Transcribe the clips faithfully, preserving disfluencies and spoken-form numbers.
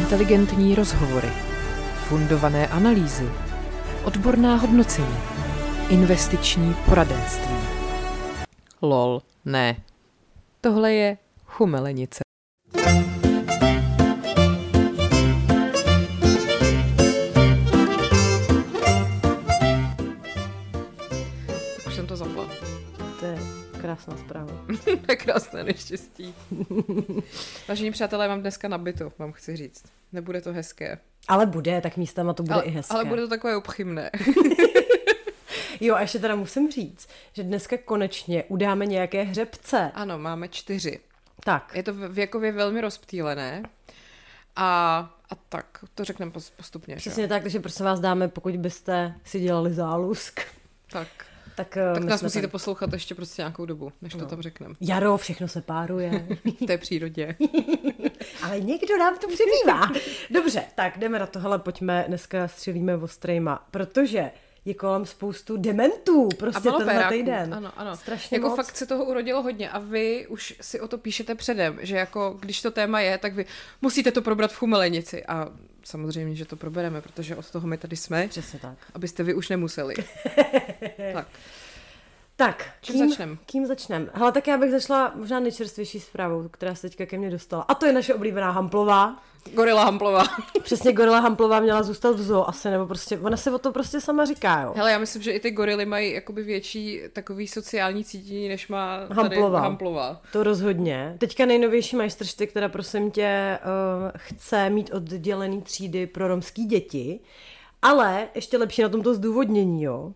Inteligentní rozhovory, fundované analýzy, odborná hodnocení, investiční poradenství. Lol, ne. Tohle je chumelenice. Už jsem to zapla. To je krásná zpráva. To je krásné neštěstí. Vážení přátelé, mám dneska nabito, vám chci říct. Nebude to hezké. Ale bude, tak místama to bude ale, i hezké. Ale bude to takové upchymné. Jo, a ještě teda musím říct, že dneska konečně udáme nějaké hřebce. Ano, máme čtyři. Tak. Je to věkově velmi rozptýlené. A, a tak, to řekneme postupně. Přesně že? Tak, takže prosím vás dáme, pokud byste si dělali zálusk. Tak. Tak, tak nás musíte tam... poslouchat ještě prostě nějakou dobu, než no. to tam řekneme. Jaro, všechno se páruje. V té přírodě. Ale někdo nám to přibývá. Dobře, tak jdeme na to. Hele, pojďme, dneska střelíme ostrejma, protože je kolem spoustu dementů, prostě tenhle týden. Ano, ano. Strašně jako moc. Fakt se toho urodilo hodně a vy už si o to píšete předem, že jako když to téma je, tak vy musíte to probrat v chumelenici a samozřejmě, že to probereme, protože od toho my tady jsme. Přesně tak. Abyste vy už nemuseli. tak. Tak, čím kým, začneme? Kým začneme? Hele, tak já bych začala možná nejčerstvější zprávou, která se teďka ke mně dostala. A to je naše oblíbená Hamplová. Gorila Hamplová. Přesně, Gorila Hamplová měla zůstat v zoo asi, nebo prostě, ona se o to prostě sama říká, jo. Hele, já myslím, že i ty gorily mají jakoby větší takový sociální cítění, než má tady Hamplová. Hamplová. To rozhodně. Teďka nejnovější majstršty, která prosím tě uh, chce mít oddělený třídy pro romský děti, ale ještě lepší na tomto zdůvodnění, jo.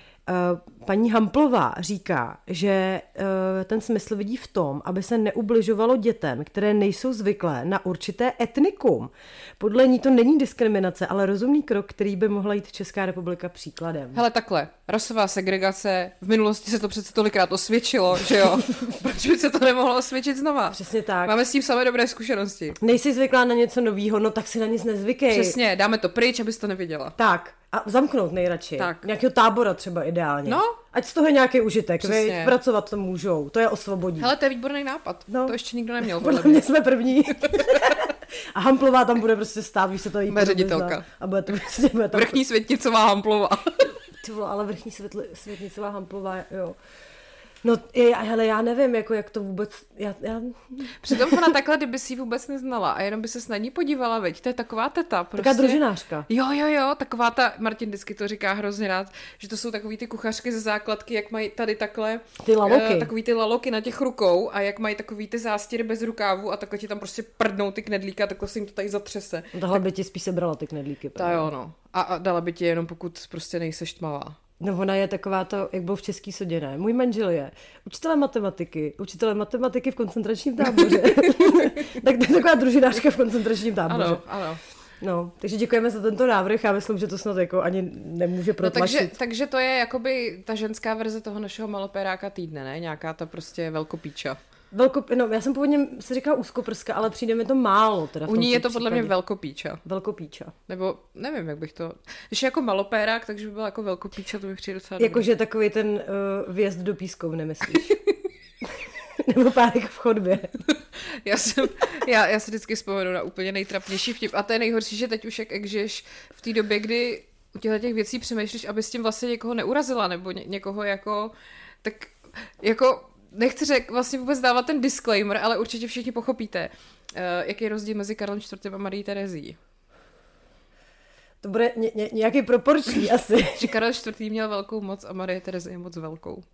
Paní Hamplová říká, že ten smysl vidí v tom, aby se neubližovalo dětem, které nejsou zvyklé na určité etnikum. Podle ní to není diskriminace, ale rozumný krok, který by mohla jít Česká republika příkladem. Hele, takhle, rasová segregace, v minulosti se to přece tolikrát osvědčilo, že jo? Proč by se to nemohlo osvědčit znova? Přesně tak. Máme s tím samé dobré zkušenosti. Nejsi zvyklá na něco novýho, no tak si na nic nezvykej. Přesně, dáme to pryč, abys to neviděla. Tak. A zamknout nejradši. Tak. Nějakého tábora třeba ideálně. No. Ať z toho je nějaký užitek, viď? Pracovat to můžou, to je osvobodí. Hele, to je výborný nápad, no. To ještě nikdo neměl. Podle mě jsme první. A Hamplová tam bude prostě stát, víš, se to jí ředitelka. A bude to prostě... Bude tam... Vrchní světnicová Hamplová. Ty vole, ale vrchní světli, světnicová Hamplová, jo. No, je, hele, já nevím, jako, jak to vůbec... Já, já... Přitom ona takhle, kdyby si ji vůbec neznala a jenom by se na ní podívala, veď, to je taková teta. Prostě... Taká družinářka. Jo, jo, jo, taková ta, Martin vždycky to říká hrozně rád, že to jsou takový ty kuchařky ze základky, jak mají tady takhle... Ty laloky. Uh, takový ty laloky na těch rukou a jak mají takový ty zástěry bez rukávu a takhle ti tam prostě prdnou ty knedlíka, takhle se jim to tady zatřese. Tohle tak... by ti spíš sebrala ty knedlíky. Ta jo, no. A, a dala by ti jenom, pokud prostě nejseš tmavá. No ona je taková to, jak byl v český sodě, ne? Můj manžel je učitel matematiky, učitel matematiky v koncentračním táboře. Tak to je taková družinářka v koncentračním táboře. Ano, ano. No, takže děkujeme za tento návrh, já myslím, že to snad jako ani nemůže protlačit. No, takže, takže to je jakoby ta ženská verze toho našeho malopéráka týdne, ne? Nějaká ta prostě velkopíča. Velko, no, já jsem původně si říkala úzkoprska, ale přijde mi to málo. Teda U ní je to případě. Podle mě velkopíča. Velkopíča. Nebo nevím, jak bych to... Když je jako malopérák, takže by byla jako velkopíča, to mi přijde docela Jakože takový ten uh, vjezd do pískovny, nemyslíš? Nebo párek v chodbě. já, jsem, já, já si vždycky vzpomenu na úplně nejtrapnější vtip. A to je nejhorší, že teď už jak, jak žiješ v té době, kdy u těchto těch věcí přemýšlíš, aby s tím vlastně někoho neurazila, nebo ně, někoho jako... Tak jako... Nechci řek vlastně vůbec dávat ten disclaimer, ale určitě všichni pochopíte, uh, jaký je rozdíl mezi Karlem čtvrtým a Marií Terezí. To bude ně, ně, nějaký proporční asi. Že Karel čtvrtý měl velkou moc a Marie Terezie moc velkou.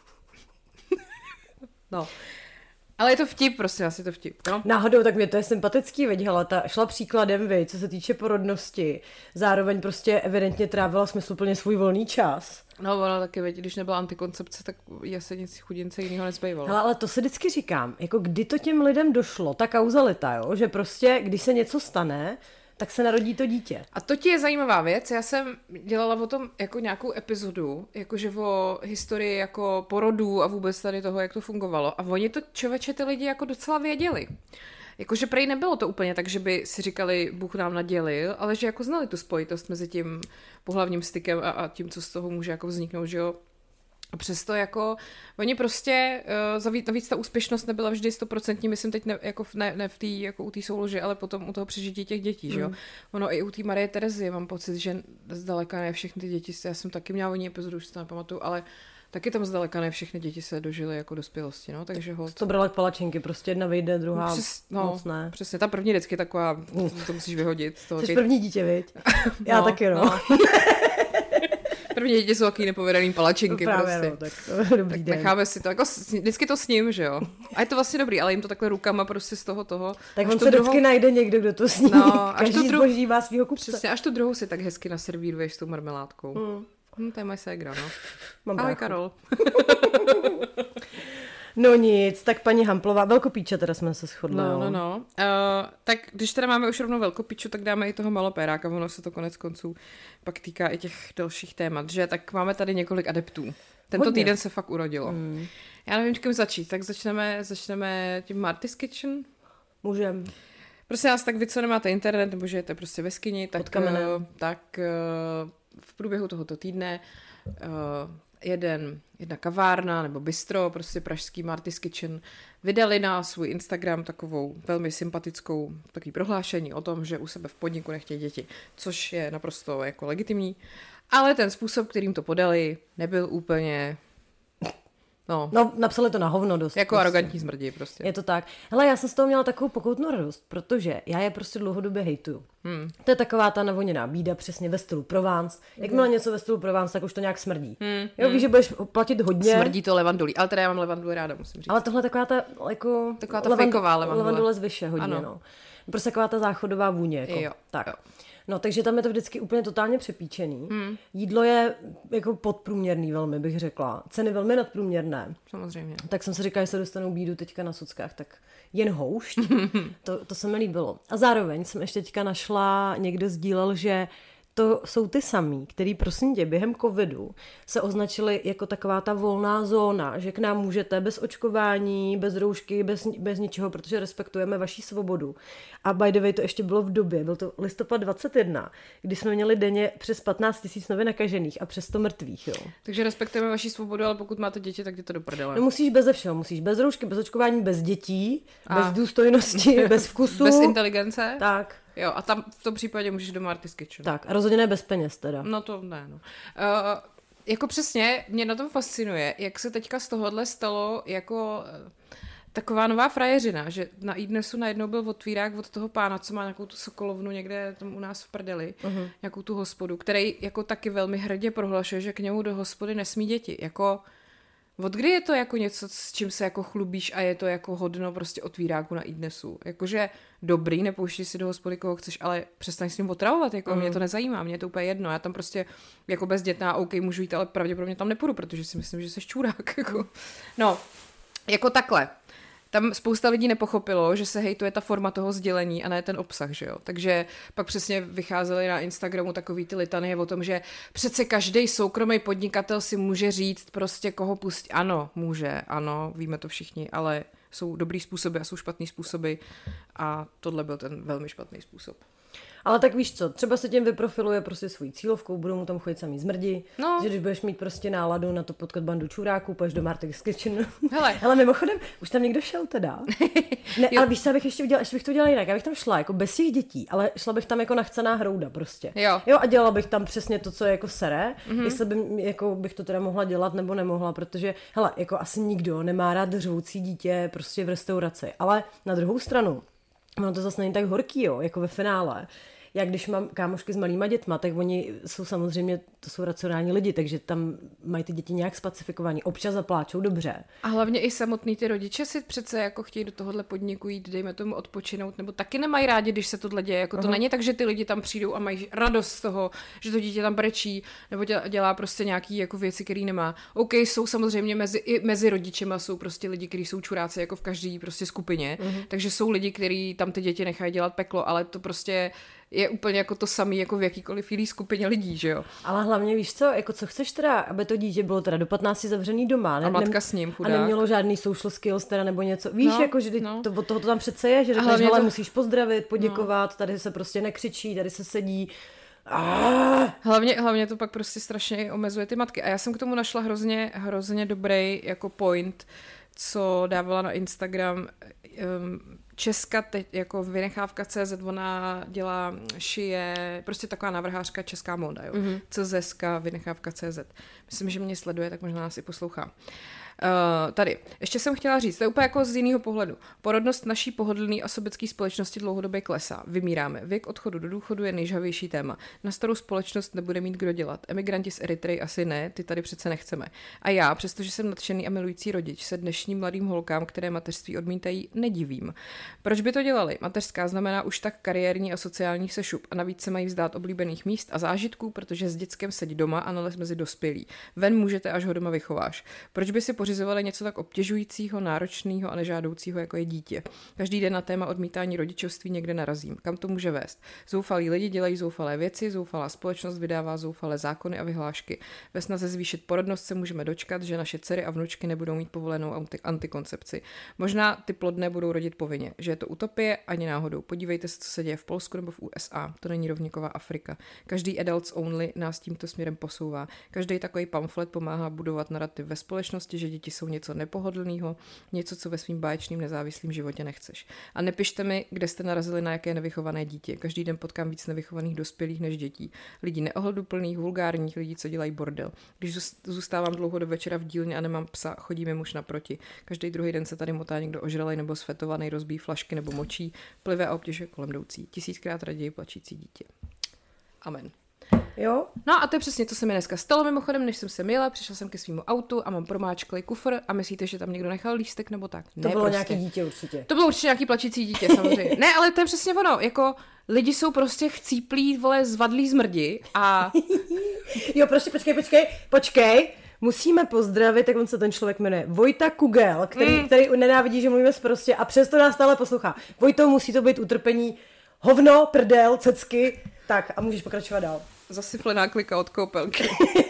No. Ale je to vtip, prostě asi to vtip. No? Náhodou, tak mě to je sympatický, veď, hele, ta šla příkladem, vy, co se týče porodnosti. Zároveň prostě evidentně trávila smysluplně svůj volný čas. No, ona taky, veď, když nebyla antikoncepce, tak asi nic chudince jiného nezbývalo. Hele, ale to se vždycky říkám, jako kdy to těm lidem došlo, ta kauzalita, jo, že prostě, když se něco stane, tak se narodí to dítě. A to ti je zajímavá věc. Já jsem dělala o tom jako nějakou epizodu, jakože o historii jako porodů a vůbec tady toho, jak to fungovalo. A oni to, člověče, ty lidi jako docela věděli. Jakože prej nebylo to úplně tak, že by si říkali, Bůh nám nadělil, ale že jako znali tu spojitost mezi tím pohlavním stykem a, a tím, co z toho může jako vzniknout, že jo. A přesto jako, oni prostě, uh, navíc ta úspěšnost nebyla vždy stoprocentní, myslím teď ne, jako v, ne, ne v tý, jako u té souloži, ale potom u toho přežití těch dětí, mm. že jo. Ono i u té Marie Terezy mám pocit, že zdaleka ne všechny ty děti, já jsem taky měla o ní epizodu, už si to nepamatuju, ale taky tam zdaleka ne všechny děti se dožily jako dospělosti, no, takže ho... To brala k palačinky, prostě jedna vyjde, druhá Přes, no, moc ne. Přesně, ta první vždycky taková, to musíš vyhodit. Jsi kej... první dítě, viď? Já no, taky, no. no. První děti jsou takový nepovedaný palačinky. No právě, prostě. No, tak to dobrý tak den. Necháme si to, jako vždycky to s ním, že jo. A je to vlastně dobrý, ale jim to takhle rukama prostě z toho toho. Tak on se druhou... vždycky najde někdo, kdo to sní. No, až každý tu zboží má svýho kupce. Přesně, až tu druhou si tak hezky naservíruješ s tou marmeládkou. Mm. Hm, to je moje ségra, no. Mám Ahoj, Karol. No nic, tak paní Hamplová, velkopíče teda jsme se shodli. No, no, no. Uh, tak když teda máme už rovnou velkopíču, tak dáme i toho malopéráka, ono se to konec konců pak týká i těch dalších témat, že? Tak máme tady několik adeptů. Tento Hodně. týden se fakt urodilo. Mm. Já nevím, čím začít, tak začneme, začneme tím Marty's Kitchen. Můžem. Prosím vás, tak vy, co nemáte internet, nebo žijete prostě ve skyni, tak, uh, tak uh, v průběhu tohoto týdne uh, jeden, jedna kavárna nebo bistro, prostě pražský Marty's Kitchen, vydali na svůj Instagram takovou velmi sympatickou takový prohlášení o tom, že u sebe v podniku nechtějí děti, což je naprosto jako legitimní, ale ten způsob, kterým to podali, nebyl úplně... No, no, napsali to na hovno dost. Jako prostě. Arrogantní zmrdí prostě. Je to tak. Hele, já jsem z toho měla takovou pokoutnou radost, protože já je prostě dlouhodobě hejtuju. Hmm. To je taková ta navoněná bída, přesně ve stylu Provence. Jakmile hmm. něco ve stylu Provence, tak už to nějak smrdí. Hmm. Jo, víš, že budeš platit hodně. Smrdí to levandulí, ale teda já mám levanduli ráda, musím říct. Ale tohle taková ta, jako... Taková ta levand... fejková levandule. Levandule zvyše hodně, ano. no. Prostě taková ta záchodová vůně, jako. Jo. Tak. Jo. No, takže tam je to vždycky úplně totálně přepíčený. Hmm. Jídlo je jako podprůměrný velmi, bych řekla. Ceny velmi nadprůměrné. Samozřejmě. Tak jsem si říkala, že se dostanou bídu teďka na Sockách, tak jen houšť. to, to se mi líbilo. A zároveň jsem ještě teďka našla, někdo sdílel, že to jsou ty samý, který prosím tě během covidu se označili jako taková ta volná zóna, že k nám můžete bez očkování, bez roušky, bez, bez ničeho, protože respektujeme vaši svobodu. A by the way to ještě bylo v době, byl to listopad dvacet jedna, kdy jsme měli denně přes patnáct tisíc nově nakažených a přes sto mrtvých. Jo. Takže respektujeme vaši svobodu, ale pokud máte děti, tak jde to do prdele. No musíš beze všeho, musíš bez roušky, bez očkování, bez dětí, a. bez důstojnosti, bez vkusu. Bez inteligence. Tak. Jo, a tam v tom případě můžeš do Marty's Kitchen. Tak, a rozhodně ne bez peněz teda. No to ne, no. Uh, jako přesně, mě na tom fascinuje, jak se teďka z tohohle stalo jako uh, taková nová frajeřina, že na iDnesu najednou byl otvírák od toho pána, co má nějakou tu sokolovnu někde tam u nás v prdeli, uh-huh. nějakou tu hospodu, který jako taky velmi hrdě prohlašuje, že k němu do hospody nesmí děti. Jako... Od kdy je to jako něco, s čím se jako chlubíš a je to jako hodno prostě otvíráku na iDnesu? Jakože dobrý, nepouští si do hospody, koho chceš, ale přestaň s ním otravovat, jako mm. mě to nezajímá, mě je to úplně jedno. Já tam prostě jako bezdětná, OK, můžu jít, ale pravděpodobně tam nepůjdu, protože si myslím, že jsi čurák. Jako. No, jako takhle. Tam spousta lidí nepochopilo, že se hejtuje ta forma toho sdělení a ne ten obsah, že jo. Takže pak přesně vycházely na Instagramu takový ty litanie o tom, že přece každý soukromý podnikatel si může říct prostě koho pustit. Ano, může, ano, víme to všichni, ale jsou dobrý způsoby a jsou špatný způsoby a tohle byl ten velmi špatný způsob. Ale tak víš co, třeba se tím vyprofiluje prostě svojí cílovkou, budou mu tam chodit samý zmrdi, no. Že když budeš mít prostě náladu na to potkat bandu čuráků, půjdeš do Marty's Kitchen. Hele. Hele, mimochodem, už tam někdo šel teda. Ne, ale víš co, abych ještě udělala, ještě bych to udělala jinak, já bych tam šla jako bez těch dětí, ale šla bych tam jako nachcená hrouda prostě. Jo. Jo, a dělala bych tam přesně to, co je jako sere, mm-hmm. jestli by, jako bych to teda mohla dělat nebo nemohla, protože hele, jako asi nikdo nemá rád řvoucí dítě prostě v restauraci, ale na druhou stranu, ono to zase není tak horký, jo, jako ve finále. Já když mám kámošky s malýma dětma, tak oni jsou samozřejmě, to jsou racionální lidi, takže tam mají ty děti nějak spacifikovaný. Občas zapláčou dobře. A hlavně i samotný ty rodiče si přece jako chtějí do tohohle podniku jít, dejme tomu odpočinout, nebo taky nemají rádi, když se tohle děje. Jako to uh-huh. není tak, že ty lidi tam přijdou a mají radost z toho, že to dítě tam brečí, nebo dělá prostě nějaký jako věci, který nemá. OK, jsou samozřejmě mezi, i mezi rodičema jsou prostě lidi, kteří jsou čuráci jako v každé prostě skupině, uh-huh. takže jsou lidi, kteří tam ty děti nechají dělat peklo, ale to prostě je úplně jako to samé jako v jakýkoliv jiný skupině lidí, že jo. Ale hlavně víš co, jako co chceš teda, aby to dítě bylo teda do patnácti zavřený doma. Ne, a matka s ním, chudák. A nemělo žádný social skills teda nebo něco. Víš, no, jako, že no. to, od toho to tam přece je, že řekneš, hele, to... musíš pozdravit, poděkovat, no. Tady se prostě nekřičí, tady se sedí. Ah! Hlavně, hlavně to pak prostě strašně omezuje ty matky. A já jsem k tomu našla hrozně, hrozně dobrý jako point, co dávala na Instagram um, Česka, teď jako vynechávka C Z, ona dělá, šije, prostě taková navrhářka česká móda, jo. Mm-hmm. C Z ka, vynechávka C Z. Myslím, že mě sleduje, tak možná nás i poslouchá. Uh, tady. Ještě jsem chtěla říct, to je úplně jako z jiného pohledu. Porodnost naší pohodlné a sobecké společnosti dlouhodobě klesá. Vymíráme. Věk odchodu do důchodu je nejžhavější téma. Na starou společnost nebude mít kdo dělat. Emigranti z Eritreji asi ne, ty tady přece nechceme. A já, přestože jsem nadšený a milující rodič, se dnešním mladým holkám, které mateřství odmítají, nedivím. Proč by to dělali? Mateřská znamená už tak kariérní a sociální sešup a navíc se mají vzdát oblíbených míst a zážitků, protože s dětskem seď doma a nalez mezi dospělí. Ven můžete, až ho doma vychováš. Proč by si pořizovali něco tak obtěžujícího, náročného a nežádoucího, jako je dítě? Každý den na téma odmítání rodičovství někde narazím. Kam to může vést? Zoufalí lidi dělají zoufalé věci, zoufalá společnost vydává zoufalé zákony a vyhlášky. Ve snaze zvýšit porodnost se můžeme dočkat, že naše dcery a vnučky nebudou mít povolenou antikoncepci. Možná ty plodné budou rodit povinně, že je to utopie ani náhodou. Podívejte se, co se děje v Polsku nebo v U S A. To není rovníková Afrika. Každý adults only nás tímto směrem posouvá. Každý takový pamflet pomáhá budovat narativ ve společnosti, že děti jsou něco nepohodlného, něco, co ve svým báječným nezávislým životě nechceš. A nepište mi, kde jste narazili na jaké nevychované dítě. Každý den potkám víc nevychovaných dospělých než dětí. Lidí neohleduplných, vulgárních, lidí, co dělají bordel. Když zůstávám dlouho do večera v dílně a nemám psa, chodí mi muž naproti. Každý druhý den se tady motá někdo ožralej nebo svetovaný, rozbíjí flašky nebo močí, plive a obtěžuje kolem jdoucí. Tisíckrát raději plačící dítě. Amen. Jo? No a to je přesně, co se mi dneska stalo mimochodem, než jsem se jela, přišla jsem ke svému autu a mám promáčklý kufr a myslíte, že tam někdo nechal lístek nebo tak? To ne, bylo prostě. Nějaký dítě určitě. To bylo určitě nějaký plačící dítě, samozřejmě. Ne, ale to je přesně ono, jako lidi jsou prostě chcíplí, vole, zvadlí zmrdi a... Jo, prostě počkej, počkej, počkej. Musíme pozdravit, jak on se ten člověk jmenuje, Vojta Kugel, který, mm. který nenávidí, že mluvíme sprostě a přesto nás stále poslouchá. Vojto, musí to být utrpení, hovno, prdel, cecky, tak a můžeš pokračovat dál. Zasyflená klika od koupelky.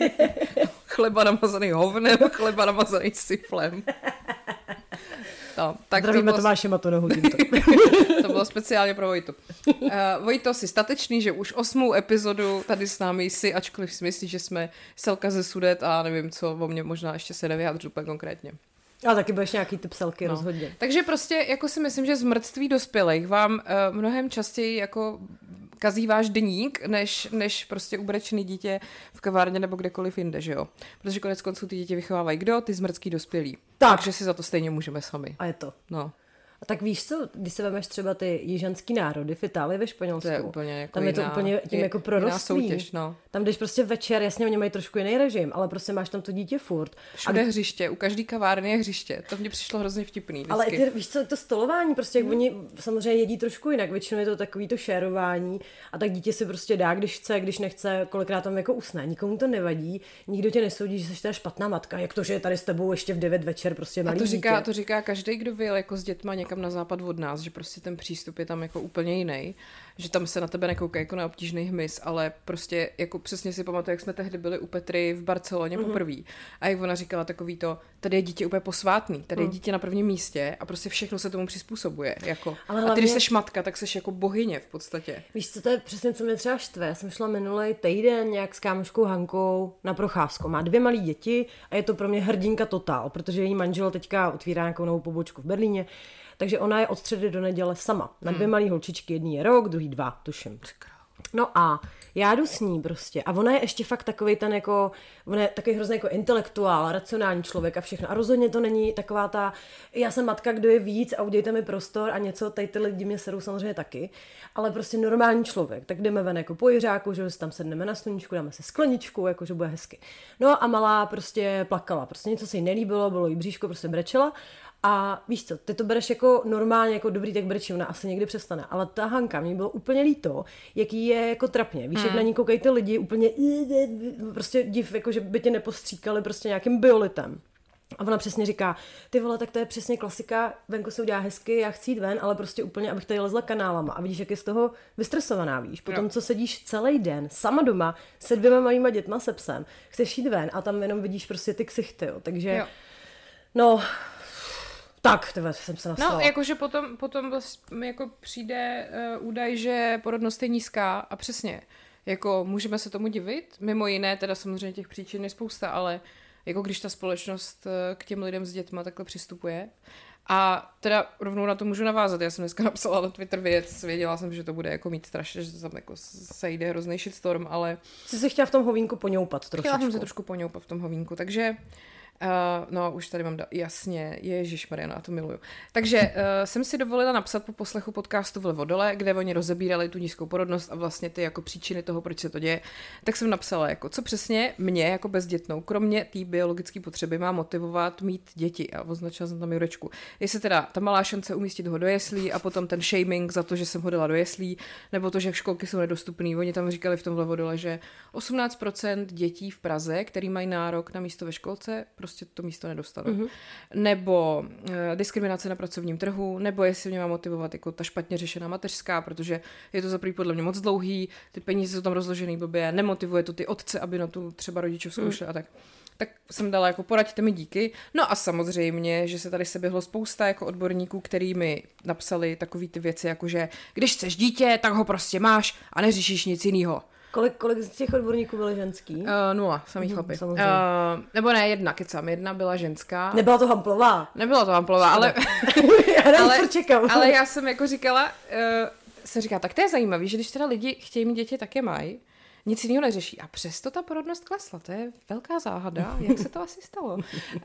Chleba namazaný hovnem, chleba namazaný syflem. No, tak zdravíme to Tomáše Matonohu tímto. To bylo speciálně pro Vojtu. Uh, Vojto, jsi statečný, že už osmou epizodu tady s námi jsi, ačkoliv si myslíš, že jsme Selka ze Sudet a nevím co, o mě možná ještě se nevyjádřu úplně konkrétně. A taky budeš nějaký typ selky, no. Rozhodně. Takže prostě jako si myslím, že zmrtství dospělých vám uh, mnohem častěji jako kazí váš deník, než, než prostě ubrečený dítě v kavárně nebo kdekoliv jinde, že jo? Protože konec konců ty děti vychovávají kdo? Ty zmrtský dospělí. Tak. Takže si za to stejně můžeme sami. A je to. No. A tak víš co, když se vemeš třeba ty jižanský národy v Itálii, ve Španělsku, to je úplně jako tam je to jiná, úplně tím jako prorostlý. Soutěž, no. Tam jdeš prostě večer, jasně oni mají trošku jiný režim, ale prostě máš tam to dítě furt. Všude a... hřiště, u každý kavárny je hřiště. To mně přišlo hrozně vtipný. Vždycky. Ale ty, víš co, to stolování, prostě jak hmm. oni samozřejmě jedí trošku jinak, většinou je to takový to šérování a tak dítě si prostě dá, když chce, když nechce, kolikrát tam jako usne. Nikomu to nevadí, nikdo tě nesoudí, že jsi ta špatná matka, jak to, že je tady s tebou ještě v devět večer prostě malý a to říká, dítě. to říká každý, kdo vyjel jako s dětma někam na západ od nás, že prostě ten přístup je tam jako úplně jiný, že tam se na tebe nekouká jako na obtížný hmyz, ale prostě jako přesně si pamatuju, jak jsme tehdy byli u Petry v Barceloně mm-hmm. poprvé a jak ona říkala takový to, tady je dítě úplně posvátný, tady je dítě na prvním místě a prostě všechno se tomu přizpůsobuje. Jako. Ale hlavně... A ty, když seš matka, tak seš jako bohyně v podstatě. Víš, co to je přesně, co mě třeba štve? Já jsem šla minulý týden nějak s kámoškou Hankou na procházku. Má dvě malé děti a je to pro mě hrdinka totál, protože její manžel teďka otvírá nějakou novou pobočku v Berlíně. Takže ona je od středy do neděle sama. Na dvě hmm. malý holčičky, jedný je rok, druhý dva, tuším. No a já jdu s ní prostě. A ona je ještě fakt takovej ten jako, ona je takový hrozně jako intelektuál, racionální člověk a všechno. A rozhodně to není taková ta, já jsem matka, kdo je víc a udějte mi prostor a něco, tady ty lidi mě serou samozřejmě taky. Ale prostě normální člověk. Tak jdeme ven jako po Jiřáku, že tam sedneme na sluníčku, dáme si skleničku, jako že bude hezky. No a malá prostě plakala. Prostě něco se jí nelíbilo, bylo jí bříško, prostě brečela. A víš co, ty to bereš jako normálně, jako dobrý, tak brečí, ona asi někdy přestane. Ale ta Hanka, mě bylo úplně líto, jaký je jako trapně. Víš, hmm. jak na ní koukají ty lidi úplně prostě div, jako že by tě nepostříkali prostě nějakým biolitem. A ona přesně říká, ty vole, tak to je přesně klasika, venku se udělá hezky, já chci jít ven, ale prostě úplně, abych tady lezla kanálama. A vidíš, jak je z toho vystresovaná, víš. Potom, co sedíš celý den sama doma se dvěma malýma dětma, se psem, chceš jít ven a tam jenom vidíš prostě ty ksichty, jo. Takže, jo. no... Tak, tyhle, jsem se nasla. No, jakože potom, potom vlastně jako přijde uh, údaj, že porodnost je nízká a přesně, jako můžeme se tomu divit, mimo jiné, teda samozřejmě těch příčin je spousta, ale jako když ta společnost k těm lidem s dětma takhle přistupuje. A teda rovnou na to můžu navázat. Já jsem dneska napsala na Twitter věc, věděla jsem, že to bude jako mít strašně, že tam jako sejde hrozný shitstorm, ale... Jsi se chtěla v tom hovínku poňoupat trošičku. Chtěla jsem se trošku poňoupat v tom hovínku, takže... Uh, no, už tady mám, da- jasně, ježišmarja, no, a to miluju. Takže uh, jsem si dovolila napsat po poslechu podcastu Vlevo dole, kde oni rozebírali tu nízkou porodnost a vlastně ty jako příčiny toho, proč se to děje. Tak jsem napsala, jako co přesně mě jako bezdětnou, kromě té biologické potřeby, má motivovat mít děti. A označila jsem tam Jurečku. Jestli teda ta malá šance umístit ho do jeslí a potom ten shaming za to, že jsem ho dala do jeslí, nebo to, že školky jsou nedostupné. Oni tam říkali v tom Vlevo dole, že osmnáct procent dětí v Praze, který mají nárok na místo ve školce, prostě to místo nedostanou. Mm-hmm. Nebo e, diskriminace na pracovním trhu, nebo jestli mě má motivovat jako ta špatně řešená mateřská, protože je to za první podle mě moc dlouhý, ty peníze jsou tam rozložený blbě, nemotivuje to ty otce, aby na tu třeba rodičovskou šli mm. a tak. Tak jsem dala jako poraďte mi díky. No a samozřejmě, že se tady seběhlo spousta jako odborníků, který mi napsali takový ty věci, jako že když chceš dítě, tak ho prostě máš a neřešíš nic jinýho. Kolik, kolik z těch odborníků byly ženský? Uh, nula, samý hmm, chlapi. Uh, nebo ne, jedna, kecám, jedna byla ženská. Nebyla to Hamplová. Nebyla to Hamplová, ale... já ale, čekám. ale já jsem jako říkala, uh, jsem říkala, tak to je zajímavý, že když teda lidi chtějí mít děti, tak je mají. Nic jiného neřeší. A přesto ta porodnost klesla. To je velká záhada. Jak se to asi stalo?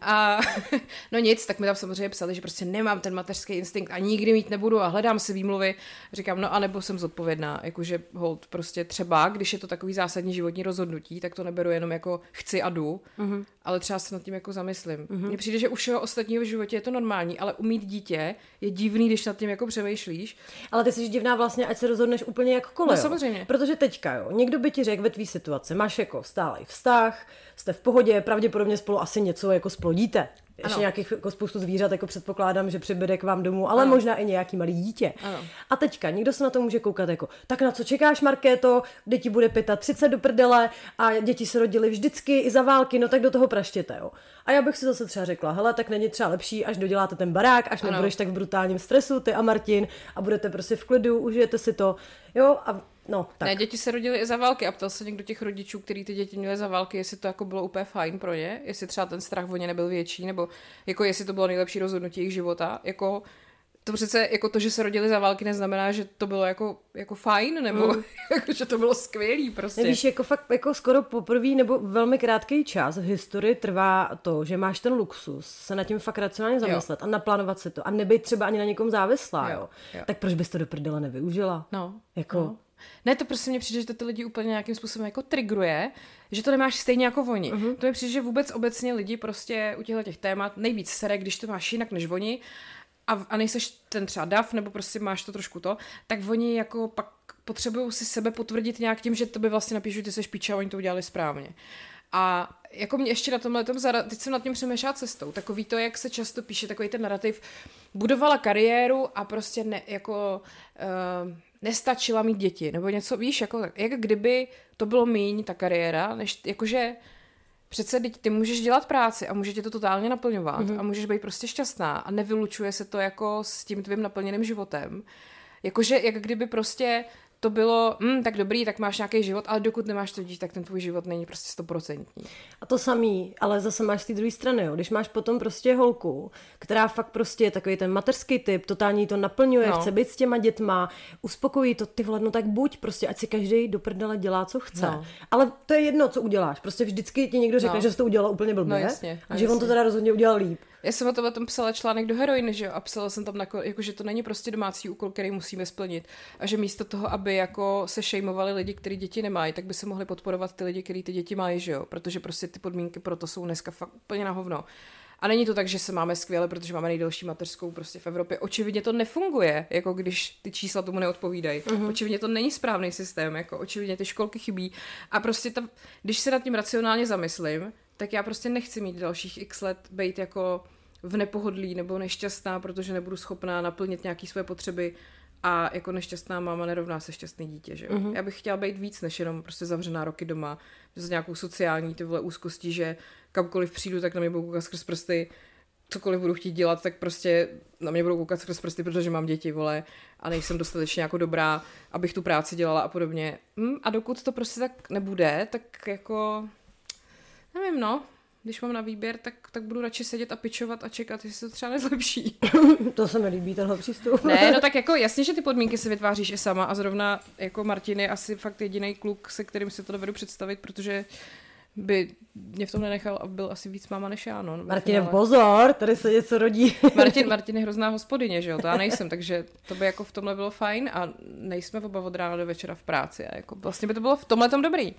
A no nic, tak mi tam samozřejmě psali, že prostě nemám ten mateřský instinkt a nikdy mít nebudu a hledám si výmluvy. Říkám, no a nebo jsem zodpovědná. Jakože hold, prostě třeba, když je to takový zásadní životní rozhodnutí, tak to neberu jenom jako chci a jdu, mm-hmm. ale třeba se nad tím jako zamyslím. Mm-hmm. Mně přijde, že u všeho ostatního v životě je to normální, ale umít dítě je divný, když nad tím jako přemýšlíš. Ale ty jsi divná vlastně, ať se rozhodneš úplně jako kolo. No samozřejmě. Protože teďka, jo, někdo by ti řekl ve tvý situaci, máš jako stálej vztah, jste v pohodě, pravděpodobně spolu asi něco jako splodíte. Ještě ano. Nějakých jako spoustu zvířat, jako předpokládám, že přibude k vám domů, ale ano. možná i nějaký malý dítě. Ano. A teďka někdo se na to může koukat jako, tak na co čekáš, Markéto, děti bude třicet pět do prdele a děti se rodily vždycky i za války, no tak do toho praštěte, jo. A já bych si zase třeba řekla, hele, tak není třeba lepší, až doděláte ten barák, až ano. nebudeš tak v brutálním stresu, ty a Martin, a budete prostě v klidu, užijete si to, jo, a no, tak. Ne, děti se rodily i za války a ptal se někdo těch rodičů, který ty děti měly za války, jestli to jako bylo úplně fajn pro ně, jestli třeba ten strach o ně nebyl větší, nebo jako jestli to bylo nejlepší rozhodnutí jejich života, jako to přece jako to, že se rodili za války, neznamená, že to bylo jako, jako fajn, nebo mm. jako, že to bylo skvělý prostě. Nevíš, jako fakt jako skoro poprvý nebo velmi krátký čas v historii trvá to, že máš ten luxus se nad tím fakt racionálně zamyslet jo. a naplánovat si to a nebyt třeba ani na někom závislá, jo. Jo. Jo. Tak proč bys to do prdele nevyužila? No. Jako... No. Ne, to prostě mně přijde, že to ty lidi úplně nějakým způsobem jako trigruje, že to nemáš stejně jako oni. Uh-huh. To mi přijde, že vůbec obecně lidi prostě u těchto těch témat nejvíc sere, když to máš jinak než oni a, a nejseš ten třeba dav, nebo prostě máš to trošku to, tak oni jako pak potřebují si sebe potvrdit nějak tím, že to by vlastně napíšu, ty seš píče a oni to udělali správně. A jako mě ještě na tomhle tom, zara... teď jsem nad tím přemýšlela cestou, takový to, jak se často píše, takový ten narrativ, budovala kariéru a prostě ne, jako... Uh, nestačila mít děti, nebo něco, víš, jako, jak kdyby to bylo míň, ta kariéra, než, jakože přece ty můžeš dělat práci a může tě to totálně naplňovat mm-hmm. a můžeš být prostě šťastná a nevylučuje se to jako s tím tvým naplněným životem. Jakože, jak kdyby prostě to bylo, hm, tak dobrý, tak máš nějaký život, ale dokud nemáš to dítě, tak ten tvůj život není prostě stoprocentní. A to samý, ale zase máš z té druhé strany, jo. Když máš potom prostě holku, která fakt prostě je takový ten mateřský typ, totálně to naplňuje, no. chce být s těma dětma, uspokojí to, ty vole, no tak buď prostě, ať si každý do prdele dělá, co chce. No. Ale to je jedno, co uděláš. Prostě vždycky ti někdo řekne, no. že jsi to udělal úplně blbě, no, jasně, a že jasně. on to teda rozhodně udělal líp. Já jsem o tom, o tom psala článek do Heroiny, že jo, a psala jsem tam, na, jako, že to není prostě domácí úkol, který musíme splnit. A že místo toho, aby jako se šejmovali lidi, kteří děti nemají, tak by se mohli podporovat ty lidi, kteří ty děti mají, že jo, protože prostě ty podmínky pro to jsou dneska fakt úplně na hovno. A není to tak, že se máme skvěle, protože máme nejdelší mateřskou prostě v Evropě. Očividně to nefunguje, jako když ty čísla tomu neodpovídají. Uh-huh. Očividně to není správný systém, jako očividně ty školky chybí. A prostě ta, když se nad tím racionálně zamyslím, tak já prostě nechci mít dalších x let být jako v nepohodlí nebo nešťastná, protože nebudu schopná naplnit nějaké své potřeby a jako nešťastná máma nerovná se šťastný dítě, že jo. Uh-huh. Já bych chtěla být víc než jenom prostě zavřená roky doma, s nějakou sociální ty vole úzkostí, že kamkoliv přijdu, tak na mě budou koukat skrz prsty cokoliv budu chtít dělat, tak prostě na mě budou koukat skrz prsty, protože mám děti, vole, a nejsem dostatečně jako dobrá, abych tu práci dělala a podobně. Hm, a dokud to prostě tak nebude, tak jako, nevím, no, když mám na výběr, tak, tak budu radši sedět a pičovat a čekat, jestli se to třeba nezlepší. To se mi líbí, tenhle přístup. Ne, no tak jako jasně, že ty podmínky si vytváříš i sama a zrovna jako Martin je asi fakt jediný kluk, se kterým si to dovedu představit, protože by mě v tom nenechal a byl asi víc máma než já, no. Martine, pozor, tady se něco rodí. Martin, Martin je hrozná hospodyně, že jo, to já nejsem, takže to by jako v tomhle bylo fajn a nejsme oba od rána do večera v práci a jako vlastně by to bylo v tomhle tom dobrý.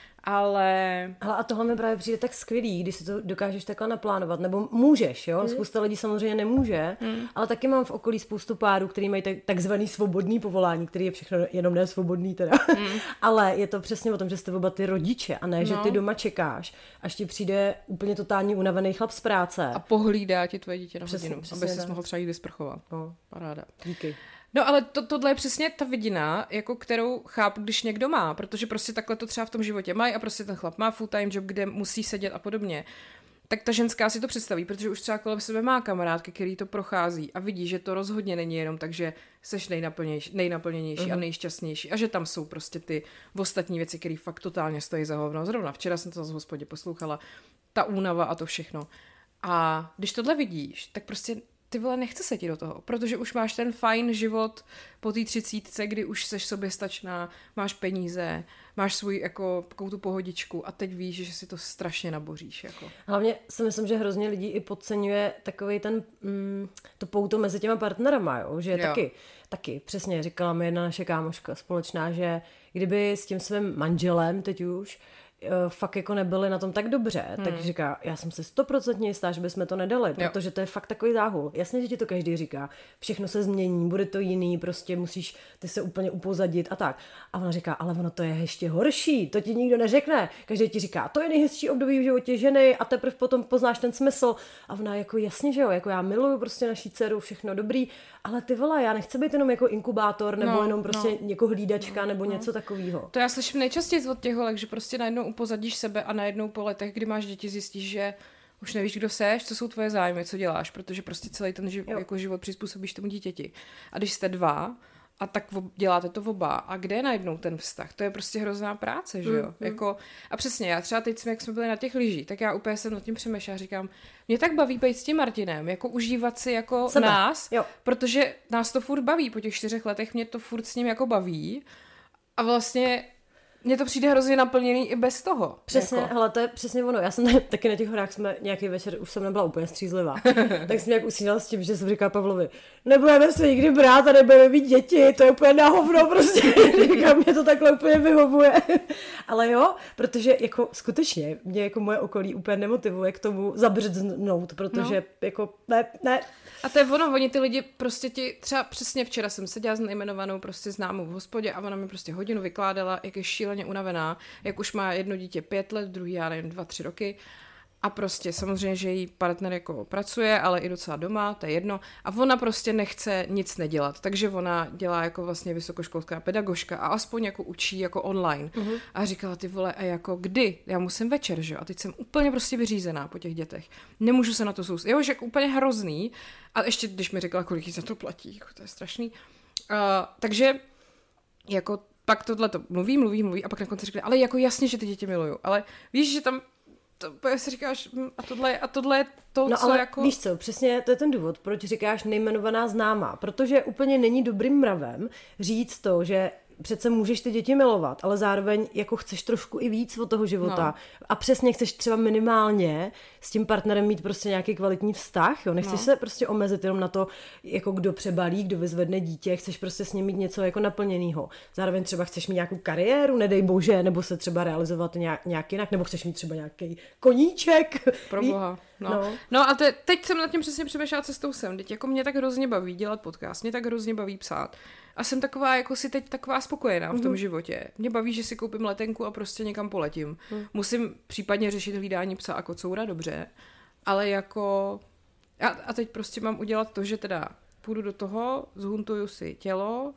Ale... Hele, a tohle mi právě přijde tak skvělý, když si to dokážeš takhle naplánovat, nebo můžeš, jo, mm. spousta lidí samozřejmě nemůže, mm. ale taky mám v okolí spoustu párů, který mají tak, takzvaný svobodný povolání, který je všechno jenom ne svobodný teda, mm. ale je to přesně o tom, že jste oba ty rodiče a ne, no. že ty doma čekáš, až ti přijde úplně totálně unavený chlap z práce. A pohlídá ti tvoje dítě na přesně, hodinu, přesně, aby jsi mohl třeba jít vysprchovat. No. Paráda. Díky. No ale to, tohle je přesně ta vidina, jako kterou chápu, když někdo má, protože prostě takhle to třeba v tom životě mají a prostě ten chlap má full-time job, kde musí sedět a podobně. Tak ta ženská si to představí, protože už třeba kolem sebe má kamarádky, který to prochází a vidí, že to rozhodně není jenom tak, že seš nejnaplněnější uh-huh. a nejšťastnější a že tam jsou prostě ty ostatní věci, které fakt totálně stojí za hovno. Zrovna včera jsem to z hospodě poslouchala, ta únava a to všechno. A když tohle vidíš, tak prostě ty vole, nechce se ti do toho, protože už máš ten fajn život po té třicítce, kdy už seš soběstačná, máš peníze, máš svůj jako takovou tu pohodičku a teď víš, že si to strašně naboříš. Jako. Hlavně si myslím, že hrozně lidí i podceňuje takovej ten, mm, to pouto mezi těma partnerama, jo? Že jo. taky, taky, přesně, říkala mi jedna naše kámoška společná, že kdyby s tím svým manželem teď už fakt jako nebyli na tom tak dobře, hmm. tak říká, já jsem si stoprocentně jistá, že bychom to nedali, jo. protože to je fakt takový záhul. Jasně, že ti to každý říká, všechno se změní, bude to jiný, prostě musíš ty se úplně upozadit a tak. A ona říká, ale ono to je ještě horší, to ti nikdo neřekne. Každý ti říká, to je nejhezčí období v životě ženy a teprve potom poznáš ten smysl. A ona jako jasně, že jo, jako já miluju prostě naší dceru, všechno dobrý, ale ty vole, já nechci být jenom jako inkubátor nebo no, jenom prostě no. jako hlídačka no, nebo no. něco takového. To já slyším nejčastěji od těch holek, že prostě najednou upozadíš sebe a najednou po letech, kdy máš děti, zjistíš, že už nevíš, kdo seš, co jsou tvoje zájmy, co děláš, protože prostě celý ten živ- jako život přizpůsobíš tomu dítěti. A když jste dva, a tak děláte to oba. A kde je najednou ten vztah? To je prostě hrozná práce, že jo? Mm, mm. Jako, a přesně, já třeba teď jsme, jak jsme byli na těch lyžích, tak já úplně jsem nad tím přemýšlela a říkám, mě tak baví být s tím Martinem, jako užívat si jako Sebe. nás, jo. protože nás to furt baví, po těch čtyřech letech mě to furt s ním jako baví a vlastně mně to přijde hrozně naplněný i bez toho. Přesně, jako. hele, to je přesně ono. Já jsem taky na těch horách jsme nějaký večer, už jsem nebyla úplně střízlivá. Tak jsem nějak usínala s tím, že jsem říkala Pavlovi, nebudeme se nikdy brát a nebudeme mít děti, to je úplně na hovno prostě. Říkám, mě to takhle úplně vyhovuje. Ale jo, protože jako skutečně mě jako moje okolí úplně nemotivuje k tomu zabředznout, protože no. jako ne, ne. A to je ono, oni ty lidi prostě ti, třeba přesně včera jsem seděla s nejmenovanou prostě známou v hospodě a ona mi prostě hodinu vykládala, jak je šíleně unavená, jak už má jedno dítě pět let, druhý já nevím, dva, tři roky a prostě samozřejmě, že její partner jako pracuje, ale i docela doma, to je jedno a ona prostě nechce nic nedělat, takže ona dělá jako vlastně vysokoškolská pedagožka a aspoň jako učí jako online uh-huh. a říkala ty vole, a jako kdy? Já musím večer, že? A teď jsem úplně prostě vyřízená po těch dětech. Nemůžu se na to soustředit. Jo, že jako úplně hrozný a ještě když mi řekla, kolik jí za to platí, jako to je strašný. Uh, takže jako pak tohle to mluví, mluví, mluví a pak na konci řekne, ale jako jasně, že ty děti miluju, ale víš, že tam to, si říkáš, a tohle, a tohle je to, no, co ale jako... víš co, přesně to je ten důvod, proč říkáš nejmenovaná známá, protože úplně není dobrým mravem říct to, že přece můžeš ty děti milovat, ale zároveň jako chceš trošku i víc od toho života no. a přesně chceš třeba minimálně s tím partnerem mít prostě nějaký kvalitní vztah, jo, nechceš no. se prostě omezit jenom na to, jako kdo přebalí, kdo vyzvedne dítě, chceš prostě s ním mít něco jako naplněnýho. Zároveň třeba chceš mít nějakou kariéru, nedej bože, nebo se třeba realizovat nějak, nějak jinak, nebo chceš mít třeba nějaký koníček. Pro boha. No, no. no a te, teď jsem nad tím přesně přemýšlela cestou sem, teď jako mě tak hrozně baví dělat podcast, mě tak hrozně baví psát. A jsem taková, jako si teď taková spokojená v tom mm-hmm. životě. Mě baví, že si koupím letenku a prostě někam poletím. Mm. Musím případně řešit hlídání psa a kocoura, dobře, ale jako... A, a teď prostě mám udělat to, že teda půjdu do toho, zhuntuju si tělo,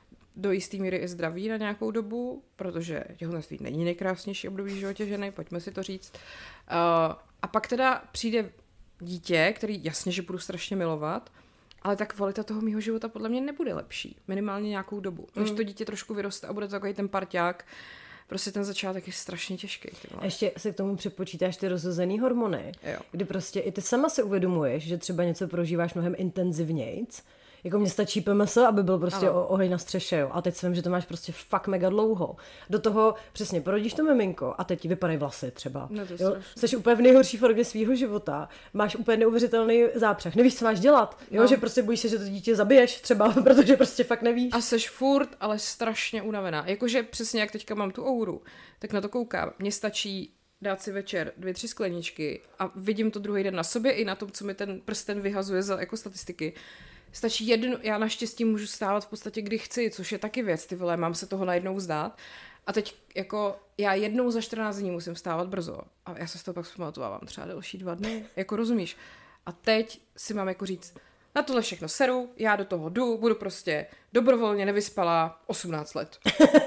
do jistý míry i zdraví na nějakou dobu, protože těhotenství není nejkrásnější období v životě ženy, pojďme si to říct. Uh, a pak teda přijde dítě, který jasně, že budu strašně milovat, ale ta kvalita toho mýho života podle mě nebude lepší. Minimálně nějakou dobu. Než to dítě trošku vyroste a bude to takový ten parťák, prostě ten začátek je strašně těžký. A ještě se k tomu připočítáš ty rozhozený hormony, jo. kdy prostě i ty sama si uvědomuješ, že třeba něco prožíváš mnohem intenzivnějc. Jako mně stačí P M S, aby byl prostě o, oheň na střeše, jo. A teď si vím, že to máš prostě fakt mega dlouho. Do toho přesně porodíš to miminko a teď ti vypadají vlasy třeba. No jo. Jsi úplně v nejhorší formě svýho života, máš úplně neuvěřitelný zápřah, nevíš, co máš dělat, jo, no. Že prostě bojíš se, že to dítě zabiješ třeba, protože prostě fakt nevíš. A seš furt, ale strašně unavená. Jakože přesně jak teďka mám tu ouru, tak na to koukám. Mně stačí dát si večer dvě, tři skleničky a vidím to druhý den na sobě i na tom, co mi ten prsten vyhazuje za jako statistiky. Stačí jednu, já naštěstí můžu stávat v podstatě kdy chci, což je taky věc, ty vole, mám se toho najednou vzdát. A teď jako já jednou za čtrnáct dní musím vstávat brzo. A já se z toho pak vzpamatovávám třeba delší dva dny, jako rozumíš. A teď si mám jako říct, na tohle všechno seru, já do toho jdu, budu prostě dobrovolně nevyspalá osmnáct let.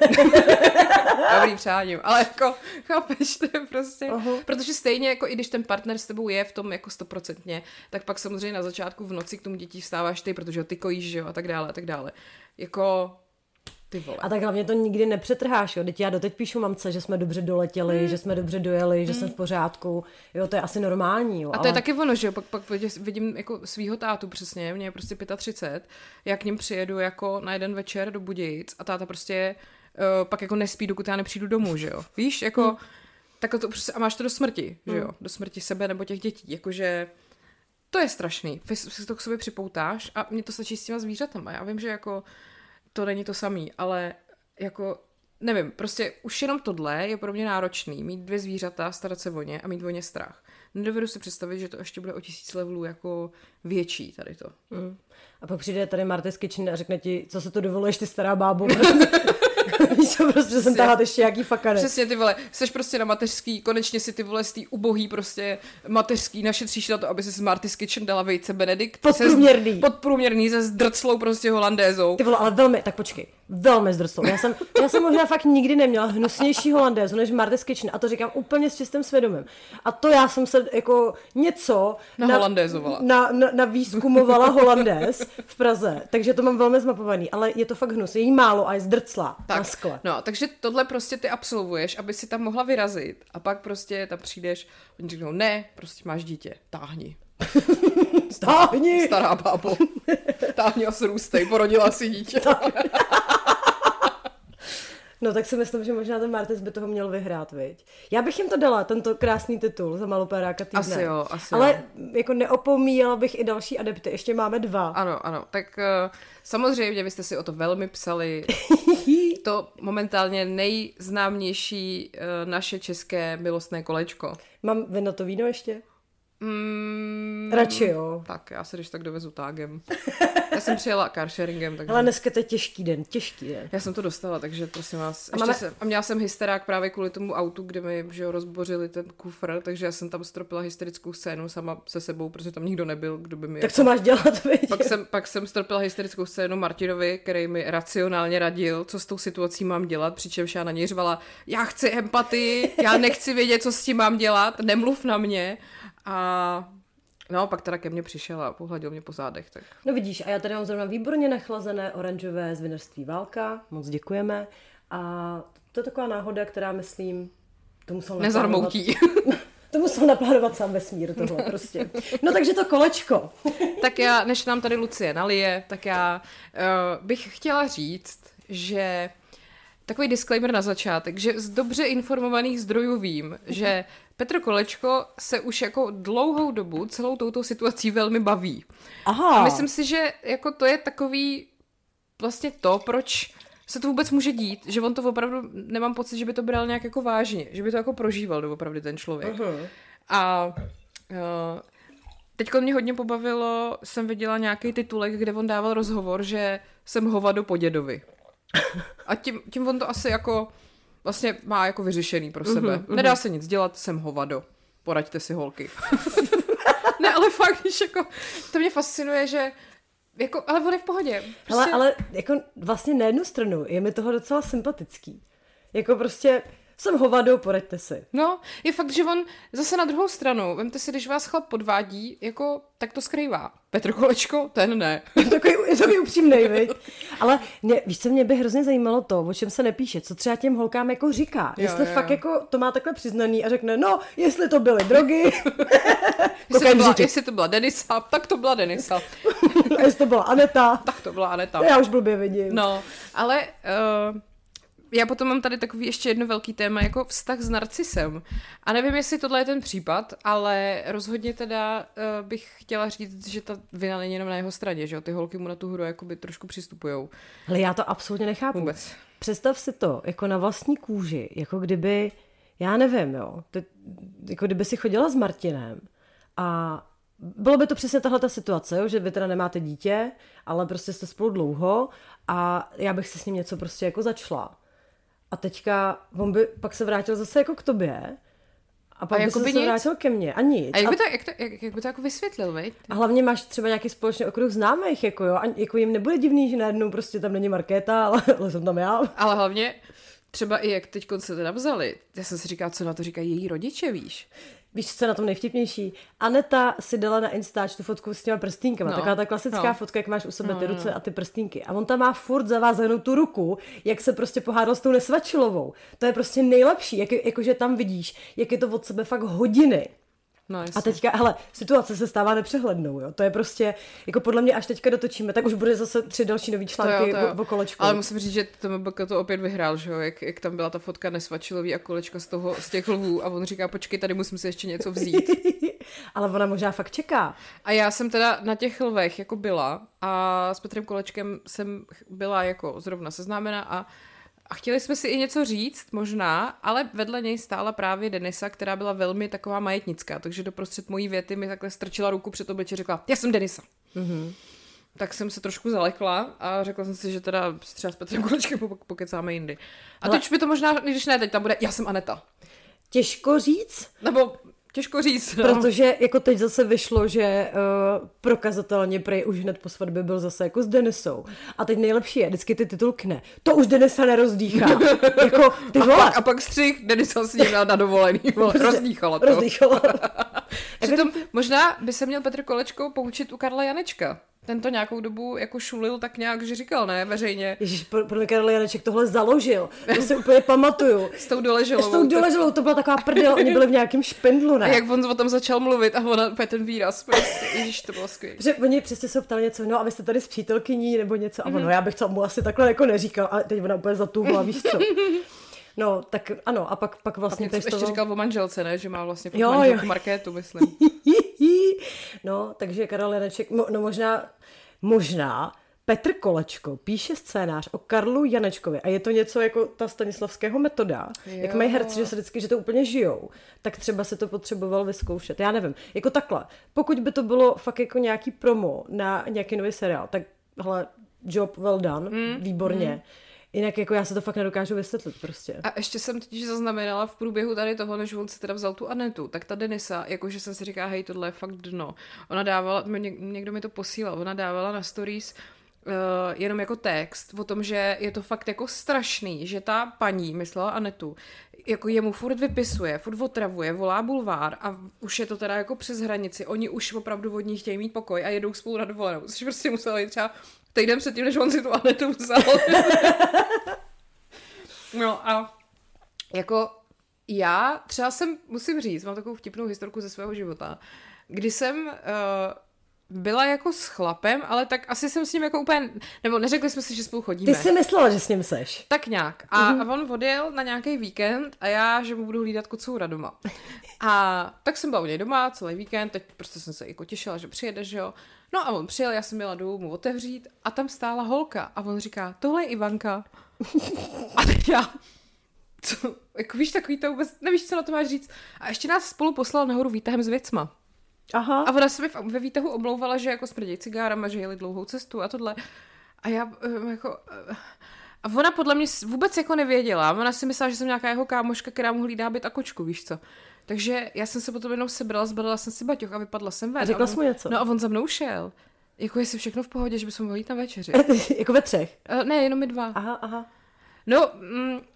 Dobrý přáním, ale jako, chápeš, to je prostě, uh-huh. Protože stejně jako i když ten partner s tebou je v tom jako stoprocentně, tak pak samozřejmě na začátku v noci k tomu dětí vstáváš ty, protože ty kojíš, že jo, a tak dále, a tak dále. Jako, ty vole. A tak hlavně to nikdy nepřetrháš, jo, teď já doteď píšu mamce, že jsme dobře doletěli, hmm. že jsme dobře dojeli, že hmm. jsem v pořádku, jo, to je asi normální, jo. A to ale... je taky ono, že jo, pak, pak vidím jako svýho tátu přesně, mě je prostě třicet pět, já k ním přijedu jako na jeden večer do Budějic a táta prostě uh, pak jako nespí, dokud já nepřijdu domů, že jo, víš, jako, hmm. tak to prostě, a máš to do smrti, hmm. že jo, do smrti sebe nebo těch dětí, jakože to je strašný, vy si to k sobě připoutáš a mně to stačí s těma zvířatama, já vím, že jako to není to samý, ale jako, nevím, prostě už jenom tohle je pro mě náročný, mít dvě zvířata, starat se o ně a mít o ně strach. Nedovedu si představit, že to ještě bude o tisíc levelů jako větší tady to. Mm. A pak přijde tady Marty's Kitchen a řekne ti, co se to dovoluješ, ty stará bábo. Víš co, prostě jsem tahat ještě jaký fakany. Přesně, ty vole, seš prostě na mateřský, konečně si ty vole z tý ubohý prostě mateřský našetříš na to, aby si z Marty's Kitchen dala vejce Benedikt. Podprůměrný. Podprůměrný se zdrclou prostě holandézou. Ty vole, ale velmi, tak počkej, velmi zdrclou. Já jsem, já jsem možná fakt nikdy neměla hnusnější holandézu než Marty's Kitchen a to říkám úplně s čistým svědomím. A to já jsem se jako něco na, na holandézovala. Na, na, na výzkumovala holandéz v Praze, takže to mám velmi zmapovaný, ale je to fakt hnus, je jí málo a je zdrclá. Tak, no, takže tohle prostě ty absolvuješ, aby si tam mohla vyrazit a pak prostě tam přijdeš, oni řeknou, ne, prostě máš dítě, táhni. Táhni! Stará bábo, táhni a srůstej, porodila si dítě. No tak si myslím, že možná ten Martys by toho měl vyhrát, viď? Já bych jim to dala, tento krásný titul za malopéráka týdne. Asi jo, asi Ale jo. Jako neopomíjela bych i další adepty, ještě máme dva. Ano, ano, tak uh, samozřejmě vy jste si o to velmi psali. To momentálně nejznámější uh, naše české milostné kolečko. Mám vy na to víno ještě? Mm, Radši jo. Tak, já se když tak dovezu tágem. Já jsem přijela carsharingem, takže... Ale dneska to je těžký den, těžký den. Já jsem to dostala, takže prosím vás. A, ještě máme... jsem, a měla jsem hysterák právě kvůli tomu autu, kde mi že jo, rozbořili ten kufr, takže já jsem tam stropila hysterickou scénu sama se sebou, protože tam nikdo nebyl, kdo by mi... Tak co máš dělat, viď? Pak jsem, pak jsem stropila hysterickou scénu Martinovi, který mi racionálně radil, co s tou situací mám dělat, přičemž já na něj řvala, já chci empatii, já nechci vědět, co s tím mám dělat, nemluv na mě. A no, pak teda ke mně přišel a pohladil mě po zádech. Tak. No vidíš, a já tady mám zrovna výborně nachlazené oranžové z vinařství Válka, moc děkujeme. A to je taková náhoda, která, myslím, to musel naplánovat. Nezarmoutí. To musel naplánovat sám vesmír tohle prostě. No takže to kolečko. Tak já, než nám tady Lucie nalije, tak já uh, bych chtěla říct, že takový disclaimer na začátek, že z dobře informovaných zdrojů vím, že Petr Kolečko se už jako dlouhou dobu celou touto situací velmi baví. Aha. A myslím si, že jako to je takový vlastně to, proč se to vůbec může dít, že on to opravdu, nemám pocit, že by to bral nějak jako vážně, že by to jako prožíval doopravdy ten člověk. Uh-huh. A uh, teďko mě hodně pobavilo, jsem viděla nějaký titulek, kde on dával rozhovor, že jsem hovado po dědovi. A tím, tím on to asi jako vlastně má jako vyřešený pro sebe. Uh-huh, uh-huh. Nedá se nic dělat, jsem hovado. Poraďte si, holky. Ne, ale fakt, když jako, to mě fascinuje, že jako, ale on je v pohodě. Prostě... Ale, ale jako vlastně na jednu stranu je mi toho docela sympatický. Jako prostě jsem hovado, poraďte si. No, je fakt, že on zase na druhou stranu, vemte si, když vás chlap podvádí, jako, tak to skrývá. Petr Kolečko, ten ne. Takový, je takový upřímnej, viď? Ale mě, víš co, mě by hrozně zajímalo to, o čem se nepíše, co třeba těm holkám jako říká. Jo, jestli jo. fakt jako to má takhle přiznaný a řekne, no, jestli to byly drogy. jestli, to byla, jestli to byla Denisa, tak to byla Denisa. A jestli to byla Aneta. Tak to byla Aneta. Já už blbě vidím. No, ale... Uh... Já potom mám tady takový ještě jedno velký téma, jako vztah s narcisem. A nevím, jestli tohle je ten případ, ale rozhodně teda uh, bych chtěla říct, že ta vina není jenom na jeho straně, že jo? Ty holky mu na tu hru jakoby trošku přistupujou. Ale já to absolutně nechápu. Vůbec. Představ si to, jako na vlastní kůži, jako kdyby, já nevím, jo, ty, jako kdyby si chodila s Martinem a bylo by to přesně tahle ta situace, jo, že vy teda nemáte dítě, ale prostě jste spolu dlouho a já bych si s ním něco prostě jako začala. A teďka on by pak se vrátil zase jako k tobě a pak a by se by vrátil ke mně a nic. A jak by to, jak to, jak, jak by to jako vysvětlil, veď? A hlavně máš třeba nějaký společný okruh známých, jako jo, a jako jim nebude divný, že najednou prostě tam není Markéta, ale, ale jsem tam já. Ale hlavně třeba i jak teď se teda vzali, já jsem si říkala, co na to říkají její rodiče, víš? Víš, co je na tom nejvtipnější? Aneta si dala na Instač tu fotku s těma prstýnkama. No, taková ta klasická no. fotka, jak máš u sebe ty no, ruce no. a ty prstýnky. A on tam má furt zavázanou tu ruku, jak se prostě pohádal s tou Nesvačilovou. To je prostě nejlepší, jak, jakože tam vidíš, jak je to od sebe fakt hodiny. No, a teďka, hele, situace se stává nepřehlednou, jo. To je prostě, jako podle mě, až teďka dotočíme, tak už bude zase tři další nový články o Kolečku. Ale musím říct, že T M B K to opět vyhrál, že jo, jak, jak tam byla ta fotka Nesvačilový a Kolečka z toho, z těch lvů a on říká, počkej, tady musím si ještě něco vzít. Ale ona možná fakt čeká. A já jsem teda na těch lvech jako byla a s Petrem Kolečkem jsem byla jako zrovna seznámena a A chtěli jsme si i něco říct, možná, ale vedle něj stála právě Denisa, která byla velmi taková majetnická, takže doprostřed mojí věty mi takhle strčila ruku před obličej a řekla, já jsem Denisa. Mm-hmm. Tak jsem se trošku zalekla a řekla jsem si, že teda třeba s Petrem Kolečkem pokecáme jindy. A ale... teď už by to možná, když ne, teď tam bude, já jsem Aneta. Těžko říct? Nebo... Těžko říct. No. Protože jako teď zase vyšlo, že uh, prokazatelně prej už hned po svatbě byl zase jako s Denisou. A teď nejlepší je, vždycky ty titulky ne. To už Denisa nerozdýchá. jako, ty a, pak, a pak střih, Denisa s ním na dovolený. Vole, rozdýchala to. Rozdýchala. Přitom možná by se měl Petr Kolečko poučit u Karla Janečka. Ten to nějakou dobu jako šulil tak nějak, že říkal, ne, veřejně. Ježiš, podle Karel Janeček tohle založil. To si úplně pamatuju. S tou doleželovou. S tou doleželovou, to byla taková prdel, oni byli v nějakém špendlu, ne? A jak on o tom začal mluvit a ona úplně ten výraz, prostě, ježiš, to bylo skvělé. Protože oni přesně se ptali něco, no a vy jste tady s přítelkyní nebo něco, a ono, mm-hmm. já bych to mu asi takhle jako neříkal, ale teď ona úplně zatůhla, víš co. No, tak ano, a pak, pak vlastně a pěstoval... ještě říkal o manželce, ne? Že má vlastně jo, manželku jo. Markétu, myslím. No, takže Karel Janeček, no, no možná Možná Petr Kolečko píše scénář o Karlu Janečkovi a je to něco jako ta Stanislavského metoda, jo. Jak mají herci, že se vždycky, že to úplně žijou, tak třeba se to potřeboval vyzkoušet. Já nevím, jako takhle, pokud by to bylo fakt jako nějaký promo na nějaký nový seriál, tak hele, job well done, mm. výborně. Mm. Jinak jako já se to fakt nedokážu vysvětlit prostě. A ještě jsem totiž zaznamenala v průběhu tady toho, než on si teda vzal tu Anetu, tak ta Denisa, jakože jsem si říká, hej, tohle je fakt dno. Ona dávala, někdo mi to posílal, ona dávala na stories uh, jenom jako text o tom, že je to fakt jako strašný, že ta paní, myslela Anetu, jako jemu furt vypisuje, furt otravuje, volá bulvár a už je to teda jako přes hranici. Oni už opravdu od ní chtějí mít pokoj a jedou spolu na dovolenou. Což prostě musela jít třeba týden předtím, než on si tu Anetu vzal. No a jako já třeba jsem, musím říct, mám takovou vtipnou historku ze svého života, kdy jsem uh, byla jako s chlapem, ale tak asi jsem s ním jako úplně, nebo neřekli jsme si, že spolu chodíme. Ty jsi myslela, že s ním seš. Tak nějak. A, mm-hmm. a on odjel na nějaký víkend a já, že mu budu hlídat kocoura doma. A tak jsem byla u něj doma celý víkend, teď prostě jsem se jako těšila, že přijede, že jo. No a on přijel, já jsem měla dolů mu otevřít a tam stála holka a on říká, tohle je Ivanka. A teď já, co, jako víš, takový to vůbec, nevíš, co na to máš říct. A ještě nás spolu poslal nahoru výtahem s věcma. Aha. A ona se mi ve výtahu omlouvala, že jako smrdějí cigárama, že jeli dlouhou cestu a tohle. A já jako... A ona podle mě vůbec jako nevěděla. Ona si myslela, že jsem nějaká jeho kámoška, která mu hlídá byt a kočku, víš co. Takže já jsem se potom jenom sebrala, zbalila jsem si baťoch a vypadla jsem ven. A řekla jsi mu něco? No a on za mnou šel. Jako jestli všechno v pohodě, že bychom mohli jít na večeři. Jako ve třech? Uh, ne, jenom my dva. Aha, aha. No, mm,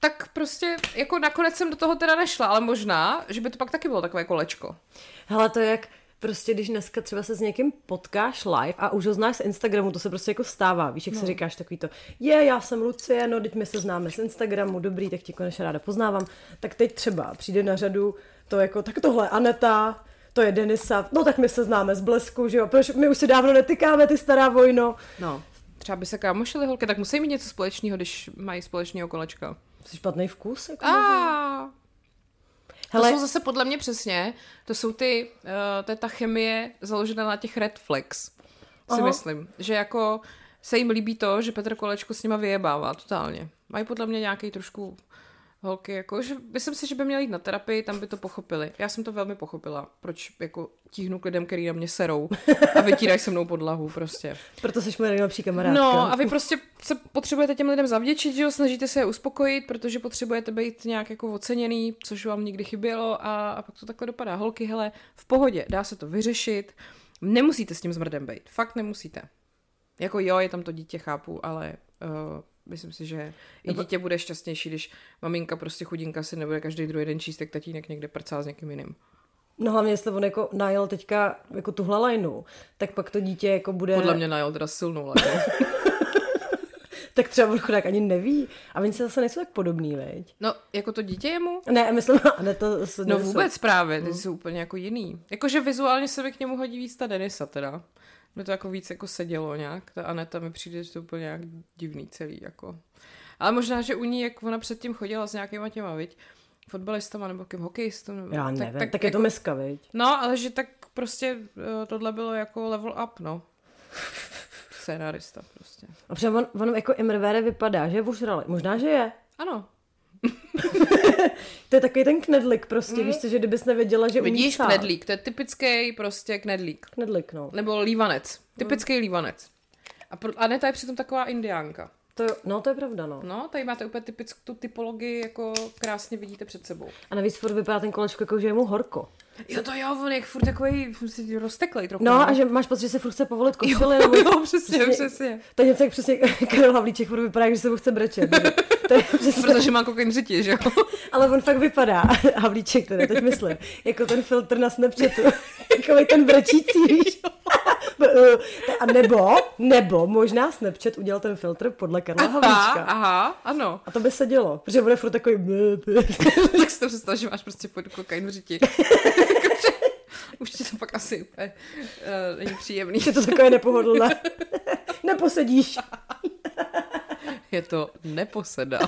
tak prostě jako nakonec jsem do toho teda nešla, ale možná, že by to pak taky bylo takové kolečko. Hele, to je jak prostě, když dneska třeba se s někým potkáš live a už ho znáš z Instagramu, to se prostě jako stává, víš, jak no. si říkáš takový to, je, já jsem Lucie, no, teď my se známe z Instagramu, dobrý, tak tě konečně ráda poznávám, tak teď třeba přijde na řadu to jako, tak tohle Aneta, to je Denisa, no tak my se známe z Blesku, že jo, proč my už si dávno netykáme, ty stará vojno. No, třeba by se kámošily holky, tak musí mít něco společného, když mají společného kolečka. Jsi špatný vkus? Jako A. Hele. To jsou zase podle mě přesně, to jsou ty, uh, to je ta chemie založená na těch red flags, si Aha. myslím, že jako se jim líbí to, že Petr Kolečko s nima vyjebává totálně. Mají podle mě nějaký trošku holky, jako, že myslím si, že by měli jít na terapii, tam by to pochopili. Já jsem to velmi pochopila, proč jako tíhnu k lidem, který na mě serou a vytírají se mnou podlahu prostě. Proto jsi moje nejlepší kamarádka. No a vy prostě se potřebujete těm lidem zavděčit, že jo, snažíte se je uspokojit, protože potřebujete být nějak jako oceněný, což vám někdy chybělo a, a pak to takhle dopadá. Holky, hele, v pohodě, dá se to vyřešit, nemusíte s tím zmrdem být, fakt nemusíte. Jako jo, je tam to dítě, chápu, ale... Uh, myslím si, že i dítě bude šťastnější, když maminka prostě chudinka si nebude každý druhý den číst, jak tatínek někde prcá s někým jiným. No hlavně, jestli on jako najel teďka jako tuhle lajnu, tak pak to dítě jako bude... Podle mě najel teda silnou lajnu. Tak třeba on chudák ani neví. A oni se zase nejsou tak podobný, veď? No, jako to dítě je mu? Ne, myslím, ne to... No vůbec právě, ty jsou úplně jako jiný. Jakože vizuálně se mi k němu hodí víc ta Denisa teda. Mě to jako víc jako sedělo nějak. Ta Aneta mi přijde, že to úplně nějak divný celý, jako. Ale možná, že u ní, jak ona předtím chodila s nějakýma těma, viď, fotbalistama nebo kým hokejistům. Nebo, Já nevím, tak, tak, tak jako, je to meska, viď? No, ale že tak prostě tohle bylo jako level up, no. Scénárista prostě. A třeba on, on jako Imrvére vypadá, že je vožralý. Možná, že je. Ano. To je takový ten knedlik prostě, mm. víš co, že kdybys nevěděla, že umí Vidíš, knedlík, to je typický prostě knedlík. Knedlik, no. Nebo lívanec, typický mm. lívanec. A pro, Aneta je přitom taková indiánka. To, no, to je pravda, no. No, tady máte úplně typickou tu typologii, jako krásně vidíte před sebou. A navíc furt vypadá ten Kolečko, jako že je mu horko. Jo, to jo, on je furt takový rozteklej trochu. No, a že máš pocit, že se furt chce povolit košily. Jo, jo, přesně, přesně, přesně. To je něco, jak přesně Karel Havlíček furt vypadá, že se mu chce brečet. To je přesně... Protože má kokain řiti, že jo? Ale on fakt vypadá, Havlíček teda, teď myslím, jako ten filtr na Snapchatu. Takový ten brečící, víš? A nebo, nebo možná Snapchat udělal ten filtr podle Karla Havlíčka. Aha, ano. A to by se dělo, protože bude furt takový... Tak si to představ, že máš prostě pod kokain v řiti. Už ti to pak asi úplně uh, není příjemný. Je to takové nepohodlné. Neposedíš. Je to neposeda.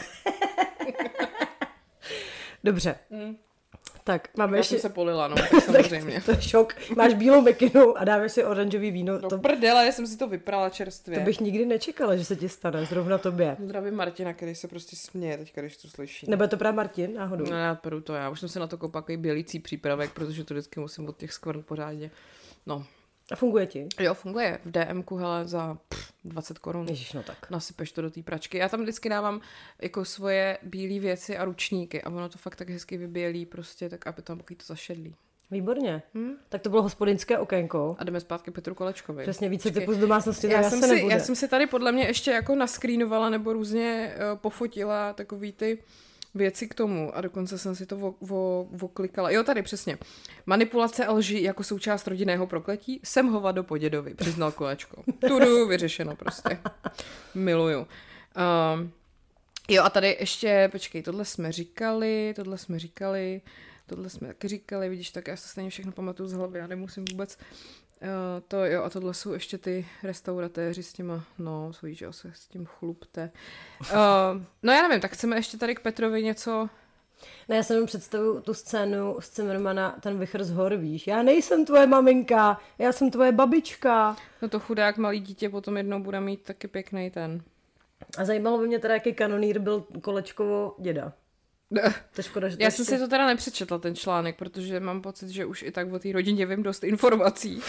Dobře. Mm. Tak, máme Já ještě... jsem se polila, no, tak samozřejmě. To je šok. Máš bílou mikinu a dáváš si oranžový víno. No to... prdele, já jsem si to vyprala čerstvě. To bych nikdy nečekala, že se ti stane, zrovna tobě. Zdravím Martina, který se prostě směje teďka, když to slyší. Nebo je to právě Martin, náhodou? No, já peru to já. Už jsem se na to koupila takový bělící přípravek, protože to vždycky musím od těch skvrn pořádně. No. A funguje ti? Jo, funguje. V DMku, hele, za pff, dvacet korun. Ježiš, no tak. Nasypeš to do té pračky. Já tam vždycky dávám jako svoje bílé věci a ručníky a ono to fakt tak hezky vybělí prostě, tak aby tam takový to zašedlí. Výborně. Hmm? Tak to bylo hospodinské okénko. A jdeme zpátky Petru Kolečkovi. Přesně, více typů z domácnosti já já jsem, se si, nebude. já jsem si tady podle mě ještě jako naskrýnovala nebo různě uh, pofotila takový ty věci k tomu a dokonce jsem si to vo, vo, voklikala. Jo, tady přesně. Manipulace a lži jako součást rodinného prokletí. Jsem hovado po dědovi, přiznal Kolečko. Tudu, vyřešeno prostě. Miluju. Um, jo a tady ještě, počkej, tohle jsme říkali, tohle jsme říkali, tohle jsme taky říkali, vidíš, tak já se stejně všechno pamatuju z hlavy, já nemusím vůbec Uh, to jo, a tohle jsou ještě ty restauratéři s těma, no, co víš, že se s tím chlupte. Uh, no já nevím, tak chceme ještě tady k Petrovi něco... Ne, já jsem jenom představuju tu scénu z Cimrmana, ten vychr z hor, víš. Já nejsem tvoje maminka, já jsem tvoje babička. No to chudák malý dítě potom jednou bude mít taky pěkný ten. A zajímalo by mě teda, jaký kanonýr byl Kolečkovo děda. To škoda, že to Já ještě... jsem si to teda nepřečetla, ten článek, protože mám pocit, že už i tak o té rodině vím dost informací.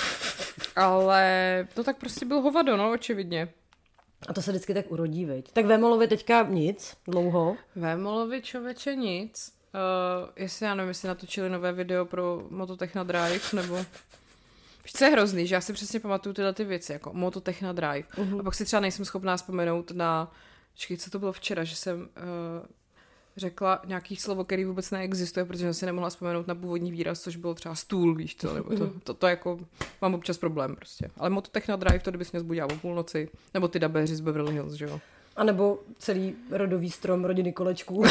Ale to tak prostě byl hovado, no, očividně. A to se vždycky tak urodí, viď? Tak Vémolovi teďka nic, dlouho. Vémolovi člověče nic. Uh, jestli já nevím, jestli natočili nové video pro Mototechna Drive, nebo... Víš, co je hrozný, že já si přesně pamatuju tyhle ty věci, jako Mototechna Drive. Uh-huh. A pak si třeba nejsem schopná vzpomenout na... Počkej, co to bylo včera, že jsem... Uh... řekla nějaký slovo, který vůbec neexistuje, protože jsem si nemohla vzpomenout na původní výraz, což bylo třeba stůl, víš co, nebo to, to, to jako, mám občas problém prostě. Ale Mototechna Drive, to kdybys mě zbudila o půlnoci, nebo ty dabéři z Beverly Hills, že jo. A nebo celý rodový strom rodiny Kolečků.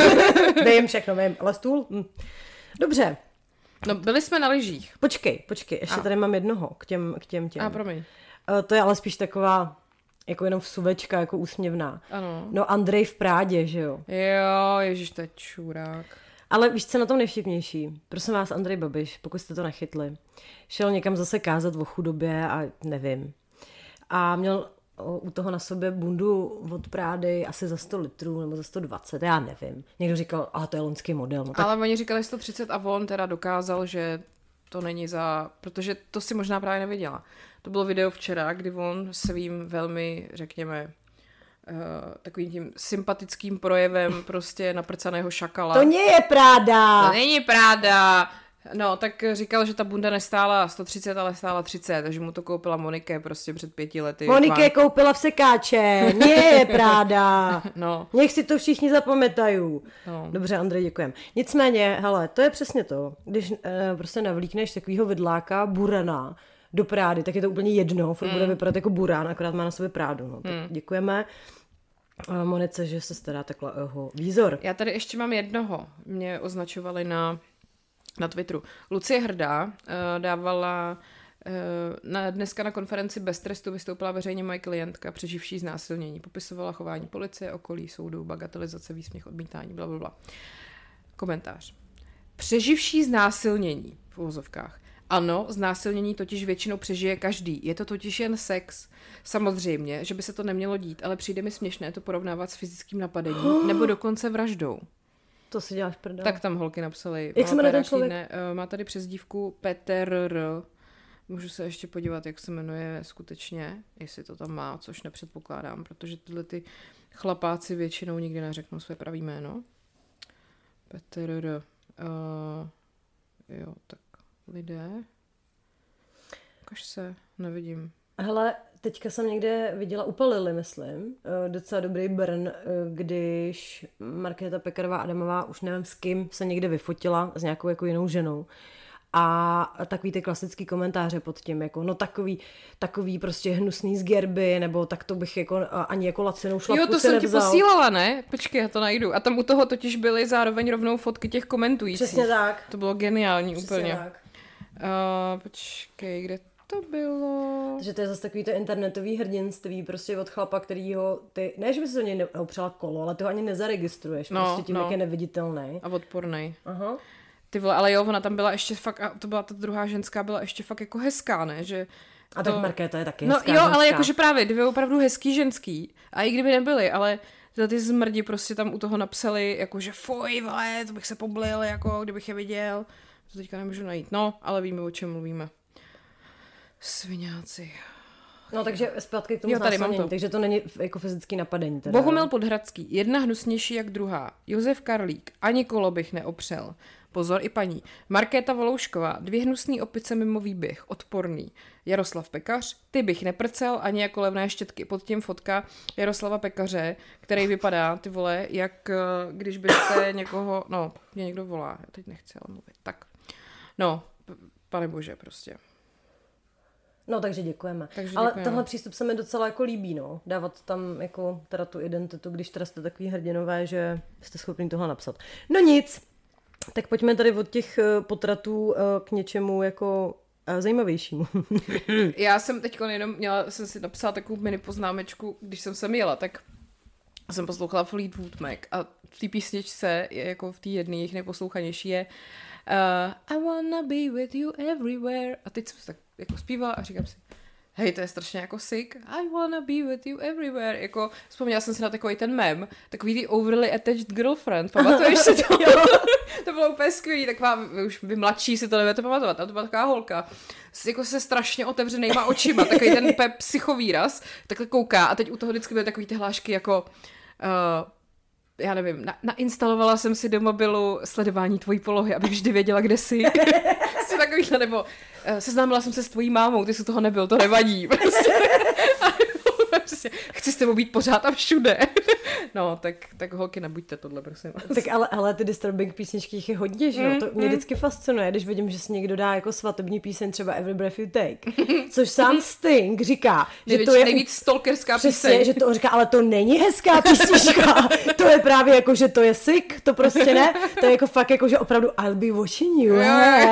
Vím všechno, vím, ale stůl? Hm. Dobře. No, byli jsme na lyžích. Počkej, počkej, ještě a. tady mám jednoho k těm, k těm těm. A, promiň. Uh, to je ale spíš taková, jako jenom vsuvečka, jako úsměvná. Ano. No, Andrej v Prádě, že jo? Jo, ježiš, to je čurák. Ale víš, co na tom nejvtipnější? Prosím vás, Andrej Babiš, pokud jste to nechytli, šel někam zase kázat o chudobě a nevím. A měl u toho na sobě bundu od Prády asi za sto litrů nebo za sto dvacet, já nevím. Někdo říkal, a to je loňský model. No, tak... Ale oni říkali sto třicet a on teda dokázal, že to není za... Protože to si možná právě nevěděla. To bylo video včera, kdy on svým velmi, řekněme, uh, takovým tím sympatickým projevem prostě naprcaného šakala. To nie je Práda! To není Práda! No, tak říkal, že ta bunda nestála sto třicet, ale stála třicet, takže mu to koupila Monike prostě před pěti lety. Monike koupila v sekáče, nie je Práda. No. Nech si to všichni zapamatají. No. Dobře, Andrej, děkujem. Nicméně, hele, to je přesně to, když e, prostě navlíkneš takovýho vidláka burana do Prády, tak je to úplně jedno, furt mm. bude vypadat jako burán, akorát má na sobě Prádu. No. Tak mm. děkujeme Monice, že se stará takhle o jeho výzor. Já tady ještě mám jednoho. Mě označovali na na Twitteru. Lucie Hrdá uh, dávala uh, na, dneska na konferenci Bez trestu vystoupila veřejně moje klientka, přeživší znásilnění. Popisovala chování policie, okolí, soudu, bagatelizace, výsměch, odmítání, blablabla. Komentář. Přeživší znásilnění v uvozovkách. Ano, znásilnění totiž většinou přežije každý. Je to totiž jen sex. Samozřejmě, že by se to nemělo dít, ale přijde mi směšné to porovnávat s fyzickým napadením nebo dokonce vraždou. To si děláš prdel. Tak tam holky napsali. Jak se jmenuje ten člověk? Ne, má tady přezdívku Petr R. Můžu se ještě podívat, jak se jmenuje skutečně, jestli to tam má, což nepředpokládám, protože tyhle ty chlapáci většinou nikdy neřeknou své pravý jméno. Petr R. Uh, jo, tak lidé. Ukaž se, nevidím. Hele, teďka jsem někde viděla u Palily, myslím, docela dobrý burn, když Markéta Pekarová Adamová, už nevím s kým, se někde vyfotila s nějakou jako jinou ženou. A takový ty klasický komentáře pod tím, jako no takový, takový prostě hnusný z gerby, nebo tak to bych jako ani jako lacinou šlapku Jo, to si jsem nevzal. ti posílala, ne? Počkej, já to najdu. A tam u toho totiž byly zároveň rovnou fotky těch komentujících. Přesně tak. To bylo geniální. Přesně úplně. Tak. Uh, počkej, kde to bylo? Takže to je zase takový to internetový hrdinství prostě od chlapa, kterýho ty, ne, že by se do něj neopřela kolo, ale ty ho ani nezaregistruješ, no, prostě tím, no. jak je neviditelný. A odpornej. Aha. Ty vole, ale jo, ona tam byla ještě fakt, a to byla ta druhá ženská, byla ještě fakt jako hezká, ne? Že to... A tak Markéta je taky no, hezká jo, ženská. ale jakože právě dvě opravdu hezký ženský. A i kdyby nebyly, ale tyhle ty zmrdi prostě tam u toho napsali, jakože fuj, vole, to bych se poblil, jako kdybych je viděl. To teďka nemůžu najít. No, ale víme, o čem mluvíme. Sviňáci. No, takže zpátky k tomu jo, tady mám znásilnění, to. takže to není jako fyzický napadení. Teda. Bohumil Podhradský, jedna hnusnější jak druhá. Josef Karlík, ani kolo bych neopřel. Pozor i paní. Markéta Voloušková, dvě hnusný opice mimo výběh, odporný. Jaroslav Pekař, ty bych neprcel ani jako levné štětky. Pod tím fotka Jaroslava Pekaře, který vypadá, ty vole, jak když byste někoho, no, mě někdo volá, já teď nechci ale mluvit, tak. No, pane bože, prostě. No, takže děkujeme. Takže ale děkujeme. tenhle přístup se mi docela jako líbí, no. Dávat tam jako teda tu identitu, když teda jste takový hrdinové, že jste schopni tohle napsat. No nic, tak pojďme tady od těch potratů k něčemu jako zajímavějšímu. Já jsem teď jenom měla, jsem si napsala takovou mini poznámečku, když jsem sem jela, tak jsem poslouchala Fleetwood Mac a v té písničce, jako v té jedné jejich nejposlouchanější je uh, I wanna be with you everywhere. A teď jsem tak jako zpívala a říkám si, hej, to je strašně jako sick. I wanna be with you everywhere. Jako vzpomněla jsem si na takový ten mem, takový ty overly attached girlfriend. Pamatuješ si to? To bylo úplně skvělý, taková, vy už vy mladší si to nebudete pamatovat, ale to byla taková holka, s, jako se strašně otevřenýma očima, takový ten pe- psychovýraz, takhle kouká a teď u toho vždycky byly takový ty hlášky jako, uh, já nevím, na, nainstalovala jsem si do mobilu sledování tvojí polohy, abych vždy věděla, kde jsi. Jsi takovýhle, nebo uh, seznámila jsem se s tvojí mámou, ty jsi toho nebyl, to nevadí. Prostě. Chci s tebou být pořád a všude. No, tak, tak holky, nebuďte tohle, prosím. Tak ale, ale ty disturbing písničky jich je hodně, že jo? Mm, To mě mm. vždycky fascinuje, když vidím, že si někdo dá jako svatební píseň třeba Every Breath You Take. Což sám Sting říká, že Nejvíc, to je... nejvíc stalkerská Přesně, píseň. že to on říká, ale to není hezká písnička. To je právě jako, že to je sick, to prostě ne. To je jako fakt jako, že opravdu I'll be watching you.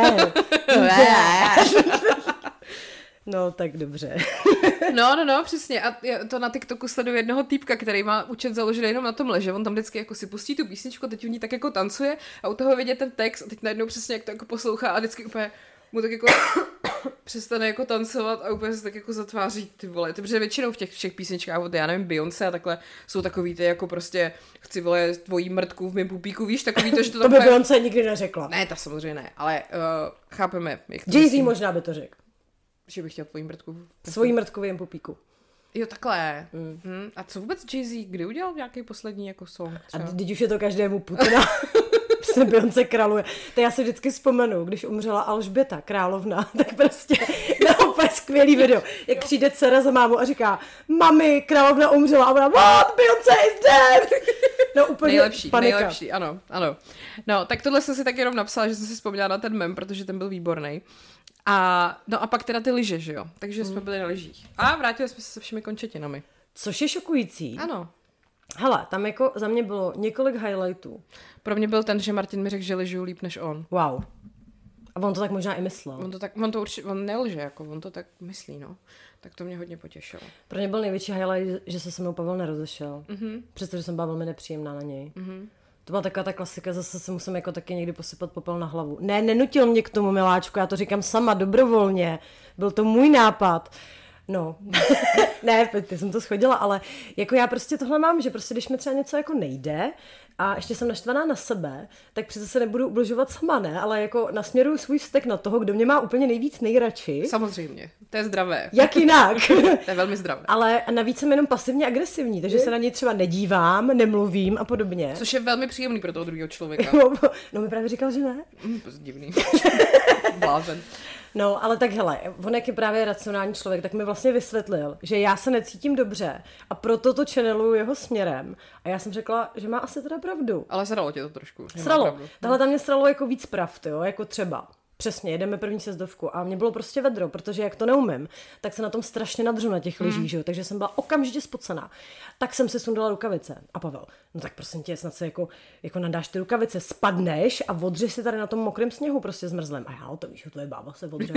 No, tak dobře. No, no, no, přesně. A já to na TikToku sleduju jednoho týpka, který má účet založený jenom na tomhle, že on tam vždycky jako si pustí tu písničku, teď v ní tak jako tancuje a u toho vidět ten text a teď najednou přesně jak to jako poslouchá a vždycky úplně mu tak jako přestane jako tancovat a úplně se tak jako zatváří, ty vole. Protože většinou v těch všech písničkách od, já nevím, Beyoncé a takhle jsou takový ty jako prostě chci, vole, tvojí mrtku v mém pupíku, víš, takový to, že to To tam by úplně... Beyoncé nikdy neřekla. Ne, ta samozřejmě ne, ale uh, chápeme, jak to Jay-Z myslím. možná by to řekl. Že bych chtěl tvojí mrtku. Svojí mrtku v jejím pupíku. Jo, takhle. Mm. Hmm. A co vůbec Jay-Z, kdy udělal nějaký poslední jako song? Třeba? A teď už je to každému Putina. Se Beyoncé králuje. To já si vždycky vzpomenu, když umřela Alžběta, královna, tak prostě na úplně skvělý video. Jak přijde dcera za mámu a říká, mami, královna umřela a ona, what, Beyoncé is dead! No úplně nejlepší, panika. nejlepší, ano, ano. No, tak tohle jsem si tak jenom napsala, že jsem si vzpomněla na ten mem, protože ten byl výborný. A, no a pak teda ty lyže, že jo? Takže jsme byli na lyžích. A vrátili jsme se se všemi končetinami. Což je šokující. Ano. Hele, tam jako za mě bylo několik highlightů. Pro mě byl ten, že Martin mi řekl, že lyžuju líp než on. Wow. A on to tak možná i myslel. On to tak, on to určitě, on nelže, jako, on to tak myslí, no. Tak to mě hodně potěšilo. Pro mě byl největší highlight, že se se mnou Pavel nerozešel. Mhm. Přestože jsem byla velmi nepříjemná na něj. Mhm. To byla taková ta klasika, zase se musím jako taky někdy posypat popel na hlavu. Ne, nenutil mě k tomu, miláčku, já to říkám sama, dobrovolně. Byl to můj nápad. No, ne, ty jsem to schodila, ale jako já prostě tohle mám, že prostě když mi třeba něco jako nejde a ještě jsem naštvaná na sebe, tak přece se nebudu ubližovat sama, ne, ale jako nasměruju svůj vztek na toho, kdo mě má úplně nejvíc nejradši. Samozřejmě, to je zdravé. Jak jinak? To je velmi zdravé. Ale navíc jsem jenom pasivně agresivní, takže se na něj třeba nedívám, nemluvím a podobně. Což je velmi příjemný pro toho druhého člověka. No mi právě říkal, že ne. Mm, divný. Blázen. No, ale tak hele, on jak je právě racionální člověk, tak mi vlastně vysvětlil, že já se necítím dobře a proto to channeluju jeho směrem. A já jsem řekla, že má asi teda pravdu. Ale sralo tě to trošku. Sralo. Tahle tam mě sralo jako víc pravd, jo, jako třeba. Přesně, jedeme první sjezdovku a mě bylo prostě vedro, protože jak to neumím, tak se na tom strašně nadřu na těch lyžích, mm. že jo, takže jsem byla okamžitě spocená. Tak jsem si sundala rukavice. A Pavel, no tak prosím tě, snad se jako, jako nadáš ty rukavice, spadneš a odřeš si tady na tom mokrém sněhu prostě zmrzlem. A já, to víš, tvoje bába se odře.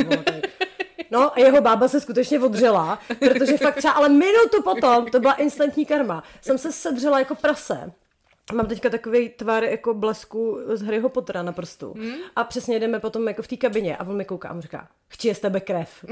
No a jeho bába se skutečně odřela, protože fakt třeba ale minutu potom, to byla instantní karma, jsem se sedřela jako prase. Mám teďka takový tvar jako blesku z Harryho Pottera na prstu. Hmm? A přesně jdeme potom jako v té kabině a on mi kouká a on říká, chci z tebe krev.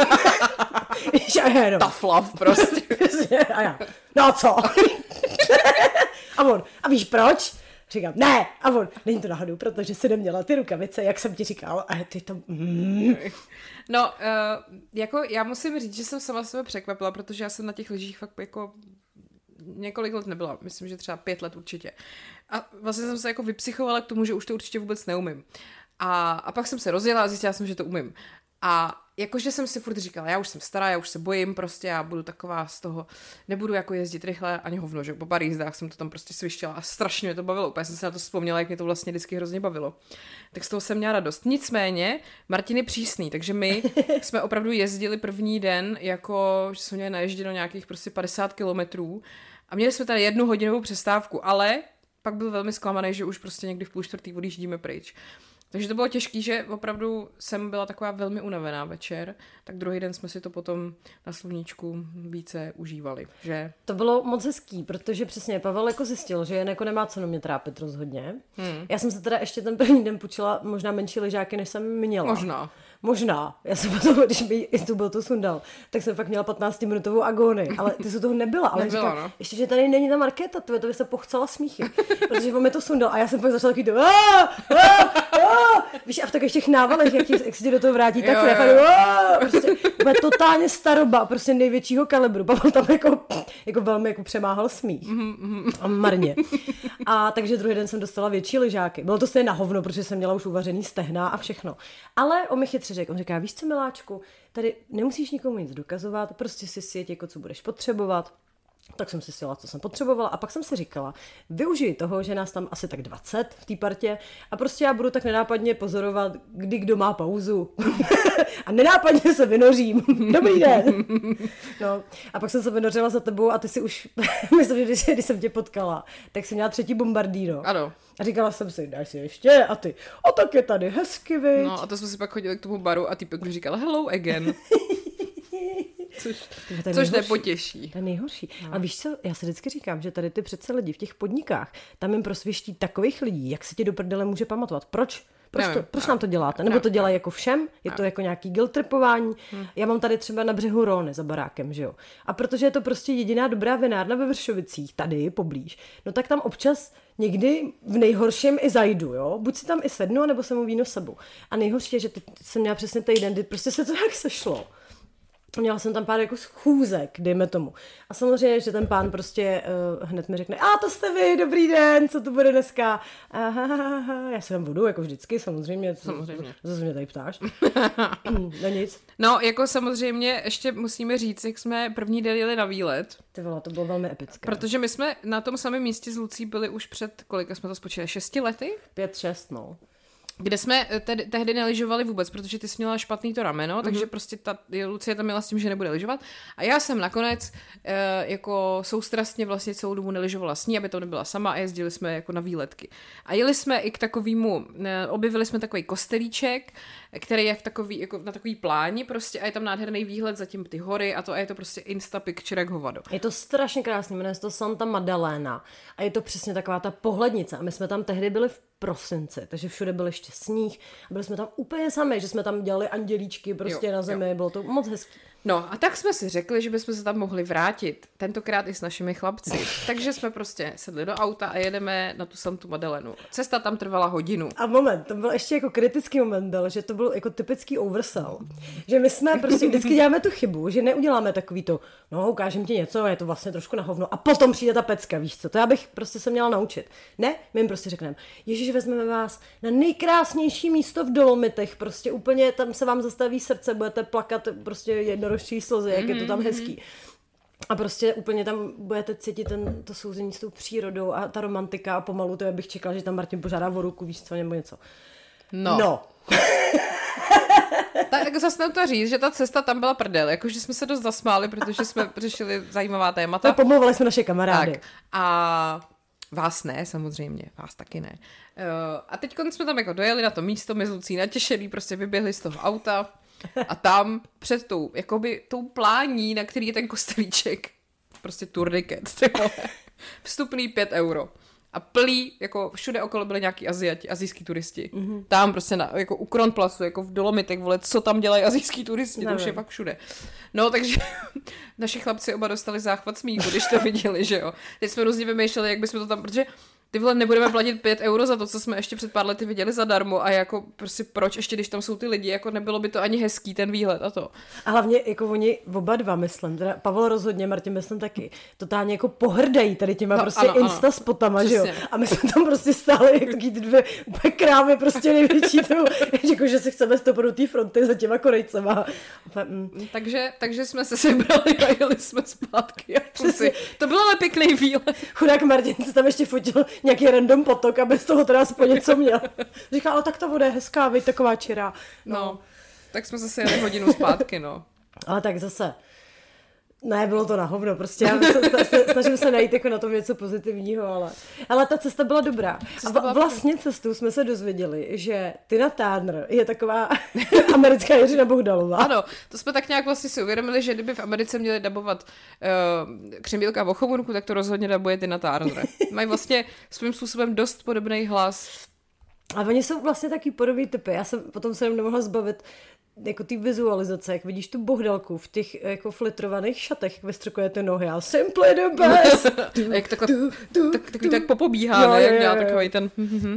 a já jenom. Tough love prostě. a já, no a co? a on, a víš proč? Říkám, ne. A on, není to náhodou, protože jsi neměla ty rukavice, jak jsem ti říkal. A ty to... Mm. No, uh, jako já musím říct, že jsem sama sebe překvapila, protože já jsem na těch lyžích fakt jako několik let nebyla, myslím, že třeba pět let určitě. A vlastně jsem se jako vypsychovala k tomu, že už to určitě vůbec neumím. A, a pak jsem se rozjela a zjistila jsem, že to umím. A jakože jsem si furt říkala, já už jsem stará, já už se bojím prostě, já budu taková z toho, nebudu jako jezdit rychle, ani hovno, že po pár jízdách jsem to tam prostě svištěla a strašně mě to bavilo, úplně jsem se na to vzpomněla, jak mě to vlastně vždycky hrozně bavilo. Tak z toho jsem měla radost. Nicméně, Martin je přísný, takže my jsme opravdu jezdili první den, jako, že jsme měli naježděno nějakých prostě padesát kilometrů a měli jsme tady jednu hodinovou přestávku, ale pak byl velmi zklamaný, že už prostě někdy v půl čtvrtý odjíždíme pryč. Takže to bylo těžké, že opravdu jsem byla taková velmi unavená večer, tak druhý den jsme si to potom na sluníčku více užívali, že? To bylo moc hezký, protože přesně Pavel jako zjistil, že jen jako nemá cenu mě trápit rozhodně. Hmm. Já jsem se teda ještě ten první den půjčila možná menší lyžáky, než jsem měla. Možná. Možná. Já jsem potom, když mi tu byl to sundal, tak jsem fakt měla patnáctiminutovou agónii, ale ty se toho nebyla. Ale nebyla, říkám, no. ještě, že tady není ta Markéta, to by se pochcela smíchy. Protože on mi to sundal a já jsem pak začala takový to víš, a v takových těch návalech, jak, ti, jak se ti do toho vrátí ta krev a prostě Bude totálně staroba, prostě největšího kalibru. Pavel tam jako, jako velmi jako přemáhal smích. Mm-hmm. A marně. A takže druhý den jsem dostala větší lyžáky. Bylo to stejně na hovno, protože jsem měla už uvařený stehna a všechno. Ale on mi chytře řekl, on říká, víš co, miláčku, tady nemusíš nikomu nic dokazovat, prostě si sjeď jako co budeš potřebovat. Tak jsem si sjela, co jsem potřebovala a pak jsem si říkala, využiji toho, že nás tam asi tak dvacet v té partě a prostě já budu tak nenápadně pozorovat, kdy kdo má pauzu a nenápadně se vynořím. Dobrý den. No a pak jsem se vynořila za tebou a ty si už, myslím, že když, když jsem tě potkala, tak jsem měla třetí bombardíno. Ano. A říkala jsem si, dáš si ještě a ty, a tak je tady hezky, viď? No a to jsme si pak chodili k tomu baru a týpek mi říkal hello again. Což, to což nepotěší. To je nejhorší. No. A víš co, já si vždycky říkám, že tady ty přece lidi v těch podnikách, tam jim prosvěští takových lidí, jak se ti do prdele může pamatovat. Proč? Proč, to, proč nám to děláte? Nebo to dělají jako všem? Je to jako nějaký guilt tripování? Hmm. Já mám tady třeba na břehu Róny za barákem, že jo? A protože je to prostě jediná dobrá vinárna ve Vršovicích, tady poblíž, no tak tam občas někdy v nejhorším i zajdu, jo? Buď si tam i sednu, nebo se mu víno sebu. A nejhorší je, že ty jsem měla přesně týden, kdy prostě se to tak sešlo. Měla jsem tam pár jako schůzek, dejme tomu. A samozřejmě, že ten pán prostě uh, hned mi řekne, a to jste vy, dobrý den, co to bude dneska? Aha, já si dám vodu, jako vždycky, samozřejmě. Samozřejmě. Co se mě tady ptáš? No nic. No, jako samozřejmě ještě musíme říct, jak jsme první den jeli na výlet. Ty vole, to bylo velmi epické. Protože my jsme na tom samém místě s Lucí byli už před, kolika jsme to spočítali, šesti lety? Pět, šest, no. Kde jsme tedy, tehdy nelyžovali vůbec, protože ty jsi měla špatný to rameno, mm-hmm. takže prostě ta Lucie tam měla s tím, že nebude lyžovat. A já jsem nakonec e, jako soustrastně vlastně celou dobu nelyžovala s ní, aby to nebyla sama a jezdili jsme jako na výletky. A jeli jsme i k takovému, e, objevili jsme takový kostelíček, který je v takový, jako na takový pláni prostě a je tam nádherný výhled zatím ty hory a to a je to prostě insta picture jak hovado. Je to strašně krásný, jmenuje se to Santa Maddalena a je to přesně taková ta pohlednice a my jsme tam tehdy byli v prosinci, takže všude byl ještě sníh a byli jsme tam úplně sami, že jsme tam dělali andělíčky prostě jo, na zemi, jo. Bylo to moc hezký. No a tak jsme si řekli, že bychom se tam mohli vrátit, tentokrát i s našimi chlapci. Takže jsme prostě sedli do auta a jedeme na tu Santu Maddalenu. Cesta tam trvala hodinu. A moment, to byl ještě jako kritický moment, byl, že to byl jako typický oversell. Že my jsme prostě vždycky děláme tu chybu, že neuděláme takový to, no ukážem ti něco, je to vlastně trošku na hovno a potom přijde ta pecka, víš co, to já bych prostě se měla naučit. Ne, my jim prostě řekneme, ježiš, vezmeme vás na nejkrásnější místo v Dolomitech, prostě úplně tam se vám zastaví srdce, budete plakat prostě jednorožčí slzy, jak je to tam hezký. A prostě úplně tam budete cítit ten, to souzení s tou přírodou a ta romantika a pomalu to, já bych čekala, že tam Martin požádá o ruku, víš co, nebo něco. No. No. Tak jako zase to říct, že ta cesta tam byla prdel, jakože jsme se dost zasmáli, protože jsme řešili zajímavá témata. To pomluvili jsme naše kamarády. Tak. A vás ne, samozřejmě, vás taky ne. Uh, a teď jsme tam jako dojeli na to místo, my s Lucí natěšený, prostě vyběhli z toho auta a tam před tou, jakoby tou plání, na který je ten kostelíček, prostě turniket, vstupný pět euro. A plý, jako všude okolo byly nějaký Aziati, azijský turisti. Mm-hmm. Tam prostě na, jako u Kronplacu, jako v Dolomitech, vole, co tam dělají azijský turisti, to už je fakt všude. No, takže naši chlapci oba dostali záchvat smíchu, když to viděli, že jo. Teď jsme různě vymýšleli, jak bychom to tam, protože ty vole, nebudeme platit pět euro za to, co jsme ještě před pár lety viděli zadarmo a jako prostě proč ještě, když tam jsou ty lidi, jako nebylo by to ani hezký ten výhled a to. A hlavně jako oni oba dva, myslím, teda Pavel rozhodně, Martin myslím taky, totálně jako pohrdají tady těma no, prostě ano, insta spotama, ano. Že jo. A my jsme tam prostě stáli jak taky ty dvě úplně krávy prostě největší, to, jako, že se chceme stopnout té fronty za těma Korejcema. Mm. Takže, takže jsme se sebrali a jeli jsme zpátky. A si, to byl ale pěkný výlet. Chudák Martin se tam ještě fotil nějaký random potok, aby z toho teda aspoň něco měl. Říká, ale tak ta voda je hezká, víš, taková čirá. No. no, tak jsme zase jeli hodinu zpátky, no. Ale tak zase, ne, bylo to na hovno, prostě já se, se, snažím se najít jako na tom něco pozitivního, ale, ale ta cesta byla dobrá. Cesta byla a vlastně dobrá. Cestou jsme se dozvěděli, že Tina Turner je taková americká Jiřina Bohdalová. Ano, to jsme tak nějak vlastně si uvědomili, že kdyby v Americe měli dabovat uh, Křemílka Vochomurku, tak to rozhodně dabuje Tina Turner. Mají vlastně svým způsobem dost podobný hlas. A oni jsou vlastně taky podobný typy. Já jsem potom se nemohla zbavit jako ty vizualizace, jak vidíš tu Bohdalku v těch jako flitrovaných šatech, jak vystřekuje ty nohy a simply the best. A jak takhle, tu, tu, tak, takový tak popobíhá, jo, ne? Jak dělá takový ten...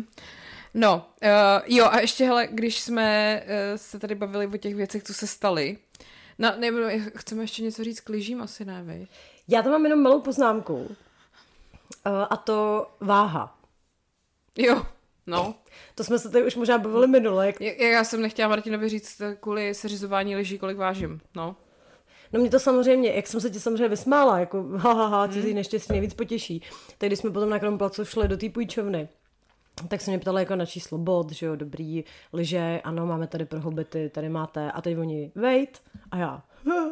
No, uh, jo a ještě hele, když jsme uh, se tady bavili o těch věcech, co se staly, No, ne, chceme ještě něco říct k lyžím, asi ne, vej. Já tam mám jenom malou poznámku. Uh, a to váha. Jo, no. To jsme se tady už možná bavili minule. Jak... Já, já jsem nechtěla Martinovi říct kvůli seřizování lyží, kolik vážím, no. No mě to samozřejmě, jak jsem se ti samozřejmě vysmála, jako ha, ha, ha, cizí neštěstí nejvíc potěší. Tak když jsme potom na Kronplacu šli do té půjčovny, tak se mě ptala jako na číslo bod, že jo, dobrý, lyže, ano, máme tady pro hobity, tady máte, a teď oni, wait, a já.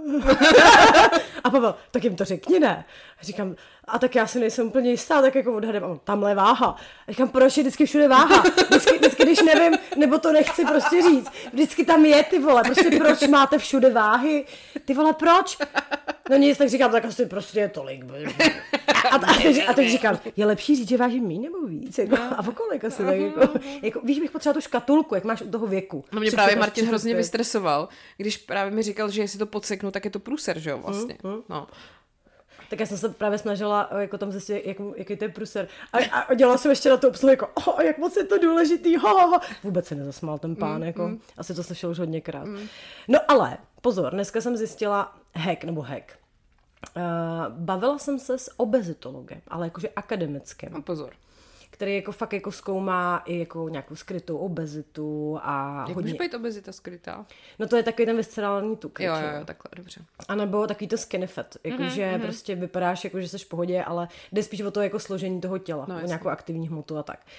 A Pavel, tak jim to řekni, ne? A říkám, a tak já si nejsem úplně jistá, tak jako odhadem, a tamhle je váha. A říkám, proč je vždycky všude váha? Vždycky, vždycky, když nevím, nebo to nechci prostě říct, vždycky tam je, ty vole, prostě proč máte všude váhy? Ty vole, proč? No nic, tak říkám, tak asi prostě je tolik. A, a, teď, a teď říkám, je lepší říct, že vážím míň nebo víc? Jako, a o kolik asi? Tak jako, jako, víš, bych potřebovala tu škatulku, jak máš u toho věku. No mě právě Martin hrozně vystresoval, když právě mi říkal, že jestli to podseknu, tak je to průser, že jo, vlastně. Mm, mm. No. Tak já jsem se právě snažila jako tam zjistit, jak, jaký to je průser. A, a dělala jsem ještě na to obsluhu, jako, oh, jak moc je to důležitý, ho, ho, ho. Vůbec se nezasmál ten pán, mm, jako, mm. asi to slyšel už hodněkrát. Mm. No ale, pozor, dneska jsem zjistila hack, nebo hack. Uh, bavila jsem se s obezitologem, ale jakože akademickým. No pozor. Který jako fakt jako zkoumá i jako nějakou skrytou obezitu a jak hodně... může být obezita skrytá? No to je takový ten viscerální tuk. Jo, jo, jo, takhle, dobře. A nebo takový to skinny fat, jakože mm-hmm. prostě vypadáš jako, že jsi v pohodě, ale jde spíš o to jako složení toho těla, no, o nějakou aktivní hmotu a tak.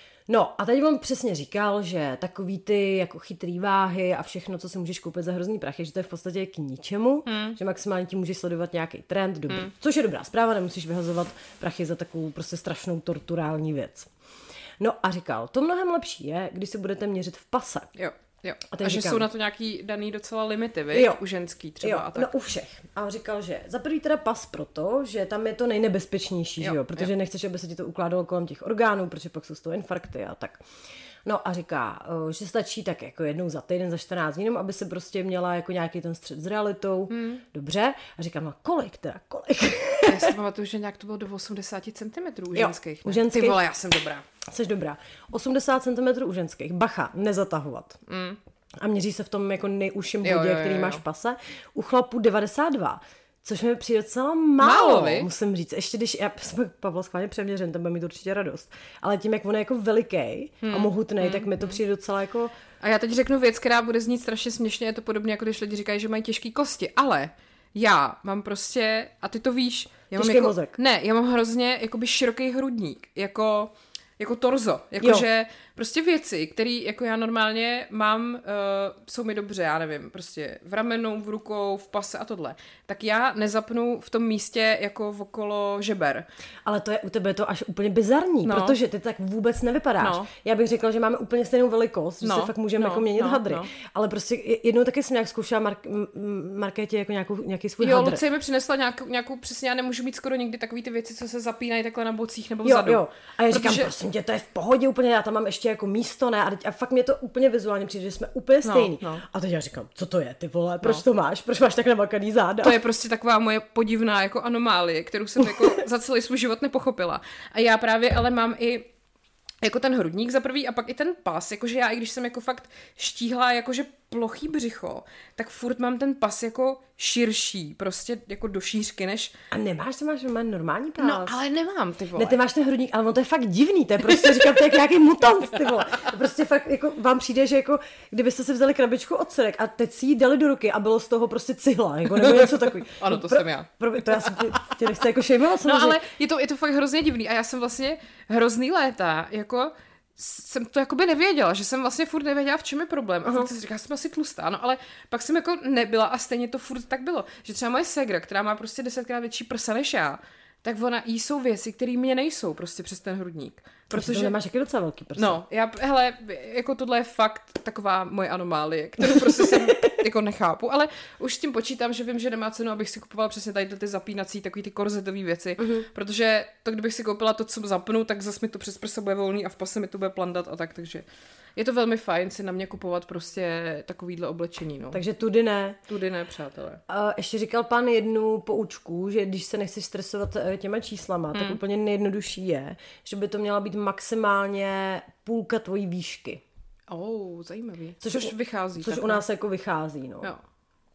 No a teď on přesně říkal, že takový ty jako chytrý váhy a všechno, co si můžeš koupit za hrozný prachy, že to je v podstatě k ničemu, mm. že maximálně ti můžeš sledovat nějaký trend, dobrý. Mm. Což je dobrá zpráva, nemusíš vyhazovat prachy za takovou prostě strašnou torturální věc. No a říkal, to mnohem lepší je, když si budete měřit v pase. Jo. Jo. A, a že říkám, jsou na to nějaký daný docela limity, vy? U ženský třeba jo, a tak. No u všech. A on říkal, že za prvý teda pas proto, že tam je to nejnebezpečnější, jo, že jo? Protože jo. nechceš, aby se ti to ukládalo kolem těch orgánů, protože pak jsou z toho infarkty a tak. No a říká, že stačí tak jako jednou za týden, za čtrnáct dní, aby se prostě měla jako nějaký ten střed s realitou. Hmm. Dobře. A říkám, no kolik teda, kolik? Já si pamatuju, že nějak to bylo do osmdesát centimetrů u ženských. Jo, u ženských. Ty vole, já jsem dobrá. Jsi dobrá. osmdesát centimetrů u ženských. Bacha, nezatahovat. Hmm. A měří se v tom jako nejužším bodě, jo, jo, jo, který máš v pase. U chlapů devadesát dva. Což mi přijde docela málo, málo musím říct. Ještě když, já jsem Pavel schválně přeměřen, ten bude mít určitě radost. Ale tím, jak on je jako veliký hmm. a mohutný, hmm. tak mi to přijde docela jako... A já teď řeknu věc, která bude znít strašně směšně, je to podobně, jako když lidi říkají, že mají těžké kosti, ale já mám prostě, a ty to víš... Já těžký mám jako, mozek. Ne, já mám hrozně jakoby široký hrudník, jako... Jako torzo, jakože prostě věci, které jako já normálně mám, uh, jsou mi dobře, já nevím, prostě v ramenu, v rukou, v pase a tohle. Tak já nezapnu v tom místě jako okolo žeber. Ale to je u tebe to až úplně bizarní, no. Protože ty tak vůbec nevypadáš. No. Já bych řekla, že máme úplně stejnou velikost, že no. se fakt můžeme no. jako měnit no. hadry. No. Ale prostě jednou taky jsem nějak zkoušela Mark, Markétě jako nějakou, nějaký svůj jo, hadr. Jo, Lucie mi přinesla nějakou, nějakou, přesně já nemůžu mít skoro nikdy takový ty věci, co se zapínají takhle na bocích nebo vzadu. Jo, jo. A já říkám, protože... prosím tě, to je v pohodě úplně, já tam mám ještě jako místo, ne? A, teď, a fakt mě to úplně vizuálně přijde, že jsme úplně stejný. No, no. A teď já říkám, co to je, ty vole, proč no. to máš? Proč máš tak namakaný záda? To je prostě taková moje podivná jako anomálie, kterou jsem jako za celý svůj život nepochopila. A já právě ale mám i jako ten hrudník za prvý a pak i ten pas, jakože já, i když jsem jako fakt štíhla jakože plochý břicho, tak furt mám ten pas jako širší, prostě jako do šířky, než... A nemáš, ty máš normální pás? No, ale nemám, ty vole. Ne, ty máš ten hrudník, ale on to je fakt divný, to je prostě, říkám, to je nějaký mutant, ty vole. Prostě fakt, jako vám přijde, že jako, kdybyste si vzali krabičku ocelek a teď si ji dali do ruky a bylo z toho prostě cihla, jako, nebo něco takový. Ano, to pro, jsem já. Pro, to já jsem tě, tě nechci jako šejmovat. No, ale je to, je to fakt hrozně divný a já jsem vlastně hrozný léta, jako... jsem to jakoby nevěděla, že jsem vlastně furt nevěděla, v čem je problém. A fakt jsem si říkala, jsem asi tlustá, no ale pak jsem jako nebyla a stejně to furt tak bylo. Že třeba moje ségra, která má prostě desetkrát větší prsa než já, tak ona, jí jsou věci, které mě nejsou prostě přes ten hrudník. Protože to nemáš jaký docela velký prsa. No, já, hele, jako tohle je fakt taková moje anomálie, kterou prostě jsem jako nechápu, ale už s tím počítám, že vím, že nemá cenu, abych si kupovala přesně tady ty zapínací, takový ty korzetové věci, uh-huh. protože to, kdybych si koupila to, co zapnu, tak zase mi to přes prsa bude volný a v pase mi to bude plandat a tak, takže je to velmi fajn si na mě kupovat prostě takovýhle oblečení, no. Takže tudy ne. Tudy ne, přátelé. A ještě říkal pán jednu poučku, že když se nechceš stresovat těma číslama, hmm. tak úplně nejjednodušší je, že by to měla být maximálně půlka tvojí výšky. Oh, zajímavý. Což, což vychází. Což u nás jako vychází, no. Jo.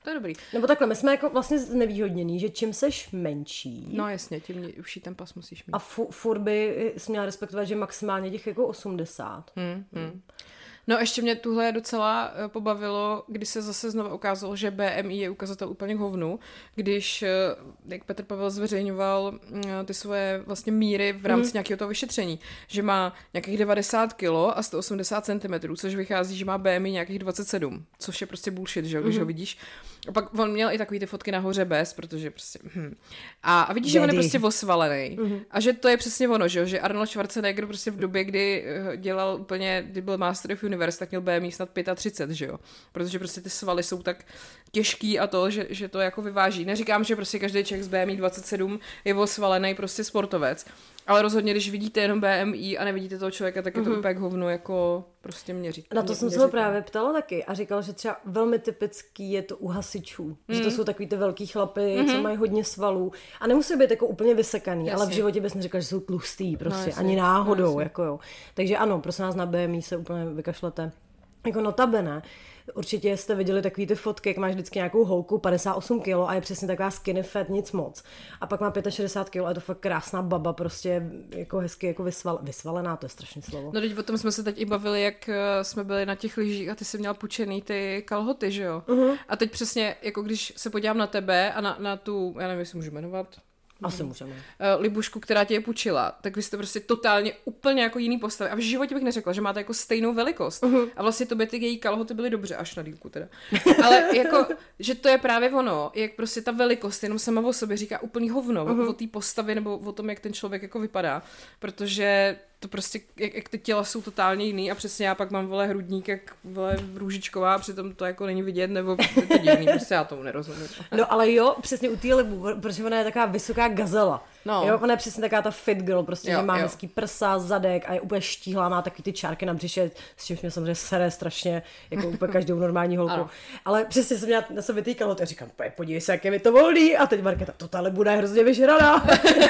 to je dobrý. Nebo takhle, my jsme jako vlastně znevýhodněný, že čím seš menší. No jasně, tím užší ten pas musíš mít. A fu, furt by jsi měla respektovat, že maximálně těch jako osmdesát. Hmm, hmm. No ještě mě tuhle docela pobavilo, když se zase znovu ukázalo, že B M I je ukazatel úplně k hovnu, když, jak Petr Pavel zveřejňoval ty svoje vlastně míry v rámci mm. nějakého toho vyšetření, že má nějakých devadesát kilo a sto osmdesát centimetrů, což vychází, že má B M I nějakých dvacet sedm, což je prostě bullshit, že když mm. ho vidíš. A pak on měl i takový ty fotky nahoře bez, protože prostě... Hm. A, a vidíš, Daddy. Že on je prostě osvalený. Mm-hmm. A že to je přesně ono, že, že Arnold Schwarzenegger prostě v době, kdy dělal úplně, kdy byl Master of Universe, tak měl B M I snad třicet pět, že jo. Protože prostě ty svaly jsou tak těžký a to, že, že to jako vyváží. Neříkám, že prostě každý člověk z B M I dvacet sedm je osvalený prostě sportovec. Ale rozhodně, když vidíte jenom B M I a nevidíte toho člověka, tak je to mm-hmm. úplně k hovnu jako prostě měřit. Na to mě, jsem měřit. Se ho právě ptala taky a říkal, že třeba velmi typický je to u hasičů. Mm. Že to jsou takový ty velký chlapy, mm-hmm. co mají hodně svalů a nemusí být jako úplně vysekaný, jasně. Ale v životě bys neřekla, že jsou tlustý prostě, no, ani náhodou. No, jako jo. Takže ano, prosím nás na B M I se úplně vykašlete. Jako notabene, určitě jste viděli takový ty fotky, jak máš vždycky nějakou holku padesát osm kilo a je přesně taková skinny fat, nic moc. A pak má šedesát pět kilo a je to fakt krásná baba, prostě jako hezky jako vysval, vysvalená, to je strašné slovo. No teď o tom jsme se teď i bavili, jak jsme byli na těch lyžích a ty jsi měla pučený ty kalhoty, že jo? Uh-huh. A teď přesně, jako když se podívám na tebe a na, na tu, já nevím, jestli můžu jmenovat, asi můžeme. Libušku, která tě je půjčila, tak vy jste prostě totálně úplně jako jiný postavy. A v životě bych neřekla, že máte jako stejnou velikost. Uh-huh. A vlastně tobě ty její kalhoty byly dobře, až na dýlku teda. Ale jako, že to je právě ono, jak prostě ta velikost jenom sama o sobě říká úplný hovno uh-huh. o té postavě nebo o tom, jak ten člověk jako vypadá. Protože to prostě, jak, jak ty těla jsou totálně jiný a přesně já pak mám vole hrudník jak vole Růžičková a přitom to jako není vidět, nebo to je divný, prostě já tomu nerozumím. No ale jo, přesně u té Libu, protože ona je taková vysoká gazela. No. Jo, ona je přesně taková ta fit girl, prostě, jo, že má jo. hezký prsa, zadek a je úplně štíhlá, má takový ty čárky na břiše, s čímž mě samozřejmě sere strašně, jako úplně každou normální holku. Ale přesně jsem měla na sobě týkalo, a říkám, podívej se, jak je mi to volný, a teď Markéta, to ta Libu je hrozně vyžraná.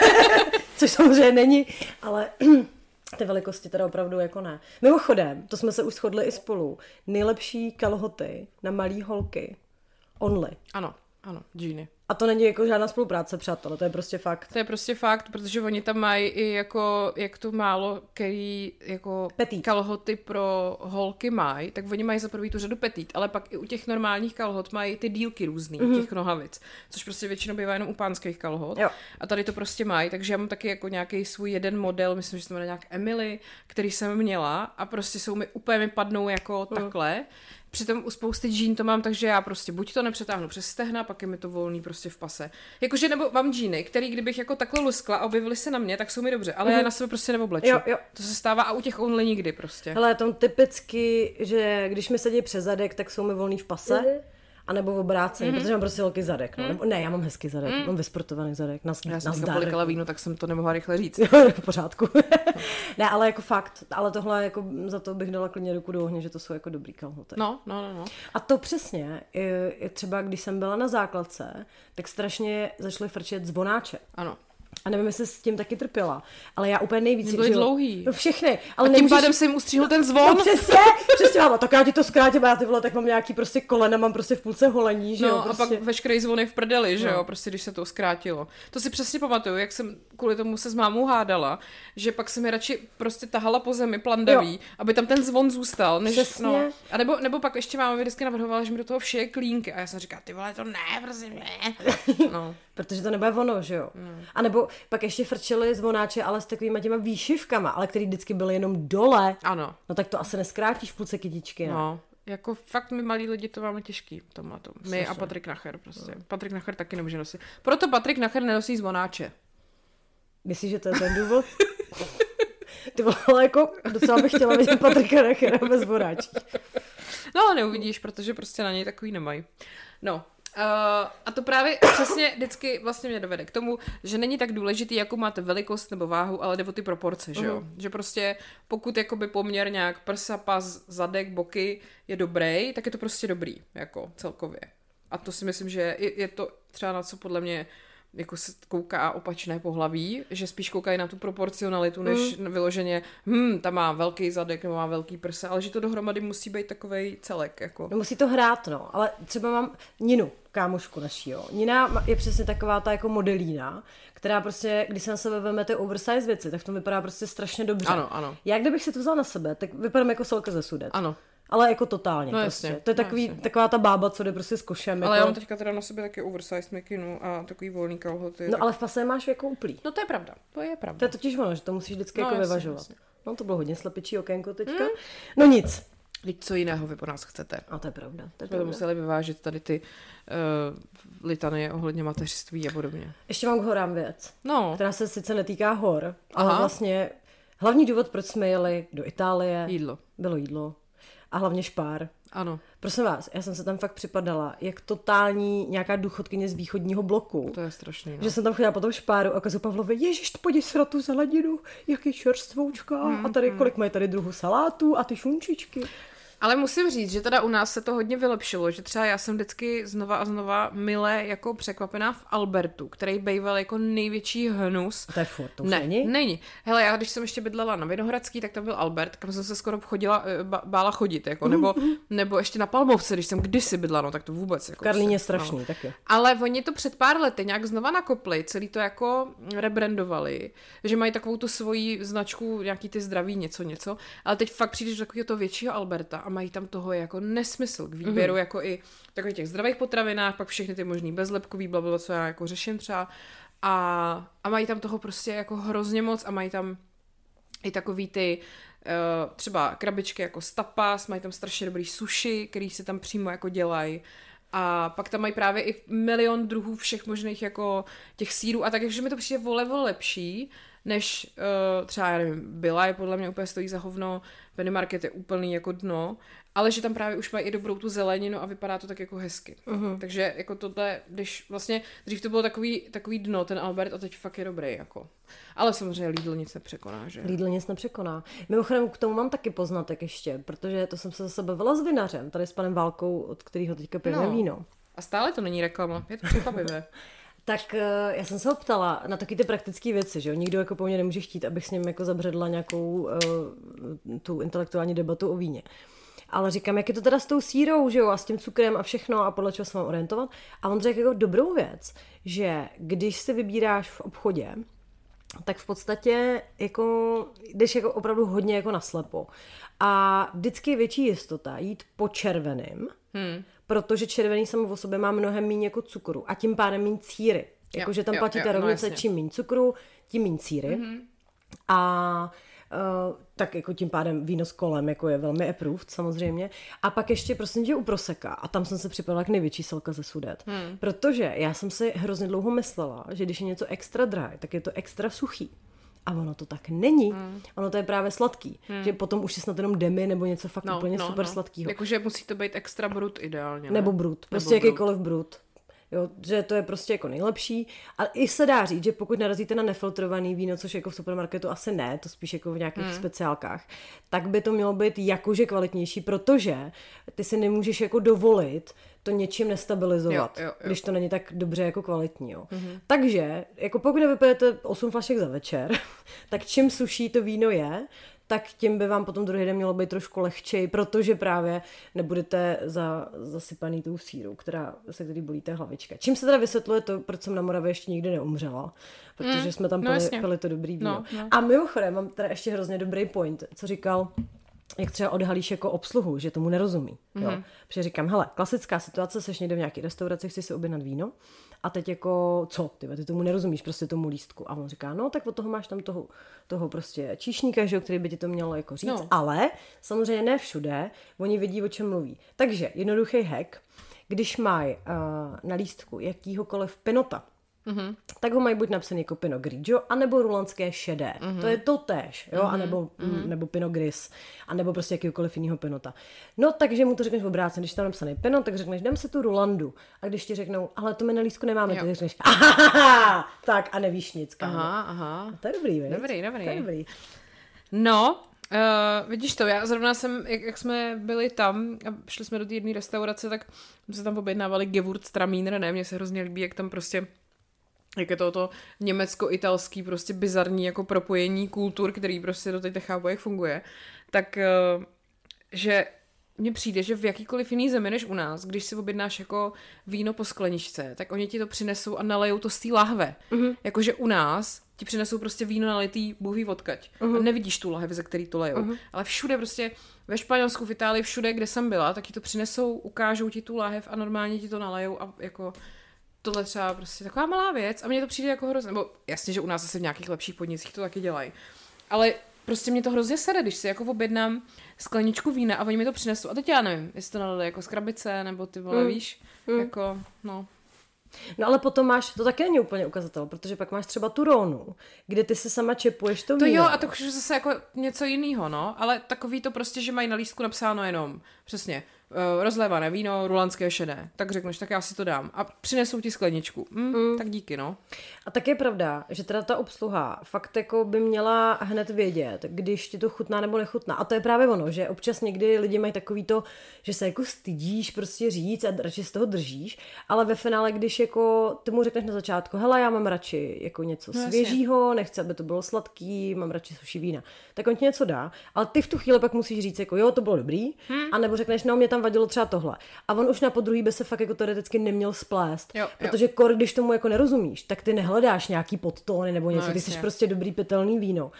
Což samozřejmě není, ale ty velikosti teda opravdu jako ne. Mimochodem, to jsme se už shodli i spolu, nejlepší kalhoty na malý holky, Only. Ano, ano, džíny. A to není jako žádná spolupráce, přátelé, to je prostě fakt. To je prostě fakt, protože oni tam mají i jako, jak to málo, který jako petit. Kalhoty pro holky mají, tak oni mají za prvý tu řadu petit, ale pak i u těch normálních kalhot mají ty dílky různý, mm-hmm. těch nohavic, což prostě většinou bývá jenom u pánských kalhot. Jo. A tady to prostě mají, takže já mám taky jako nějaký svůj jeden model, myslím, že se to jmenuje nějak Emily, který jsem měla a prostě jsou mi úplně mi padnou jako mm. takhle. Přitom u spousty džín to mám, takže já prostě buď to nepřetáhnu přes stehna, pak je mi to volný prostě v pase. Jakože nebo mám džíny, který kdybych jako takhle luskla a objevily se na mě, tak jsou mi dobře, ale mm-hmm. já na sebe prostě neobleču. Jo, jo. To se stává a u těch Only nikdy prostě. Hele, to typicky, že když mi sedí přes zadek, tak jsou mi volný v pase. Mm-hmm. A nebo v obráceně, mm-hmm. protože mám prostě velký zadek. No. Nebo, ne, já mám hezký zadek, mm. mám vysportovaný zadek. Na, já jsem na polikala víno, tak jsem to nemohla rychle říct. V pořádku. Ne, ale jako fakt, ale tohle jako za to bych dala klidně ruku do ohně, že to jsou jako dobrý kalhoty. No, no, no, no. A to přesně, je, je třeba když jsem byla na základce, tak strašně začaly frčet zvonáče. Ano. A nevím, jestli s tím taky trpěla, ale já úplně nejvíc... Byly dlouhý. No všechny. Ale a tím nemůžeš... pádem se jim ustříhl ten zvon. No přesně, přesně, máma, tak já ti to zkrátím, a já ty vole, tak mám nějaký prostě kolena, mám prostě v půlce holení, že no, jo. Prostě. A pak veškerý zvon je v prdeli, že no. jo, prostě když se to zkrátilo. To si přesně pamatuju, jak jsem kvůli tomu se s mámou hádala, že pak jsem mi radši prostě tahala po zemi plandaví, jo. aby tam ten zvon zůstal, než... Přesně. No. A nebo, nebo pak ještě máma mi vždycky navrhovala, že mi do toho všije klínky a já jsem říkala, ty vole, to ne, prosím, ne. No. Protože to nebude ono, že jo. Mm. A nebo pak ještě frčely zvonáče, ale s takovýma těma výšivkama, ale který vždycky byly jenom dole. Ano. No tak to asi neskrátíš v půlce kytičky, ne? No, jako fakt my malí lidi to máme těžký, to má to. My a Patrik Nacher prostě. No. Patrik Nacher taky nemůže nosit. Proto Patrik Nacher nenosí zvonáče. Myslíš, že to je ten důvod? Ty vole, jako docela bych chtěla vidět Patrika Nachera bez zvonáčí. No, neuvidíš, protože prostě na něj takový nemají. No. Uh, a to právě přesně vždycky vlastně mě dovede k tomu, že není tak důležitý, jakou máte velikost nebo váhu, ale jde o ty proporce, že jo? Uh-huh. Že prostě pokud jakoby poměr nějak prsa, pas, zadek, boky je dobrý, tak je to prostě dobrý, jako celkově. A to si myslím, že je, je to třeba na co podle mě jako se kouká opačné pohlaví, že spíš koukají na tu proporcionalitu, než mm. vyloženě, hm, ta má velký zadek nebo má velký prse, ale že to dohromady musí být takovej celek. Jako. No, musí to hrát, no, ale třeba mám Ninu, kámošku naší, jo. Nina je přesně taková ta jako modelína, která prostě, když se na sebe vezmete oversize věci, tak to vypadá prostě strašně dobře. Ano, ano. Já kdybych si to vzal na sebe, tak vypadám jako Solka ze Sudet. Ano. Ale jako totálně No prostě. jasně, To je no takový, jasně. taková ta bába, co jde prostě s košem. Ale jako... já mám teďka teda na sobě taky oversize mikinu a takový volný kalhoty. No tak... ale v pase máš jako uplý. No to je pravda, to je pravda. To je totiž ono, že to musíš vždycky No, jako jasně, vyvažovat. jasně. No to bylo hodně slepičí okénko teďka. Mm. No nic. Teď co jiného vy po nás chcete? A to je pravda. To je Jsme to pravda. museli vyvážit tady ty uh, litany ohledně mateřství a podobně. Ještě mám k horám věc, No, která se sice netýká hor, ale Aha. vlastně hlavní důvod, proč jsme jeli do Itálie, jídlo. bylo jídlo a hlavně špár. Ano, Prosím vás, já jsem se tam fakt připadala, jak totální nějaká důchodkyně z východního bloku. to je strašný. No. Že jsem tam chodila po tom špáru a kazu Pavlovi, ježiš, podívej se na tu zeleninu, jaký čerstvoučka Hmm, a tady kolik mají tady druhů salátů a ty šunčičky. Ale musím říct, že teda u nás se to hodně vylepšilo, že třeba já jsem vždycky znova a znova mile jako překvapená v Albertu, který býval jako největší hnus. A to je furt, to už ne, není? není. Hele, já když jsem ještě bydlela na Vinohradský, tak tam byl Albert, kam jsem se skoro chodila, eh, ba- bála chodit, jako, nebo, nebo ještě na Palmovce, když jsem kdysi bydla, no tak to vůbec. Jako V Karlíně se- strašný no. taky. Ale oni to před pár lety nějak znova nakopli, celý to jako rebrandovali, že mají takovou tu svoji značku, nějaký ty zdraví něco, něco, ale teď fakt přijdeš do takového toho většího Alberta a mají tam toho jako nesmysl k výběru, mm-hmm. jako i takových těch zdravých potravinách, pak všechny ty možný bezlepkový, blablabla, co já jako řeším třeba a, a mají tam toho prostě jako hrozně moc a mají tam i takový ty uh, třeba krabičky jako z tapas, mají tam strašně dobrý sushi, který si tam přímo jako dělají. A pak tam mají právě i milion druhů všech možných jako těch sýrů a tak, takže mi to přijde o level lepší, než uh, třeba, já nevím, Byla je podle mě úplně stojí za hovno, Penny Market je úplný jako dno, ale že tam právě už mají i dobrou tu zeleninu a vypadá to tak jako hezky. Uh-huh. Takže jako tohle, když vlastně, dřív to bylo takový, takový dno, ten Albert, a teď fakt je dobrý, jako. Ale samozřejmě Lidl nic nepřekoná, že? Lidl nic nepřekoná. Mimochodem k tomu mám taky poznatek ještě, protože to jsem se zase bavila s vinařem, tady s panem Válkou, od kterého teďka pijeme No. víno. A stále to není reklama, je to překvapivé. Tak uh, já jsem se ho ptala na taky ty praktické věci, že jo? Nikdo jako po mně nemůže chtít, abych s ním jako zabředla nějakou uh, tu intelektuální debatu o víně. Ale říkám, jak je to teda s tou sírou, že jo, a s tím cukrem a všechno a podle čeho se mám orientovat. A on řekl jako dobrou věc, že když si vybíráš v obchodě, tak v podstatě jako jdeš jako opravdu hodně jako naslepo. A vždycky je větší jistota jít po červeným, hmm. protože červený samo o sobě má mnohem méně jako cukru a tím pádem méně círy. Jakože tam jo, platí jo, ta no rovnice, jasně. čím méně cukru, tím méně círy. Mm-hmm. A uh, tak jako tím pádem víno s kolem jako je velmi approved samozřejmě. A pak ještě prosím tě u Prosecca a tam jsem se připadala k největší Selka ze Sudet. Hmm. Protože já jsem si hrozně dlouho myslela, že když je něco extra dry, tak je to extra suchý. A ono to tak není. Hmm. Ono to je právě sladký. Hmm. Že potom už je snad jenom demi nebo něco fakt No, úplně no, super no. sladkýho. Jakože musí to být extra brut ideálně. Ne? Nebo brut. Prostě Nebo jakýkoliv brut. Jo, že to je prostě jako nejlepší. A i se dá říct, že pokud narazíte na nefiltrovaný víno, což jako v supermarketu asi ne, to spíš jako v nějakých hmm. speciálkách, tak by to mělo být jakože kvalitnější, protože ty si nemůžeš jako dovolit to něčím nestabilizovat, Jo, jo, jo. když to není tak dobře jako kvalitní. Jo. Mm-hmm. Takže, jako pokud nevypijete osm flašek za večer, tak čím suší to víno je, tak tím by vám potom druhý den mělo být trošku lehčej, protože právě nebudete za, zasypaný tou sírou, která, se který bolí ta hlavička. Čím se teda vysvětluje to, proč jsem na Moravě ještě nikdy neumřela, protože mm, jsme tam no pili, pili to dobrý víno. No, no. A mimochodem mám teda ještě hrozně dobrý point, co říkal, jak třeba odhalíš jako obsluhu, že tomu nerozumí. Mm-hmm. Jo? Protože říkám, hele, klasická situace, seš někde v nějaké restauraci, chci si objednat víno a teď jako, co, ty, ty tomu nerozumíš, prostě tomu lístku. A on říká, no, tak od toho máš tam toho, toho prostě číšníka, že jo, který by ti to mělo jako říct, no. Ale samozřejmě ne všude, oni vidí, o čem mluví. Takže jednoduchý hack, když mají uh, na lístku jakýhokoliv pinota, mm-hmm. tak ho mají buď napsaný jako Pinot Grigio, anebo rulandské šedé. Mm-hmm. To je to též, jo, mm-hmm. anebo, mm-hmm. nebo Pinot Gris, anebo prostě jakýkoliv jinýho pinota. No, takže mu to řekneš obráceně, když tam napsaný Pinot, tak řekneš, dám se tu Rulandu. A když ti řeknou, ale to my na lístku nemáme, jo. Tak řekneš, aha, tak a nevíš nic. Kámo. Aha, aha. A to je dobrý, viď? Dobrý, dobrý. To je dobrý. No, Uh, vidíš to, já zrovna jsem, jak, jak jsme byli tam a šli jsme do té jedné restaurace, tak jsme se tam objednávali Gewürztraminer, ne, mně se hrozně líbí, jak tam prostě jak je to to německo-italský prostě bizarní jako propojení kultur, který prostě doteď nechápu, jak funguje, tak že mně přijde, že v jakýkoliv jiný zemi než u nás, když si objednáš jako víno po skleničce, tak oni ti to přinesou a nalejou to z té lahve. Uh-huh. Jakože u nás ti přinesou prostě víno nalitý bůhví odkaď. Uh-huh. A nevidíš tu lahev, ze který to lejou. Uh-huh. Ale všude prostě, ve Španělsku, v Itálii, všude, kde jsem byla, tak ti to přinesou, ukážou ti tu lahev a normálně ti to nalejou a jako tohle třeba prostě taková malá věc a mně to přijde jako hrozně, nebo jasně, že u nás zase v nějakých lepších podnicích to taky dělají. Ale prostě mě to hrozně sere, když si jako objednám skleničku vína a oni mi to přinesou. A teď já nevím, jestli to nalili jako z krabice, nebo ty vole, mm. víš, mm. jako, no. No ale potom máš, to taky není úplně ukazatel, protože pak máš třeba tu Rónu, kde ty se sama čepuješ to víno. To jo, a to už je zase jako něco jiného, no, ale takový to prostě, že mají na lístku napsáno jenom, přesně, uh, rozlévané víno, rulanské šedé, tak řekneš, tak já si to dám a přinesou ti skleničku, mm, mm. tak díky, no. A tak je pravda, že teda ta obsluha fakt jako by měla hned vědět, když ti to chutná nebo nechutná. A to je právě ono, že občas někdy lidi mají takový to, že se jako stydíš prostě říct a radši z toho držíš, ale ve finále, když jako ty mu řekneš na začátku, hele, já mám radši jako něco no, svěžího, nechci, aby to bylo sladký, mám radši suší vína, tak on ti něco dá, ale ty v tu chvíli pak musíš říct jako jo, to bylo dobrý, hmm. a nebo řekneš, no, mě tam vadilo třeba tohle. A on už na podruhý by se fakt jako teoreticky neměl splést, jo, jo. Protože kor, když tomu jako nerozumíš, tak ty nehledáš nějaký podtóny nebo něco, no, ty jsi prostě dobrý pitelný víno.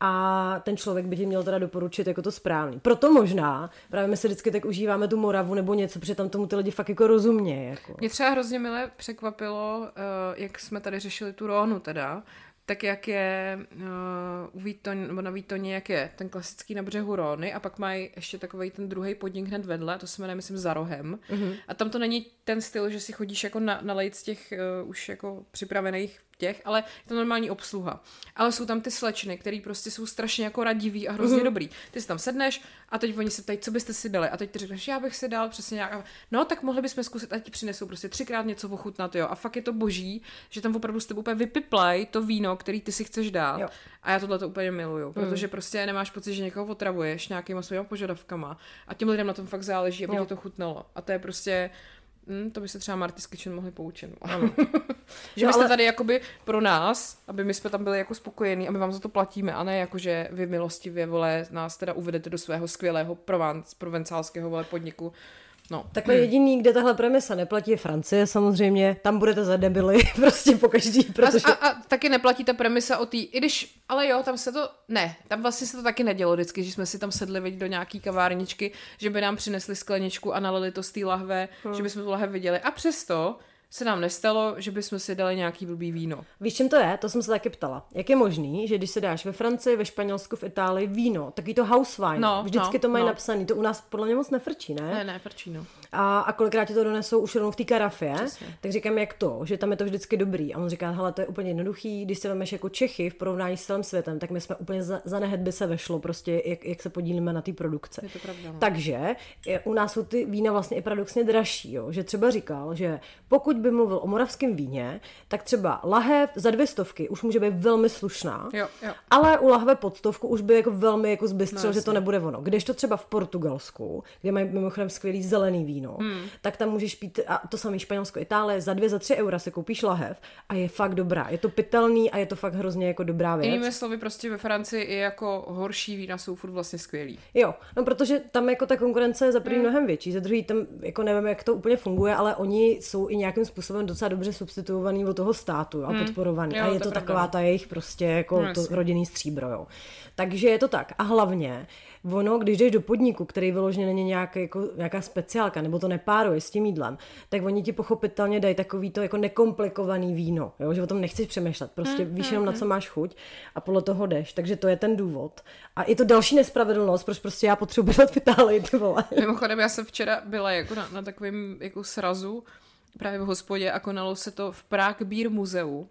A ten člověk by ti měl teda doporučit jako to správný. Proto možná, právě my se vždycky tak užíváme tu Moravu nebo něco, protože tam tomu ty lidi fakt jako rozumějí. Jako. Mě třeba hrozně milé překvapilo, jak jsme tady řešili tu Rónu teda, tak jak je uh, u Výtoň, nebo na Výtoně, jak je ten klasický na břehu Róny a pak mají ještě takovej ten druhý podnik hned vedle, to se jmenuje, myslím, Za rohem. Mm-hmm. A tam to není ten styl, že si chodíš jako na, nalejt z těch uh, už jako připravených těch, ale je to normální obsluha. Ale jsou tam ty slečny, který prostě jsou strašně jako radiví a hrozně mm-hmm. dobrý. Ty si tam sedneš a teď oni se ptají, co byste si dali. A teď ty řekneš, já bych si dal přesně nějak. No, tak mohli bychom zkusit, a ti přinesou prostě třikrát něco ochutnat, jo. A fakt je to boží, že tam opravdu s tebou úplně vypiplej to víno, který ty si chceš dát. Jo. A já tohle to úplně miluju, protože mm. prostě nemáš pocit, že někoho otravuješ nějakýma svýma požadavkama. A těm lidem na tom fakt záleží, aby ti to chutnalo. A to je prostě Hmm, to by se třeba Marty's Kitchen mohli poučit. No. Že no, jste ale... tady jakoby pro nás, aby my jsme tam byli jako spokojení a my vám za to platíme, a ne jako, že vy milostivě, vole, nás teda uvedete do svého skvělého provence, provencálského, vole, podniku. No. Takhle jediný, kde tahle premisa neplatí, je Francie samozřejmě, tam budete za debily prostě pokaždý, protože... A, a, a taky neplatí ta premisa o tý, i když, ale jo, tam se to, ne, tam vlastně se to taky nedělo vždycky, že jsme si tam sedli vidět do nějaký kavárničky, že by nám přinesli skleničku a nalili to z té lahve, hmm. že bychom tu lahev viděli a přesto se nám nestalo, že bychom si dali nějaký blbý víno. Víš, čím to je? To jsem se taky ptala. Jak je možný, že když se dáš ve Francii, ve Španělsku, v Itálii víno, takový to house wine, no, vždycky no, to mají no. napsaný, to u nás podle mě moc nefrčí, ne? Ne, ne, frčí, no. A, a kolikrát ti to donesou už rovnou v té karafě, přesně. Tak říkám, jak to, že tam je to vždycky dobrý. A on říká, hele, to je úplně jednoduchý, když se vemeš jako Čechy v porovnání s celým světem, tak my jsme úplně za, za nehet by se vešlo, prostě, jak, jak se podílíme na té produkce. Je to pravda, no. Takže je, u nás jsou ty vína vlastně i paradoxně dražší, jo? Že třeba říkal, že pokud by mluvil o moravském víně, tak třeba lahev za dvě stovky už může být velmi slušná, jo, jo. Ale u lahve pod stovku už by jako velmi jako zbystřil, no, že to nebude ono. Kdežto třeba v Portugalsku, kde mají mimochodem skvělý zelený víno, hmm. tak tam můžeš pít, a to samé Španělsko, Itálie, za dvě, za tři eura se koupíš lahev a je fakt dobrá. Je to pitelný a je to fakt hrozně jako dobrá věc. Jinými slovy, prostě ve Francii i jako horší vína jsou furt vlastně skvělý. Jo, no protože tam jako ta konkurence je za první hmm. mnohem větší, za druhý tam jako nevím, jak to úplně funguje, ale oni jsou i nějakým způsobem docela dobře substituovaný od toho státu a hmm. podporovaný. Jo, a je to, to taková ta jejich prostě jako no, to rodinný stříbro, jo. Takže je to tak. A hlavně ono, když jdeš do podniku, který vyloženě není nějaká, jako, nějaká speciálka, nebo to nepáruje s tím jídlem, tak oni ti pochopitelně dají takový to jako nekomplikovaný víno, jo? Že o tom nechceš přemýšlet, prostě mm, víš jenom, mm, na co máš chuť a podle toho jdeš, takže to je ten důvod. A je to další nespravedlnost, proč prostě já potřebuji být v Itálii, ty vole. Mimochodem, já jsem včera byla jako na, na takovém jako srazu právě v hospodě a konalo se to v Prague Beer muzeu.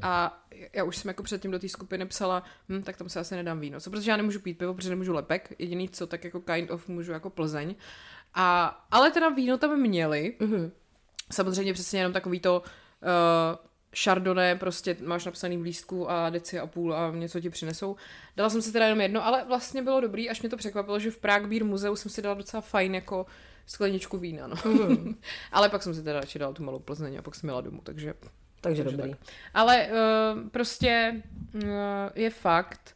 A já už jsem jako předtím do té skupiny psala, hm, tak tam se asi nedám víno. Co, protože já nemůžu pít pivo, protože nemůžu lepek. Jediný co, tak jako kind of můžu jako Plzeň. A, ale teda víno tam měli. Mm-hmm. Samozřejmě přesně jenom takový to uh, Chardonnay, prostě máš napsaný v lístku a deci a půl a něco ti přinesou. Dala jsem si teda jenom jedno, ale vlastně bylo dobrý, až mě to překvapilo, že v Prague Beer muzeu jsem si dala docela fajn jako skleničku vína, no. Mm-hmm. Ale pak jsem si teda radši dala tu malou Plzeň a pak jsem jela domů, takže Takže, Takže dobrý. Tak. Ale uh, prostě uh, je fakt,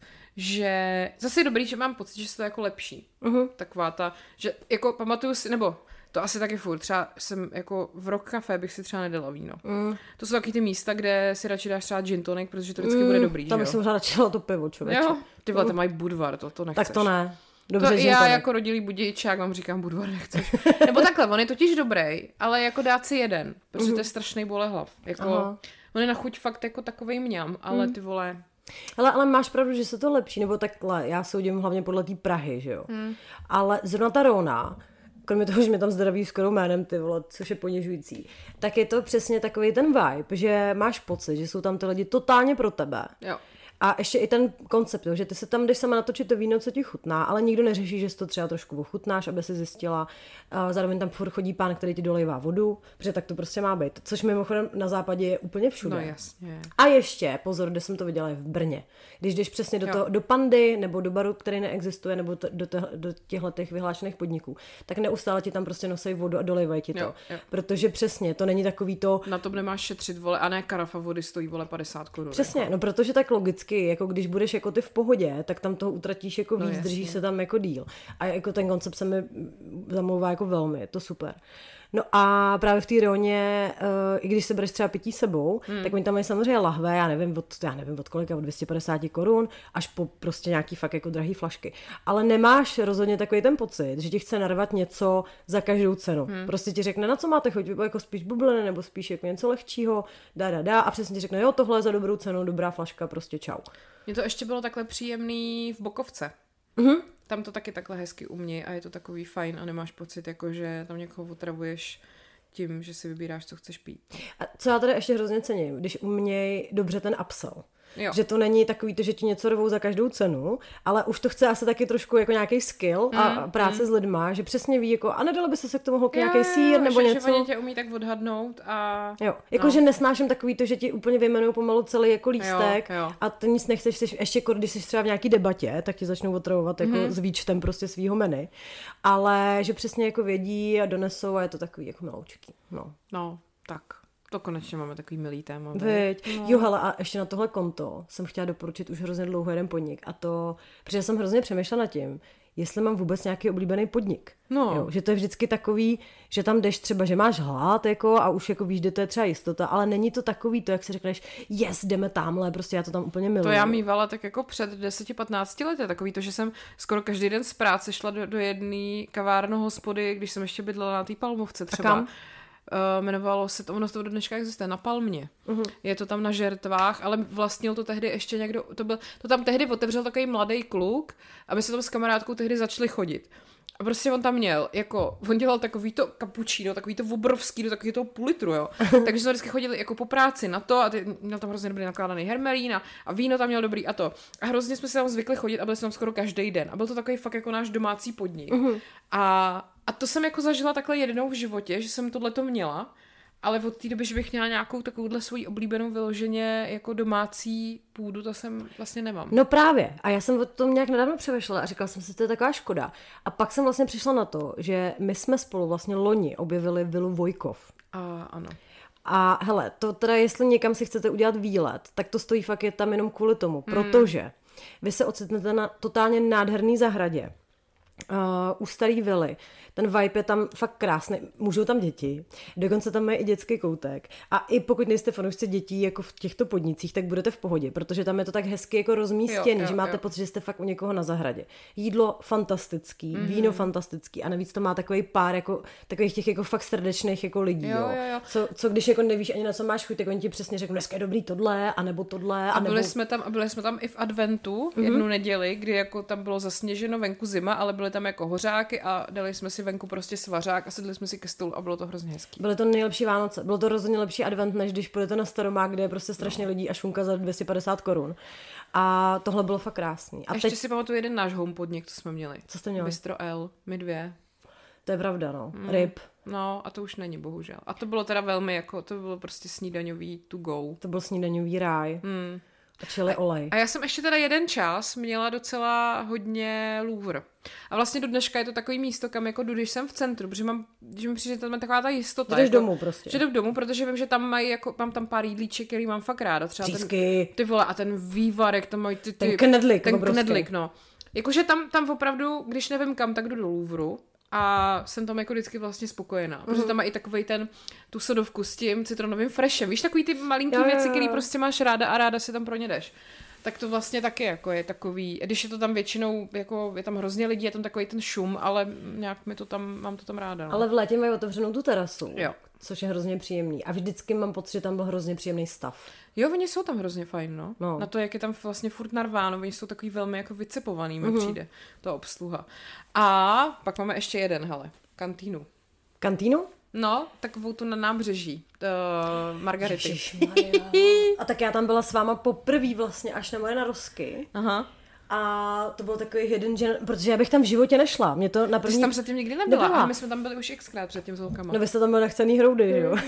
že zase je dobrý, že mám pocit, že se to jako lepší. Uh-huh. Taková ta, že jako pamatuju si, nebo to asi taky furt, třeba jsem jako v Rock Café bych si třeba nedala víno. Mm. To jsou taky ty místa, kde si radši dáš třeba gin tonic, protože to vždycky mm, bude dobrý, tam bych si možná radši dala to pivo, člověče. Jo, ty vole, mm. tam mají Budvar, to, to nechceš. Tak to ne. Dobře, to já tonic. Jako rodilý budějčák vám říkám, Budvar nechceš. Nebo takhle, on je totiž dobrý, ale jako dát si jeden, protože mm. to je strašný bolehlav. Jako, on je na chuť fakt jako takovej mňam, ale mm. ty vole... Ale, ale máš pravdu, že se to lepší, nebo takhle, já soudím hlavně podle té Prahy, že jo. Mm. Ale zrovna ta Rona, kromě toho, že mě tam zdraví skoro jménem, ty vole, což je ponižující, tak je to přesně takový ten vibe, že máš pocit, že jsou tam ty lidi totálně pro tebe. Jo. A ještě i ten koncept, že ty se tam jdeš sama natočit to víno, co ti chutná, ale nikdo neřeší, že si to třeba trošku ochutnáš, aby si zjistila. Zároveň tam furt chodí pán, který ti dolejvá vodu, protože tak to prostě má být. Což mimochodem na západě je úplně všude. No jasně. A ještě, pozor, kde jsem to viděla, je v Brně. Když jdeš přesně do, toho, do Pandy nebo do baru, který neexistuje, nebo to, do, te, do těchto těch vyhlášených podniků, tak neustále ti tam prostě nosí vodu a dolejvají ti to. Jo, jo. Protože přesně, to není takový to... Na tom nemáš šetřit, vole, a ne karafa vody stojí, vole, padesát korun. Přesně, jako. No protože tak logicky, jako když budeš jako ty v pohodě, tak tam toho utratíš jako víc, no, držíš se tam jako díl. A jako ten koncept se mi zamlouvá jako velmi, je to super. No a právě v té Roně, uh, i když se bereš třeba pití sebou, hmm. tak oni tam mají samozřejmě lahve, já nevím od, já nevím od kolika, od dvě stě padesát korun, až po prostě nějaký fakt jako drahý flašky. Ale nemáš rozhodně takový ten pocit, že ti chce narvat něco za každou cenu. Hmm. Prostě ti řekne, na co máte chuť, jako spíš bubliny, nebo spíš jako něco lehčího, dá, dá, dá, a přesně ti řekne, jo, tohle je za dobrou cenu, dobrá flaška, prostě čau. Mně to ještě bylo takhle příjemný v Bokovce. Mhm. Tam to taky takhle hezky umějí a je to takový fajn a nemáš pocit, jako že tam někoho otravuješ tím, že si vybíráš, co chceš pít. A co já tady ještě hrozně cením, když umějí dobře ten upsell. Jo. Že to není takový to, že ti něco rvou za každou cenu, ale už to chce asi taky trošku jako nějaký skill a mm, práce mm. s lidma, že přesně ví, jako a nedala by se k tomu holky nějaký sír nebo že, něco. Že oni tě umí tak odhadnout a... Jo, jako no. že nesnáším takový to, že ti úplně vyjmenují pomalu celý jako lístek jo, jo. a ty nic nechceš, jsi, ještě jako když jsi třeba v nějaký debatě, tak ti začnou otravovat jako mm. s výčtem prostě svýho menu, ale že přesně jako vědí a donesou a je to takový jako miloučký. No, no tak. To konečně máme takový milý téma. Veď. No. Jo, hele, a ještě na tohle konto jsem chtěla doporučit už hrozně dlouho jeden podnik a to, protože jsem hrozně přemýšlela nad tím, jestli mám vůbec nějaký oblíbený podnik. No. Jo, že to je vždycky takový, že tam jdeš třeba, že máš hlad jako a už jako víš, že to je třeba jistota, ale není to takový to, jak si řekneš, yes, jdeme tamhle, prostě já to tam úplně miluji. To já mývala tak jako před deseti patnácti lety, takový to, že jsem skoro každý den z práce šla do, do jedné kavárny hospody, když jsem ještě bydlela na té Palmovce třeba. Uh, jmenovalo se to, ono to do dneška existuje, na Palmě. Uh-huh. Je to tam na Žertvách, ale vlastnil to tehdy ještě někdo, to, byl, to tam tehdy otevřel takový mladý kluk a my se tam s kamarádkou tehdy začali chodit. A prostě on tam měl, jako, on dělal takový to kapučíno, takový to obrovský, do takový toho půl litru, jo. Takže jsme vždycky chodili jako po práci na to a ty, měl tam hrozně dobrý nakládaný hermelín a, a víno tam měl dobrý a to. A hrozně jsme si tam zvykli chodit a byli jsme tam skoro každý den. A byl to takový fakt jako náš domácí podnik. Uh-huh. A, a to jsem jako zažila takhle jednou v životě, že jsem tohleto měla. Ale od té doby, že bych měla nějakou takovouhle svoji oblíbenou vyloženě jako domácí půdu, to jsem vlastně nemám. No právě. A já jsem o tom nějak nedávno přemýšlela a říkala jsem si, to je taková škoda. A pak jsem vlastně přišla na to, že my jsme spolu vlastně loni objevili vilu Vojkov. A ano. A hele, to teda, jestli někam si chcete udělat výlet, tak to stojí fakt je tam jenom kvůli tomu, hmm. protože vy se ocitnete na totálně nádherný zahradě. Uh, u starý vily. Ten vibe je tam fakt krásný. Můžou tam děti. Dokonce tam mají i dětský koutek. A i pokud nejste fanoušci dětí jako v těchto podnicích, tak budete v pohodě, protože tam je to tak hezky jako rozmístěný, jo, jo, že máte jo. pocit, že jste fakt u někoho na zahradě. Jídlo fantastický, mm-hmm. víno fantastický a navíc to má takový pár jako takových těch jako fakt srdečných jako lidí. Jo, jo, jo. Co, co když jako nevíš ani na co máš chuť, tak oni ti přesně řeknou, dneska je dobrý tohle, anebo tohle. A byli nebo... jsme tam, a byli jsme tam i v adventu mm-hmm. jednu neděli, kdy jako tam bylo zasněženo, venku zima, ale byly tam jako hořáky a dali jsme si venku prostě svařák a sedli jsme si ke stolu a bylo to hrozně hezký. Bylo to nejlepší Vánoce. Bylo to rozhodně lepší advent, než když půjdete na Staromák, kde je prostě strašně no. lidí a šunka za dvě stě padesát korun. A tohle bylo fakt krásný. A ještě teď... si pamatuju jeden náš home podnik, co jsme měli. Co jste měli? Bistro L, my dvě. To je pravda, no. Mm. Ryb. No a to už není, bohužel. A to bylo teda velmi jako, to bylo prostě snídaňový to go. To byl snídaňový ráj. Mm. Čili olej. A já jsem ještě teda jeden čas měla docela hodně Louvre. A vlastně do dneška je to takový místo, kam jako jdu, když jsem v centru, protože mám, když mi přijde tam taková ta jistota. Jdeš jako, domů prostě. Že jdu domů, protože vím, že tam mají jako, mám tam pár jídlíček, který mám fakt ráda. Třeba ten, ty vole, a ten vývarek, tam mají ty, ty ten knedlik. Ten knedlik, no. Jakože tam, tam opravdu, když nevím kam, tak jdu do Louvru. A jsem tam jako vždycky vlastně spokojená, mm. protože tam má i takovej ten, tu sodovku s tím citronovým freshem. Víš, takový ty malinký jo, věci, který prostě máš ráda a ráda si tam pro ně jdeš. Tak to vlastně taky jako je takový, když je to tam většinou, jako je tam hrozně lidí, je tam takový ten šum, ale nějak mi to tam, mám to tam ráda. No. Ale v létě mají otevřenou tu terasu, jo. Což je hrozně příjemný. A vždycky mám pocit, že tam byl hrozně příjemný stav. Jo, oni jsou tam hrozně fajn, no. no. Na to, jak je tam vlastně furt narváno, oni jsou takový velmi jako vycepovaný, mi mm-hmm. přijde, to obsluha. A pak máme ještě jeden, hele, kantýnu. Kantýnu? No, takovou tu na nábřeží, uh, Margarity. A tak já tam byla s váma poprvé vlastně až na moje narozky. Aha. A to byl takový hidden gem, protože já bych tam v životě nešla. Mě to na první... Ty jsi tam předtím nikdy nebyla, nebyla. A my jsme tam byli už xkrát předtím s holkama. No vy jste tam byli nechcený hroudy, že jo?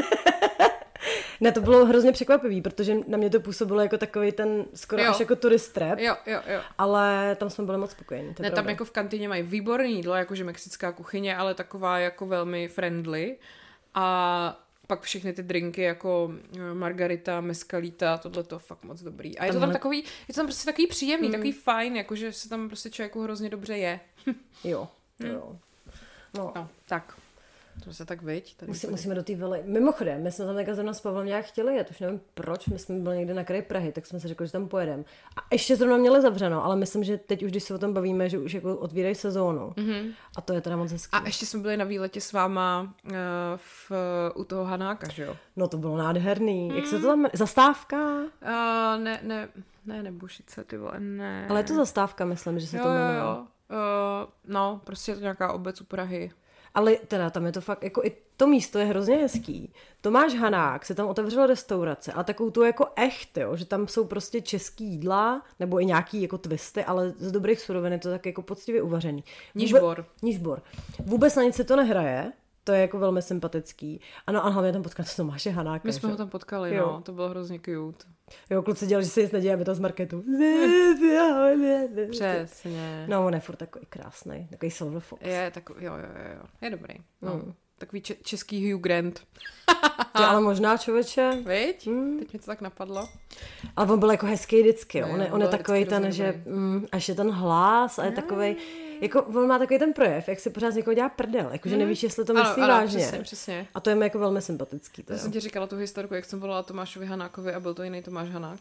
Ne, to bylo hrozně překvapivý, protože na mě to působilo jako takový ten skoro jo. až jako tourist trap. Jo, jo, jo. Ale tam jsme byli moc spokojení. Ne, pravda. Tam jako v kantýně mají výborné jídlo, jakože mexická kuchyně, ale taková jako velmi friendly. A pak všechny ty drinky jako margarita, mezcalita, tohle to fakt moc dobrý. A je to tam takový, je to tam prostě takový příjemný, mm. takový fajn, jakože se tam prostě člověku hrozně dobře je. Jo, to jo. No. no, tak. To se tak viď. Tady Musí, musíme do té vily. Mimochodem, my jsme tam takhle zrovna s Pavlem nějak chtěli jet, už nevím proč, my jsme byli někde na kraji Prahy, tak jsme si řekli, že tam pojedeme. A ještě zrovna měli zavřeno, ale myslím, že teď už, když se o tom bavíme, že už jako otvírají sezónu. Mm-hmm. A to je teda moc hezký. A ještě jsme byli na výletě s váma uh, v, u toho Hanáka, že jo? No to bylo nádherný. Mm. Jak se to tam... Zastávka? Uh, ne, ne, ne, Nebušice, ty vole, ne. Ale je to zastávka, myslím, že se jo, to jmenuje. Jo, uh, no, prostě je to nějaká obec u Prahy. Ale teda tam je to fakt, jako i to místo je hrozně hezký. Tomáš Hanák se tam otevřela restaurace a takovou tu jako echt, jo, že tam jsou prostě český jídla, nebo i nějaký jako twisty, ale z dobrých surovin je to tak jako poctivě uvařený. Nižbor. Nižbor. Vůbec na nic se to nehraje, to je jako velmi sympatický. Ano, a hlavně tam potkat Tomáše Hanáka. My jsme že? ho tam potkali, jo. no, to bylo hrozně cute. Jo, kluci dělali, že se nic neděje, aby to z marketu. Přesně. No, on je furt takový krásnej, takový silver fox. Je takový, jo, jo, jo, je dobrý. No. Mm. Takový če- český Hugh Grant. Ty, ale možná, člověče. Viď? Hmm. Teď mi to tak napadlo. Ale on byl jako hezký vždycky. No, on je, on je takový ten, že mm, až je ten hlas a je no. takovej, jako on má takový ten projev, jak se pořád z někoho dělá prdel, jakože nevíš, jestli to myslí ano, ano, vážně. Přesně, přesně. A to je mi jako velmi sympatický. To, to jsem ti říkala tu historku, jak jsem volala Tomášovi Hanákovi a byl to jiný Tomáš Hanák.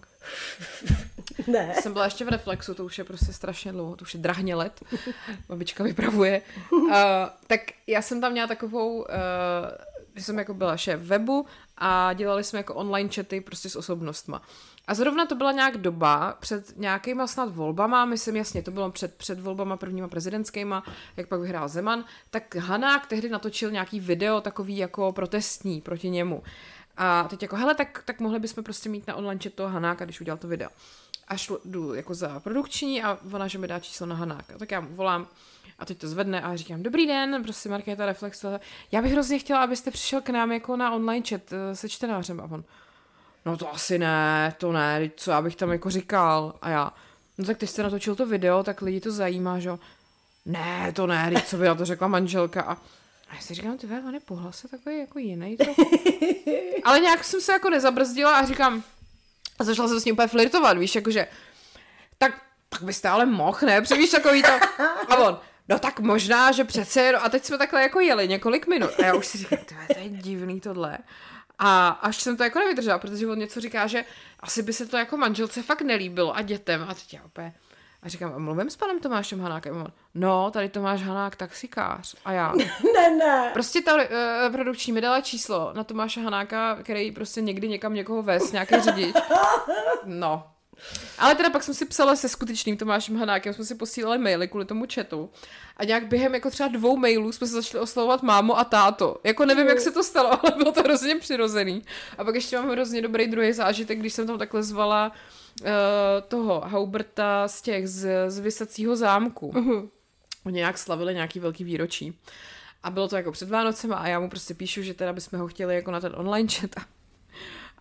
Ne. Jsem byla ještě v Reflexu, to už je prostě strašně dlouho, to už je drahně let. Babička vypravuje. Uh, tak já jsem tam měla takovou, uh, že jsem jako byla šéf webu a dělali jsme jako online chaty prostě s osobnostma. A zrovna to byla nějak doba před nějakýma snad volbama, myslím jasně, to bylo před, před volbama prvníma prezidentskýma, jak pak vyhrál Zeman, tak Hanák tehdy natočil nějaký video takový jako protestní proti němu. A teď jako, hele, tak, tak mohli bychom prostě mít na online chat toho Hanáka, když udělal to video. A šlu, jdu jako za produkční a ona, že mi dá číslo na Hanáka. Tak já mu volám a teď to zvedne a říkám, dobrý den, prostě Markéta Reflex, já bych hrozně chtěla, abyste přišel k nám jako na online chat se čtenářem. A on, no to asi ne, to ne, co já bych tam jako říkal. A já, no tak ty jste natočil to video, tak lidi to zajímá, že jo. Ne, to ne, co by na to řekla manželka. A já si říkám, ty on je po hlase takový jako jiný. Ale nějak jsem se jako nezabrzdila a říkám, a začala jsem s ním úplně flirtovat, víš, jakože, tak, tak byste ale mohl, ne, převíš takový to. A on, no tak možná, že přece, no a teď jsme takhle jako jeli několik minut. A já už si říkám, to je divný tohle. A až jsem to jako nevydržela, protože on něco říká, že asi by se to jako manželce fakt nelíbilo a dětem. A teď já opět. A říkám, a mluvím s panem Tomášem Hanákem. On, no, tady Tomáš Hanák, taxikář. A já. Ne, ne. Prostě ta uh, produkční mi dala číslo na Tomáše Hanáka, který prostě někdy někam někoho vez, nějaký řidič. No. Ale teda pak jsem si psala se skutečným Tomášem Hanákem, jsme si posílali maily kvůli tomu chatu. A nějak během jako třeba dvou mailů jsme se začali oslovovat mámu a táto. Jako nevím, jak se to stalo, ale bylo to hrozně přirozený. A pak ještě mám hrozně dobrý druhý zážitek, když jsem tam takhle zvala uh, toho Hauberta z těch, z, z Vysacího zámku. Uh-huh. Oni nějak slavili nějaký velký výročí. A bylo to jako před Vánocema a já mu prostě píšu, že teda bychom ho chtěli jako na ten online chat.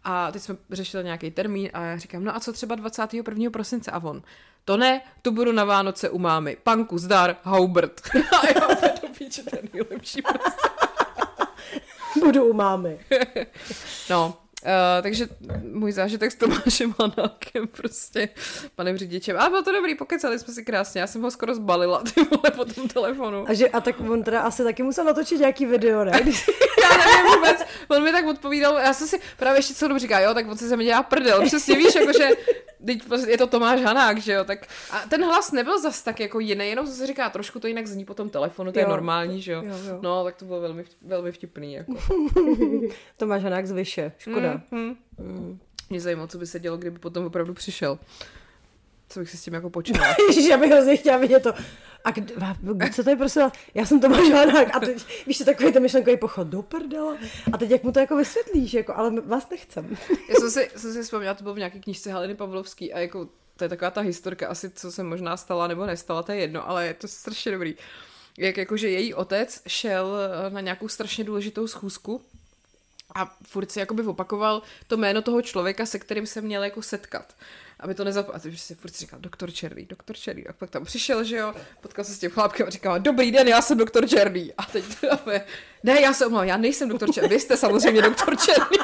a teď jsme řešili nějaký termín a já říkám, no a co třeba dvacátého prvního prosince a on, to ne, tu budu na Vánoce u mámy. Panku, zdar, Haubert. A já opět do píče, to je nejlepší prostě. Budu u mámy. No, Uh, takže můj zážitek s Tomášem Hanákem prostě, panem řidičem. Ale bylo to dobrý, pokecali jsme si krásně, já jsem ho skoro zbalila, ty vole, po tom telefonu. A, že, a tak on teda asi taky musel natočit nějaký video, ne? Já nevím vůbec, on mi tak odpovídal, já jsem si právě ještě celou dobu říká, jo, tak on si se mi dělá prdel, přesně víš, jakože je to Tomáš Hanák, že jo, tak a ten hlas nebyl zas tak jako jiný, jenom se říká, trošku to jinak zní po tom telefonu, to jo, je normální, že jo? Jo, jo. No, tak to bylo velmi, velmi vtipný, jako. Tomáš Hanák z Vyše, škoda. Mm, mm. Mm. Mě zajímalo, co by se dělo, kdyby potom opravdu přišel. Co bych si s tím jako počala. Ježiš, já bych hrozně chtěla vidět to. A kdy, co to je prosím? Já jsem Tomáš Hanák a teď, víš, to takový ten myšlenkový pochod do prdela. A teď jak mu to jako vysvětlíš, jako, ale vás nechcem. Já jsem si, jsem si vzpomněla, to bylo v nějaké knížce Haliny Pavlovský a jako to je taková ta historka, asi co se možná stala nebo nestala, to je jedno, ale je to strašně dobrý. Jak jakože její otec šel na nějakou strašně důležitou schůzku a furt si jakoby opakoval to jméno toho člověka, se kterým se měl jako setkat. Aby to nezapomněl. A teď si furt říkal doktor Černý, doktor Černý. A pak tam přišel, že jo, potkal se s tím chlápkem a říkal, dobrý den, já jsem doktor Černý. A teď ne, já se omlouvám, já nejsem doktor Černý, vy jste samozřejmě doktor Černý.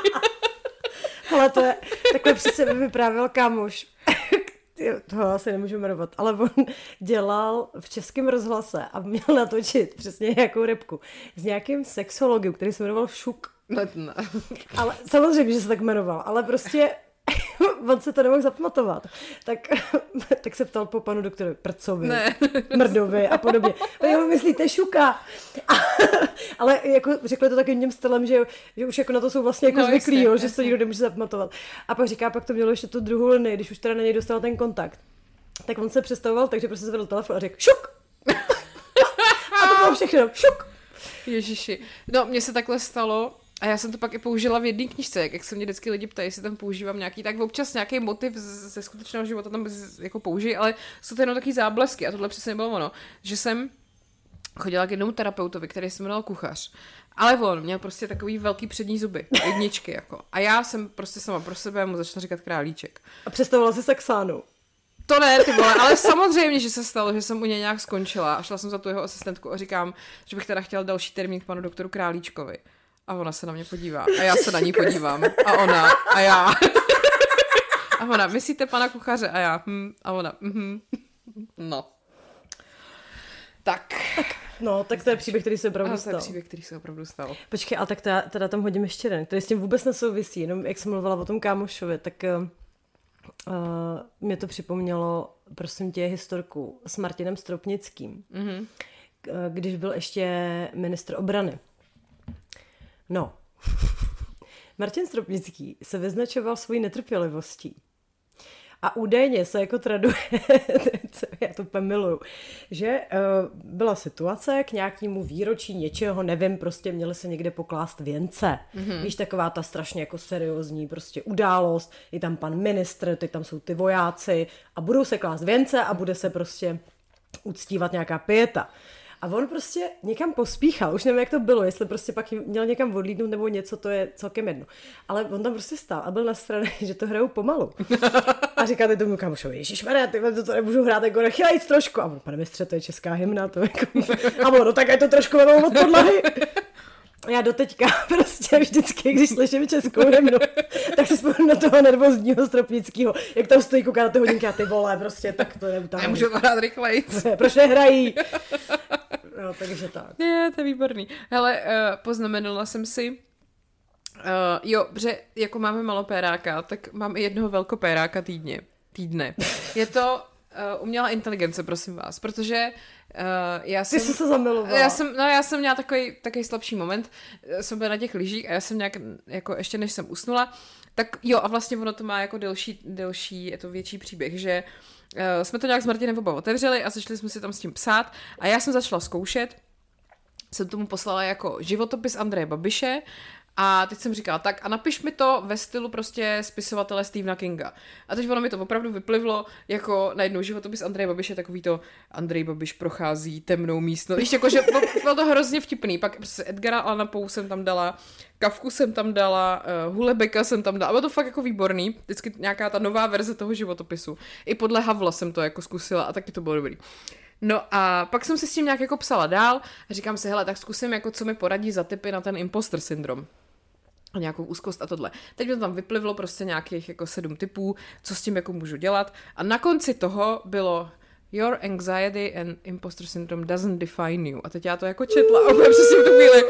Ale to je, takhle přece by vyprávěl kámoš. Toho asi nemůžu jmenovat, ale on dělal v Českém rozhlase a měl natočit přesně nějakou repku s nějakým sexologem, který se jmenoval Šuk. Ne, ne. Ale samozřejmě, že se tak jmenoval, ale prostě on se to nemohl zapamatovat. Tak, tak se ptal po panu doktoru Prcovi, ne. Mrdovi a podobně. Vy ho myslíte Šuka. A, ale jako řekli to takovým tím stylem, že, že už jako na to jsou vlastně jako no, zvyklí, jasně, jo, jasně. Že se to nikdo nemůže zapamatovat. A pak říká, pak to mělo ještě tu druhou linii, když už teda na něj dostal ten kontakt. Tak on se představoval, takže prostě zvedl telefon a řekl Šuk. A to bylo všechno. Šuk. Ježiši. No, mně se takhle stalo. A já jsem to pak i použila v jedné knížce, jak, jak se mě vždycky lidi ptají, jestli tam používám nějaký, tak občas nějaký motiv ze skutečného života tam jako použiji, ale jsou to jenom taky záblesky a tohle přesně bylo ono, že jsem chodila k jednomu terapeutovi, který se jmenoval Kuchař, ale on měl prostě takový velký přední zuby, jedničky jako. A já jsem prostě sama pro sebe mu začala říkat Králíček. A představovala si Saxánu. To ne, ty vole, ale samozřejmě, že se stalo, že jsem u něj nějak skončila a šla jsem za tu jeho asistentku a říkám, že bych teda chtěla další termín k panu doktoru Králíčkovi. A ona se na mě podívá. A já se na ní podívám. A ona. A já. A ona. Myslíte pana Kuchaře? A já. Hm. A ona. Mhm. No. Tak. tak. No, tak to je příběh, který se opravdu stal. To je příběh, který se opravdu stal. Počkej, ale tak teda, teda tam hodím ještě jeden, který s tím vůbec nesouvisí. Jenom jak jsem mluvila o tom kámošovi, tak uh, mě to připomnělo, prosím tě, historku s Martinem Stropnickým. Mm-hmm. Když byl ještě ministr obrany. No, Martin Stropnický se vyznačoval svojí netrpělivostí. A údajně se jako traduje, já to úplně miluju, že uh, byla situace k nějakému výročí něčeho, nevím, prostě měli se někde poklást věnce. Mm-hmm. Víš, taková ta strašně jako seriózní prostě událost, je tam pan ministr, teď tam jsou ty vojáci a budou se klást věnce a bude se prostě uctívat nějaká pieta. A on prostě někam pospíchal, už nevím, jak to bylo, jestli prostě pak měl někam odlídnout nebo něco, to je celkem jedno. Ale on tam prostě stál a byl na straně, že to hrajou pomalu. A říkáte tomu kamošovi, ježišmarja, ty to, to nemůžu hrát, jako nechylajíc trošku. A on, pane mistře, to je česká hymna, to jako... A on, no tak ať to trošku vemou od podlahy. Já doteďka prostě vždycky, když slyším českou hymnu, tak si vzpomínám na toho nervózního Stropnickýho, jak tam stojí, kouká na ty hodinky a ty vole, prostě tak to neutáhne. Nemůžu to hrát rychlejc. Proč nehrají? No, takže tak. Je, to je výborný. Hele, uh, poznamenala jsem si, uh, jo, že jako máme malopéráka, tak mám i jednoho velkopéráka týdně. Týdne. Je to uh, umělá inteligence, prosím vás, protože uh, já jsem... Ty jsi se zamilovala. Já jsem, no, já jsem měla takový, takový slabší moment, jsem byla na těch lyžích a já jsem nějak, jako ještě než jsem usnula, tak jo, a vlastně ono to má jako delší, delší, je to větší příběh, že uh, jsme to nějak s Martinem oba otevřeli a začali jsme si tam s tím psát a já jsem začala zkoušet, jsem tomu poslala jako životopis Andreje Babiše A teď jsem říkala, tak a napiš mi to ve stylu prostě spisovatele Stephena Kinga. A teď ono mi to opravdu vyplivlo jako najednou životopis Andreje Babiše, takový to Andrej Babiš prochází temnou místnost. Ještě jako, že bylo to hrozně vtipný. Pak prostě Edgara Allana Poe jsem tam dala, Kafku jsem tam dala, uh, Hulebeka jsem tam dala. A bylo to fakt jako výborný. Vždycky nějaká ta nová verze toho životopisu. I podle Havla jsem to jako zkusila a taky to bylo dobrý. No a pak jsem si s tím nějak jako psala dál a říkám si, hele, tak zkusím jako co mi poradí za tipy na ten imposter syndrom. A nějakou úzkost a tohle. Teď mi to tam vyplivlo prostě nějakých jako sedm typů, co s tím jako můžu dělat. A na konci toho bylo Your anxiety and imposter syndrome doesn't define you. A teď já to jako četla a úplně přesně v tu chvíli.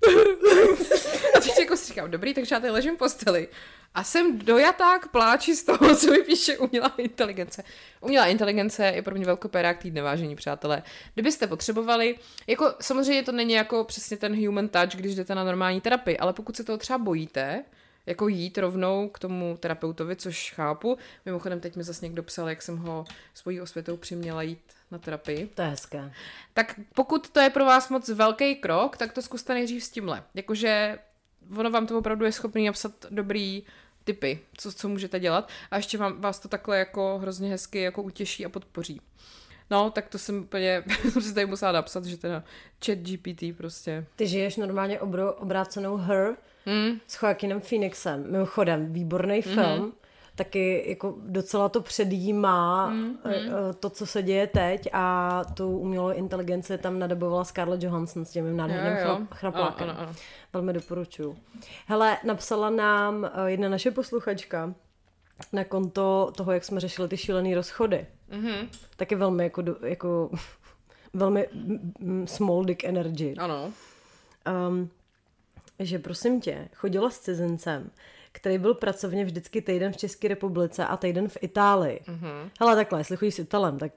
A teď jako si říkám, dobrý, takže já tady ležím v posteli. A jsem dojatá k pláči z toho, co mi píše umělá inteligence. Umělá inteligence je pro mě velkopérák týdne, vážení přátelé. Kdybyste potřebovali, jako samozřejmě to není jako přesně ten human touch, když jdete na normální terapii, ale pokud se toho třeba bojíte, jako jít rovnou k tomu terapeutovi, což chápu. Mimochodem teď mi zase někdo psal, jak jsem ho svojí osvětou přiměla jít na terapii. To je hezké. Tak pokud to je pro vás moc velký krok, tak to zkuste nejdřív s tímhle. Jakože ono vám to opravdu je schopný napsat dobrý tipy, co, co můžete dělat a ještě vám, vás to takhle jako hrozně hezky jako utěší a podpoří. No, tak to jsem úplně, jsem si tady musela napsat, že teda chat G P T prostě. Ty žiješ normálně obro, obrácenou Her mm. s Joaquinem Phoenixem. Mimochodem, výborný film. Mm-hmm. Taky jako docela to předjímá mm, to, co se děje teď a tu umělou inteligenci tam nadabovala Scarlett Johansson s tím nádherným chrap, chraplákem. Ano, ano, ano. Velmi doporučuju. Hele, napsala nám jedna naše posluchačka na konto toho, jak jsme řešili ty šílený rozchody. Mm-hmm. Taky velmi jako, jako velmi small dick energy. Ano. Um, že prosím tě, chodila s cizincem, který byl pracovně vždycky týden v České republice a týden v Itálii. Mm-hmm. Hele, takhle, jestli chodíš s Italem, tak...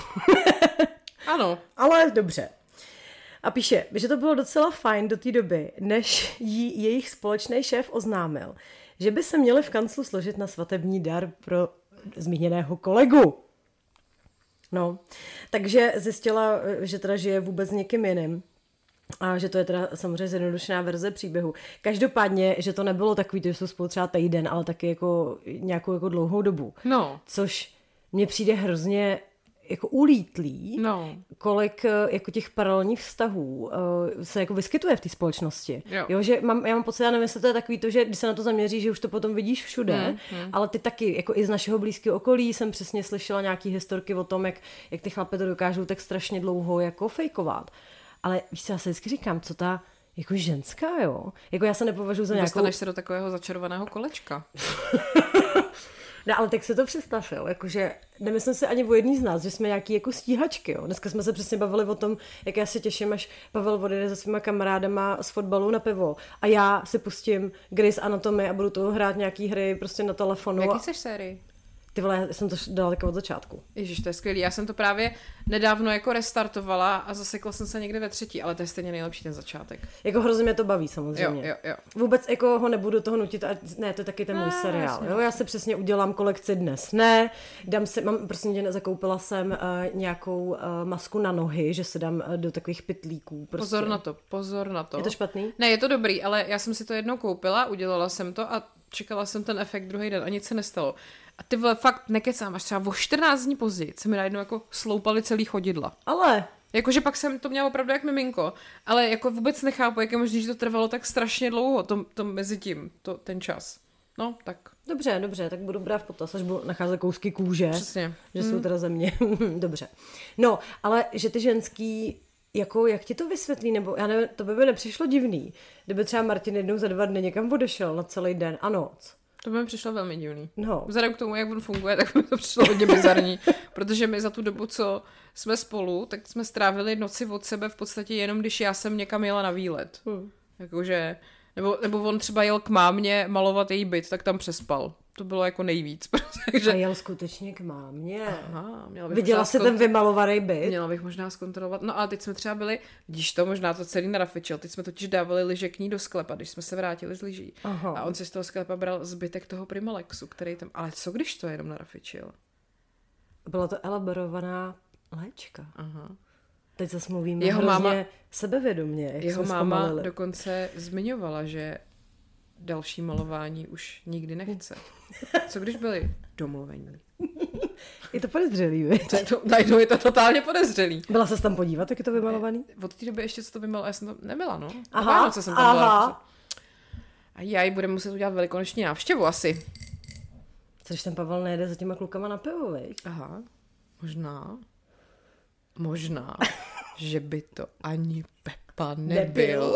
Ano. Ale dobře. A píše, že to bylo docela fajn do té doby, než jí jejich společný šéf oznámil, že by se měli v kanclu složit na svatební dar pro zmíněného kolegu. No, takže zjistila, že teda žije vůbec někým jiným. A že to je teda samozřejmě zjednodušená verze příběhu. Každopádně, že to nebylo takový, že jsou spolu třeba týden, ale taky jako nějakou jako dlouhou dobu. No. Což mně přijde hrozně jako ulítlý, no. kolik jako těch paralelních vztahů uh, se jako vyskytuje v té společnosti. Jo. Jo, že mám, já mám pocit, já nevím, jestli to je takový to, že když se na to zaměří, že už to potom vidíš všude, hmm, hmm. ale ty taky, jako i z našeho blízkého okolí jsem přesně slyšela nějaký historky o tom, jak, jak ty chlapy to dokážou tak strašně dlouho jako fejkovat. Ale víš co, já se vždycky říkám, co ta jako ženská, jo? Jako já se nepovažuji za nějakou... Dostaneš se do takového začarovaného kolečka. No, ale tak se to představ, jo? Jakože nemyslím si ani o jedný z nás, že jsme nějaký jako stíhačky, jo? Dneska jsme se přesně bavili o tom, jak já se těším, až Pavel odjede se svýma kamarádama z fotbalu na pivo a já si pustím Grey's Anatomy a budu toho hrát nějaký hry prostě na telefonu. Jaký a... chceš sérii? Ty vole, já jsem to dala tak od začátku. Ježiš, to je skvělý. Já jsem to právě nedávno jako restartovala a zasekla jsem se někde ve třetí, ale to je stejně nejlepší ten začátek. Jako hrozně mě to baví samozřejmě. Jo, jo, jo. Vůbec jako ho nebudu toho nutit, a ne, to je taky ten můj no, seriál. jasně. Jo? Já si přesně udělám kolekci dnes. Ne, dám si, mám, prostě zakoupila jsem uh, nějakou uh, masku na nohy, že se dám uh, do takových pytlíků. Prostě. Pozor na to, pozor na to. Je to špatný? Ne, je to dobrý, ale já jsem si to jednou koupila, udělala jsem to a čekala jsem ten efekt druhý den a nic se nestalo. A ty vole, fakt nekecám, až třeba o čtrnáct dní později se mi najednou jako sloupaly celý chodidla. Ale... Jakože pak jsem to měla opravdu jak miminko, ale jako vůbec nechápu, jak je možné, že to trvalo tak strašně dlouho, to, to mezi tím, to, ten čas. No, tak. Dobře, dobře, tak budu brát v potaz, až budu nacházet kousky kůže. Přesně. Že hmm. jsou teda ze mě. Dobře. No, ale že ty ženský, jako, jak ti to vysvětlí, nebo já nevím, to by mi nepřišlo divný, kdyby třeba Martin jednou za dva dny někam odešel na celý den a noc. To by mi přišlo velmi divný. No. Vzhledem k tomu, jak on funguje, tak mi to přišlo hodně bizarní, protože my za tu dobu, co jsme spolu, tak jsme strávili noci od sebe v podstatě jenom, když já jsem někam jela na výlet. Hmm. Jakože, nebo, nebo on třeba jel k mámě malovat její byt, tak tam přespal. To bylo jako nejvíc. Takže... A jel skutečně k mámě. Aha, viděla jsi ten vymalovaný byt? Měla bych možná zkontrolovat. No a teď jsme třeba byli, když to možná to celý narafičil, teď jsme totiž dávali lyže k ní do sklepa, když jsme se vrátili z lyží. Aha. A on si z toho sklepa bral zbytek toho Primalexu, který tam, ale co když to jenom narafičil? Byla to elaborovaná léčka. Aha. Teď zase mluvíme jeho hrozně máma, sebevědomě. Jak jeho máma zpomalili. Dokonce zmiňovala, že další malování už nikdy nechce. Co když byli domluvení? Je to podezřelý, viď? To je to, najednou je to totálně podezřelý. Byla ses tam podívat, jak je to vymalovaný? Od té doby ještě se to vymalo, já jsem to nebyla, no. Aha, Vánoce jsem tam aha. byla. A já ji budeme muset udělat velikonoční návštěvu asi. Což ten Pavel nejede za těma klukama na pivo, viď? Aha, možná, možná, že by to ani Pepa nebyl. Nebyl.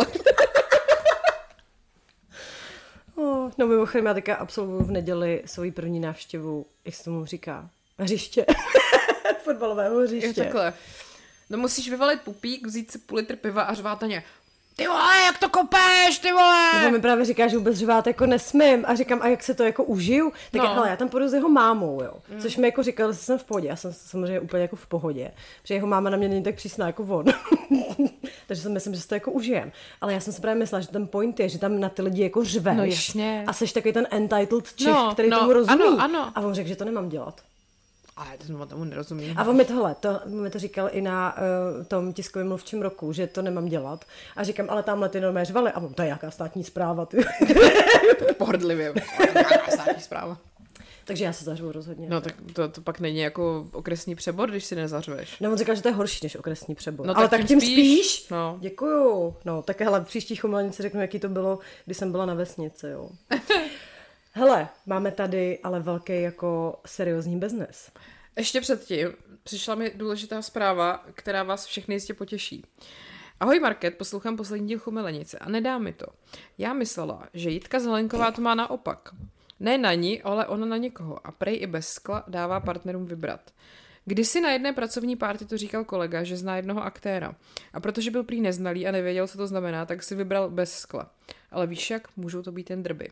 oh, no mimochodem, já teďka absolvuju v neděli svoji první návštěvu, jak se tomu říká, hřiště. Fotbalového hřiště. Je takhle. No musíš vyvalit pupík, vzít si půl litr piva a řvát na ně. Ty vole, jak to kopeš, ty vole! Nebo mi právě říká, že vůbec řvát jako nesmím a říkám, a jak se to jako užiju? Tak no. já, hele, já tam půjdu s jeho mámou, jo. Mm. Což mi jako říkal, že jsem v pohodě, já jsem samozřejmě úplně jako v pohodě, protože jeho máma na mě není tak přísná jako on. Takže si myslím, že si to jako užijem. Ale já jsem si právě myslela, že ten point je, že tam na ty lidi jako řveš. No jasně. A seš takový ten entitled Čech, no, který no, tomu rozumí. Ano, ano. A on řekl, že to nemám dělat. Ale to tomu nerozumím. A on mi tohle, to, mi to říkal i na uh, tom tiskovém mluvčím roku, že to nemám dělat. A říkám, ale tamhle ty normé řvali. A on, to je jaká státní správa, ty. Pohrdlivě, jaká státní správa. Takže já se zařvu rozhodně. No tak to, to pak není jako okresní přebor, když si nezařveš. No on říkal, že to je horší než okresní přebor. No, ale tak tak tím tím spíš. spíš. No. Děkuju. No tak hele, příští chumelnici řeknu, jaký to bylo, když jsem byla na vesnici, jo. Hele, máme tady ale velký jako seriózní biznes. Ještě předtím přišla mi důležitá zpráva, která vás všechny jistě potěší. Ahoj Market, poslouchám poslední díl Chumelenice a nedá mi to. Já myslela, že Jitka Zelenková to má naopak. Ne na ní, ale ona na někoho a prej i bez skla dává partnerům vybrat. Kdysi na jedné pracovní párty to říkal kolega, že zná jednoho aktéra. A protože byl prý neznalý a nevěděl, co to znamená, tak si vybral bez skla. Ale víš jak, můžou to být jen drby.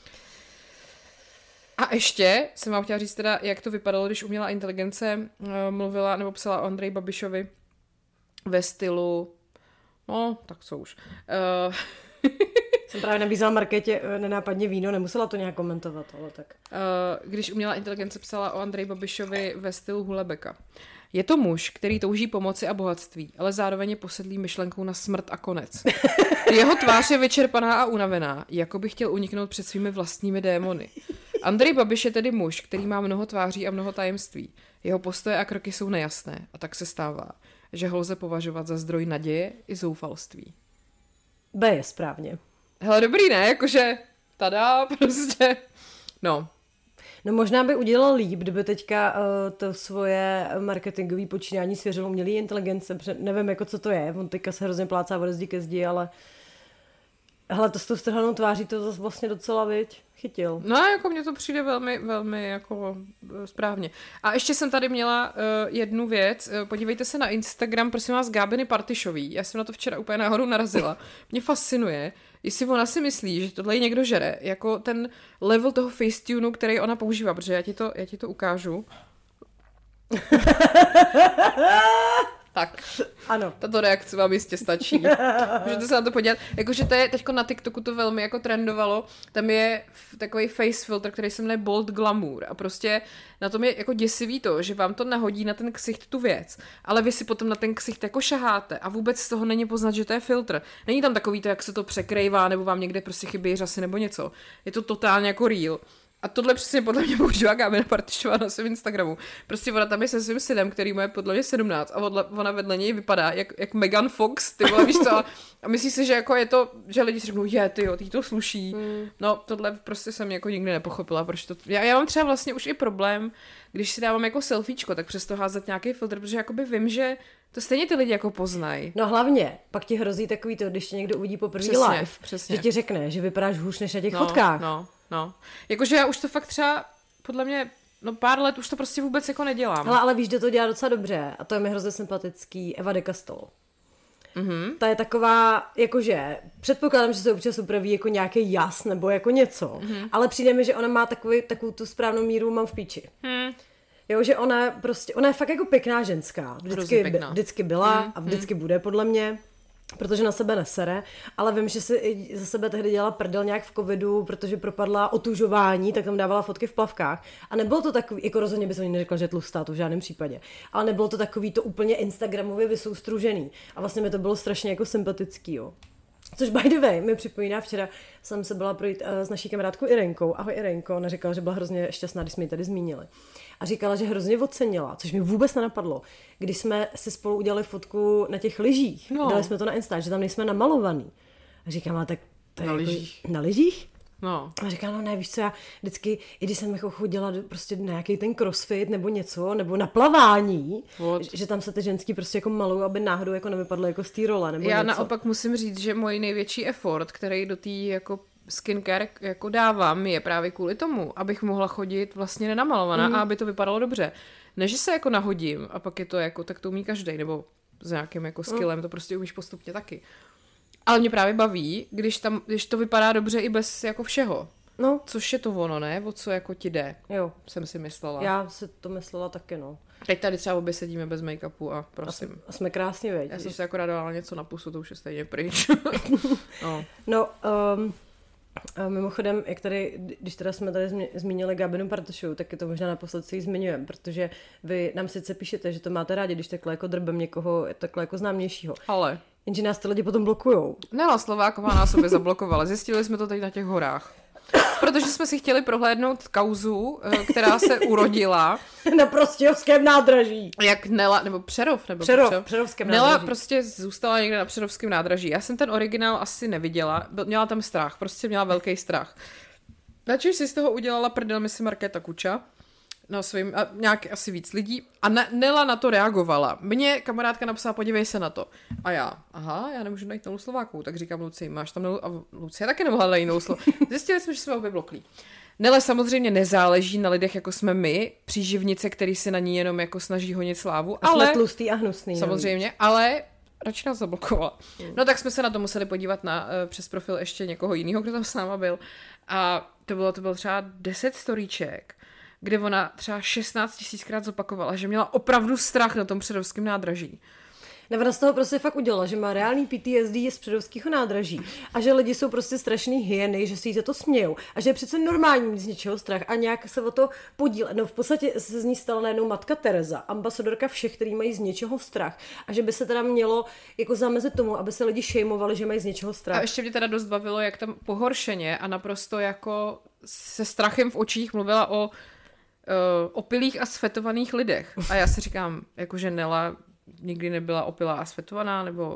A ještě jsem vám chtěla říct teda, jak to vypadalo, když umělá inteligence uh, mluvila nebo psala o Andreji Babišovi ve stylu, no, tak co už. Uh, Jsem právě nabízela Markétě nenápadně víno, nemusela to nějak komentovat, ale tak. Uh, když umělá inteligence psala o Andreji Babišovi ve stylu Hulebeka. Je to muž, který touží pomoci a bohatství, ale zároveň je posedlý myšlenkou na smrt a konec. Jeho tvář je vyčerpaná a unavená, jako by chtěl uniknout před svými vlastními démony. Andrej Babiš je tedy muž, který má mnoho tváří a mnoho tajemství. Jeho postoje a kroky jsou nejasné a tak se stává, že ho lze považovat za zdroj naděje i zoufalství. B je správně. Hele, dobrý, ne? Jakože tada, prostě. No. No možná by udělal líp, kdyby teďka uh, to svoje marketingové počínání svěřilo umělé inteligence, protože nevím, jako co to je, on teďka se hrozně plácá ode zdi ke zdi, ale hele, to s tou strhanou tváří to zase vlastně docela, viď, chytil. No jako mně to přijde velmi, velmi jako správně. A ještě jsem tady měla uh, jednu věc, uh, podívejte se na Instagram, prosím vás, Gábiny Partišový, já jsem na to včera úplně náhodou narazila. Mě fascinuje, jestli ona si myslí, že tohle někdo žere, jako ten level toho facetunu, který ona používá, protože já ti to, já ti to ukážu. Tak, ano. Tato reakce vám jistě stačí. Můžete se na to podívat. Jakože to je teďko na TikToku to velmi jako trendovalo. Tam je takový face filter, který se jmenuje Bold Glamour. A prostě na tom je jako děsivý to, že vám to nahodí na ten ksicht tu věc. Ale vy si potom na ten ksicht jako šaháte a vůbec z toho není poznat, že to je filtr. Není tam takový to, jak se to překrývá, nebo vám někde prostě chybí řasy nebo něco. Je to totálně jako real. A tohle přesně podle mě používá Gábina Partišová na svém Instagramu. Prostě ona tam je se svým synem, který má podle mě sedmnáct a ona vedle něj vypadá jak, jak Megan Fox, ty vole, víš co, a myslí si, že jako je to, že lidi si řeknou, je, ty jo, ty to sluší. Mm. No, tohle prostě jsem jako nikdy nepochopila, protože to, já, já mám třeba vlastně už i problém, když si dávám jako selfiečko, tak přesto házet nějaký filtr, protože jakoby vím, že to stejně ty lidi jako poznají. No hlavně, pak ti hrozí takový to, když tě někdo uvidí poprvé live, přesně. že ti řekne, že vypadáš hůř než na těch no, fotkách. No, no. Jakože já už to fakt třeba, podle mě, no pár let už to prostě vůbec jako nedělám. Hele, ale víš, že to dělá docela dobře a to je mi hrozně sympatický, Eva de Castro. Mm-hmm. Ta je taková, jakože, předpokládám, že se občas upraví jako nějaký jas nebo jako něco, mm-hmm. ale přijde mi, že ona má takový, takovou tu správnou míru, mám v píči. Mm. Jo, že ona prostě, ona je fakt jako pěkná ženská. Vždycky, pěkná. vždycky byla mm, a vždycky mm. bude podle mě, protože na sebe nesere, ale vím, že si za sebe tehdy dělala prdel nějak v covidu, protože propadla otužování, tak tam dávala fotky v plavkách. A nebylo to takový, jako rozhodně bys ani neřekla, že je tlustá, to v žádném případě, ale nebylo to takový to úplně instagramově vysoustružený. A vlastně mi to bylo strašně jako sympatický, jo. Což by the way, mi připomíná, včera jsem se byla projít uh, s naší kamarádkou Irenkou. Ahoj Irenko, ona říkala, že byla hrozně šťastná, když jsme ji tady zmínili. A říkala, že hrozně ocenila, což mi vůbec nenapadlo, když jsme si spolu udělali fotku na těch lyžích. No. Dali jsme to na Insta, že tam nejsme namalovaný. A říkám, a tak to na je lyžích. Jako, na lyžích? No. A říká, no ne, víš co, já vždycky, i když jsem jako chodila prostě na nějaký ten crossfit nebo něco, nebo na plavání, že, že tam se ty ženský prostě jako malují, aby náhodou jako nevypadly jako z té role nebo Já něco. naopak musím říct, že můj největší effort, který do té jako skincare jako dávám, je právě kvůli tomu, abych mohla chodit vlastně nenamalovaná mm. a aby to vypadalo dobře. Ne, že se jako nahodím a pak je to jako, tak to umí každej, nebo s nějakým jako skillem, mm. to prostě umíš postupně taky. Ale mě právě baví, když, tam, když to vypadá dobře i bez jako všeho. No. Což je to ono, ne? O co jako ti jde. Jo. Jsem si myslela. Já si to myslela taky, no. Teď tady třeba obě sedíme bez make-upu a prosím. A jsme krásně, vědí. Já jsem si akorát dala něco na pusu, to už je stejně pryč. no. No, um, mimochodem, jak tady, když teda jsme tady zmínili Gabinu Partošovou, tak je to možná naposled si ji zmiňujeme, protože vy nám sice píšete, že to máte rádi, když takhle jako drbem někoho takhle jako známějšího. Ale. Jenže nás ty lidi potom blokujou. Nela Slováková nás sobě zablokovala. Zjistili jsme to teď na těch horách. Protože jsme si chtěli prohlédnout kauzu, která se urodila. Na Prostějovském nádraží. Jak Nela, nebo Přerov, nebo Přerov, Přerov. Přerovském Nela nádraží. prostě zůstala někde na Přerovském nádraží. Já jsem ten originál asi neviděla. Měla tam strach, prostě měla velký strach. Načež si z toho udělala prdel, myslím, Markéta Kuča. No svým, a nějak asi víc lidí. A na, Nela na to reagovala. Mně kamarádka napsala, podívej se na to. A já, aha, já nemůžu najít Nelu Slovákovou. Tak říkám Luci, máš tam Nelu? A Lucie taky nemohla najít Nelu Slovákovou. Zjistili jsme, že jsme obě bloklí. Nele samozřejmě nezáleží na lidech, jako jsme my, příživnice, který se na ní jenom jako snaží honit slávu. A ale jsme tlustý a hnusný. samozřejmě, no. Ale radši nás zablokovala. Mm. No tak jsme se na to museli podívat na, uh, přes profil ještě někoho jiného, kdo tam s náma byl. A to bylo, to bylo třeba deset storíček, kde ona třeba šestnáct tisíckrát zopakovala, že měla opravdu strach na tom Přerovském nádraží. Ona z toho prostě fakt udělala, že má reálný P T S D z Přerovského nádraží a že lidi jsou prostě strašný hyeny, že si jí za to smějou a že je přece normální mít z něčeho strach a nějak se o to podílet. No v podstatě se z ní stala najednou matka Tereza, ambasadorka všech, kteří mají z něčeho strach a že by se teda mělo jako zamezit tomu, aby se lidi šejmovali, že mají z něčeho strach. A ještě mě teda dost bavilo, jak tam pohoršeně a naprosto jako se strachem v očích mluvila o uh, opilých a svetovaných lidech. A já si říkám, jakože Nela nikdy nebyla opilá a svetovaná, nebo...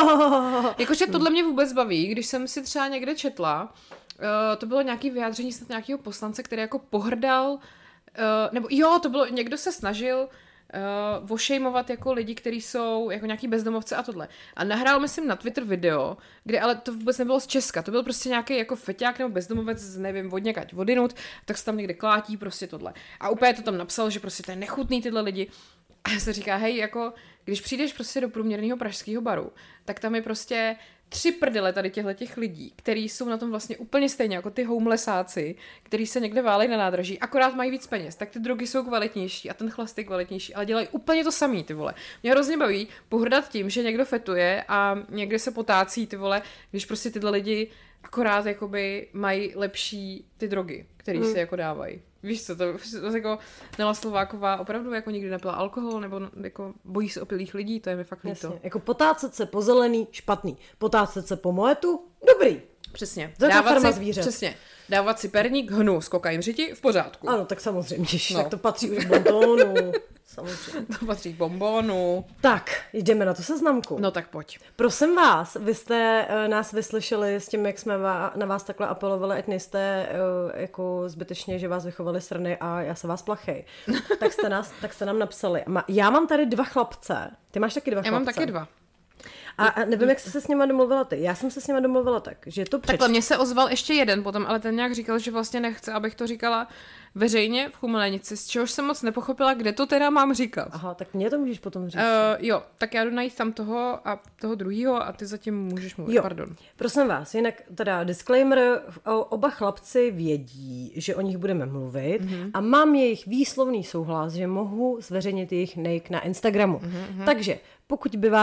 Jakože tohle mě vůbec baví, když jsem si třeba někde četla, uh, to bylo nějaký vyjádření snad nějakého poslance, který jako pohrdal, uh, nebo jo, to bylo, někdo se snažil uh, ošejmovat jako lidi, kteří jsou jako nějaký bezdomovci a tohle. A nahrál, myslím, na Twitter video, kde ale to vůbec nebylo z Česka, to byl prostě nějaký jako feťák nebo bezdomovec, nevím, vodněkať vodinut, tak se tam někde klátí, prostě tohle. A úplně to tam napsal, že prostě to je nechutný tyhle lidi. A se říká, hej, jako, když přijdeš prostě do průměrného pražského baru, tak tam je prostě tři prdele tady těchto lidí, kteří jsou na tom vlastně úplně stejně jako ty homelessáci, kteří se někde válejí na nádraží, akorát mají víc peněz, tak ty drogy jsou kvalitnější a ten chlast je kvalitnější, ale dělají úplně to samý, ty vole. Mě hrozně baví pohrdat tím, že někdo fetuje a někde se potácí, ty vole, když prostě tyhle lidi akorát jakoby mají lepší ty drogy, které hmm. se jako dávají. Víš co, to, to jako Nela Slováková opravdu jako nikdy nepila alkohol, nebo jako bojí se opilých lidí, to je mi fakt líto. Jasně, jako potácet se po zelený, špatný. Potácet se po moetu, dobrý. Přesně. Dávat si, zvířat. Přesně. Dávat si perník, hnu s kokain řiti, v pořádku. Ano, tak samozřejmě, no. Tak to patří už k bonbonu. Samozřejmě. To patří k bonbonu. Tak, jdeme na tu seznamku. No tak pojď. Prosím vás, vy jste uh, nás vyslyšeli s tím, jak jsme vá, na vás takhle apelovali, ať nejste uh, jako zbytečně, že vás vychovali srny a já se vás plachej. tak, jste nás, tak jste nám napsali. Já mám tady dva chlapce. Ty máš taky dva já chlapce? Já mám taky dva. A, a nevím, jak jsi se s nima domluvila ty. Já jsem se s nima domluvila tak, že to přečtu. Takhle, mně se ozval ještě jeden potom, ale ten nějak říkal, že vlastně nechce, abych to říkala veřejně v Chumelenici, z čehož jsem moc nepochopila, kde to teda mám říkat. Aha, tak mě to můžeš potom říct. Uh, jo, tak já jdu najít tam toho a toho druhýho a ty zatím můžeš mluvit, jo. Pardon. Prosím vás, jinak teda disclaimer, oba chlapci vědí, že o nich budeme mluvit mm-hmm. a mám jejich výslovný souhlas, že mohu zveřejnit jejich nick na Instagramu. Mm-hmm. Takže pokud by vás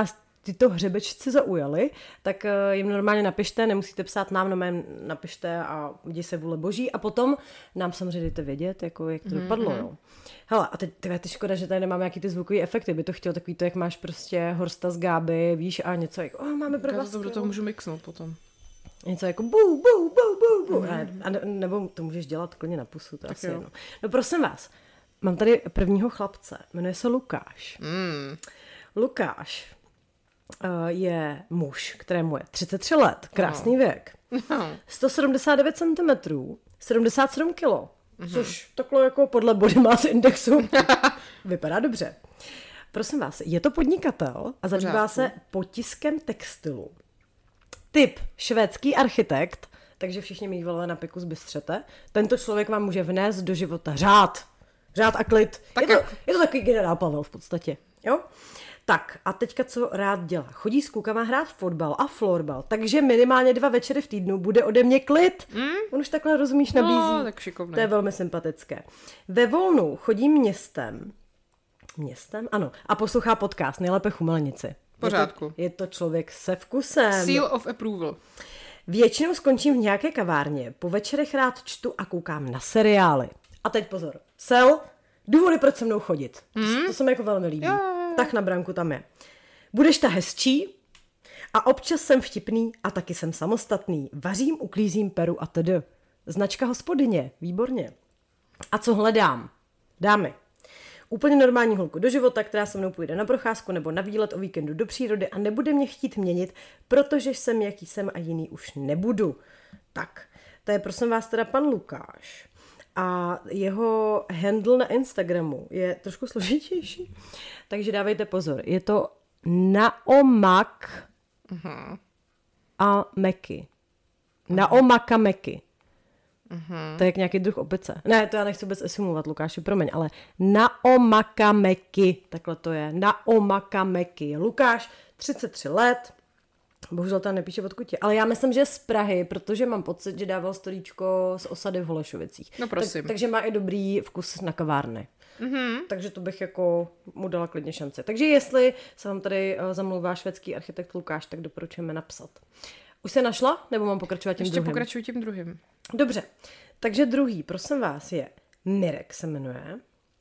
tyto hřebečci zaujaly, tak jim normálně napište, nemusíte psát nám, no jim napište a děj se vůle boží a potom nám samozřejmě dejte vědět, jako jak to mm-hmm. dopadlo. Jo. Hele, a teď ty, ty škoda, že tady nemáme jaký ty zvukové efekty, by to chtělo takový to, jak máš prostě Horsta z Gáby, víš, a něco jako, oh, máme pro vás. Já to do toho můžu mixnout potom. Něco jako bu, bu, bu, bu, bu. Mm. A ne, nebo to můžeš dělat klidně na pusu, to tak asi jedno. No prosím vás, mám tady prvního chlapce, jmenuje se Lukáš. Mm. Lukáš uh, je muž, kterému je třicet tři let, krásný no. věk, no. sto sedmdesát devět centimetrů, sedmdesát sedm kilo, mm-hmm. což takhle jako podle body mass indexu vypadá dobře. Prosím vás, je to podnikatel a zabývá se potiskem textilu. Typ švédský architekt, takže všichni mých volové na piku zbystřete. Tento člověk vám může vnést do života řád. Řád a klid. Tak je, to, je to takový generál Pavel v podstatě. Jo? Tak a teďka co rád dělá? Chodí s klukama hrát fotbal a florbal, takže minimálně dva večery v týdnu bude ode mě klid. Mm? On už takhle, rozumíš, nabízí. No, tak šikovný. To je velmi sympatické. Ve volnu chodí městem. Městem? Ano. A poslouchá podcast, nejlépe Chumelnici. Pořádku. Je to, je to člověk se vkusem. Seal of approval. Většinou skončím v nějaké kavárně, po večerech rád čtu a koukám na seriály. A teď pozor. Sel, důvody, proč se mnou chodit. Mm. To, to se mi jako velmi líbí. Jo. Tak na branku tam je. Budeš ta hezčí a občas jsem vtipný a taky jsem samostatný. Vařím, uklízím, peru a td. Značka hospodyně. Výborně. A co hledám? Dámy. Úplně normální holku do života, která se mnou půjde na procházku nebo na výlet o víkendu do přírody a nebude mě chtít měnit, protože jsem, jaký jsem a jiný už nebudu. Tak, to je prosím vás teda pan Lukáš. A jeho handle na Instagramu je trošku složitější, takže dávejte pozor. Je to Naomak uh-huh. a Meky. Naomaka Meky. Uh-huh. To je jak nějaký druh opice. Ne, to já nechci vůbec esumovat, Lukáši, promiň, ale Naomaka Meky, takhle to je. Naomaka Meky. Lukáš, třicet tři let, bohužel tam nepíše odkud je, ale já myslím, že je z Prahy, protože mám pocit, že dával storíčko z osady v Holešovicích. No prosím. Tak, takže má i dobrý vkus na kavárny. Mm-hmm. Takže to bych jako mu dala klidně šance. Takže jestli se vám tady uh, zamlouvá švédský architekt Lukáš, tak doporučujeme napsat. Už se našla? Nebo mám pokračovat tím Ještě druhým? Ještě pokračuji tím druhým. Dobře. Takže druhý, prosím vás, je Mirek se jmenuje.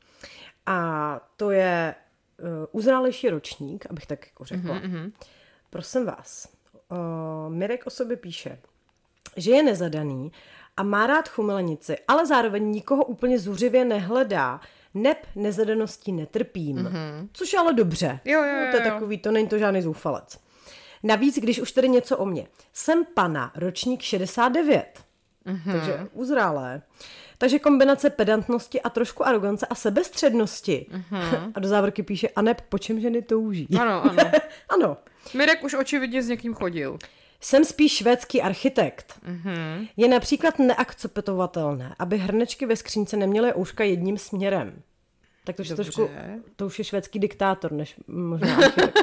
A to je uh, uzrálejší ročník, abych tak jako řekla. Mm-hmm. Prosím vás, uh, Mirek o sobě píše, že je nezadaný a má rád chumelenici, ale zároveň nikoho úplně zuřivě nehledá. Neb nezadaností netrpím. Mm-hmm. Což je ale dobře. Jo, jo, jo, no, to je takový, to není to žádný zoufalec. Navíc, když už tedy něco o mě. Jsem pana, ročník šedesát devět. Mm-hmm. Takže uzrálé. Takže kombinace pedantnosti a trošku arogance a sebestřednosti. Mm-hmm. A do závorky píše, a neb po čem ženy touží. Ano, ano. Ano. Mirek už očividně s někým chodil. Jsem spíš švédský architekt. Mm-hmm. Je například neakceptovatelné, aby hrnečky ve skřínce neměly ouška jedním směrem. Tak to už, trošku, to už je švédský diktátor, než možná architekt.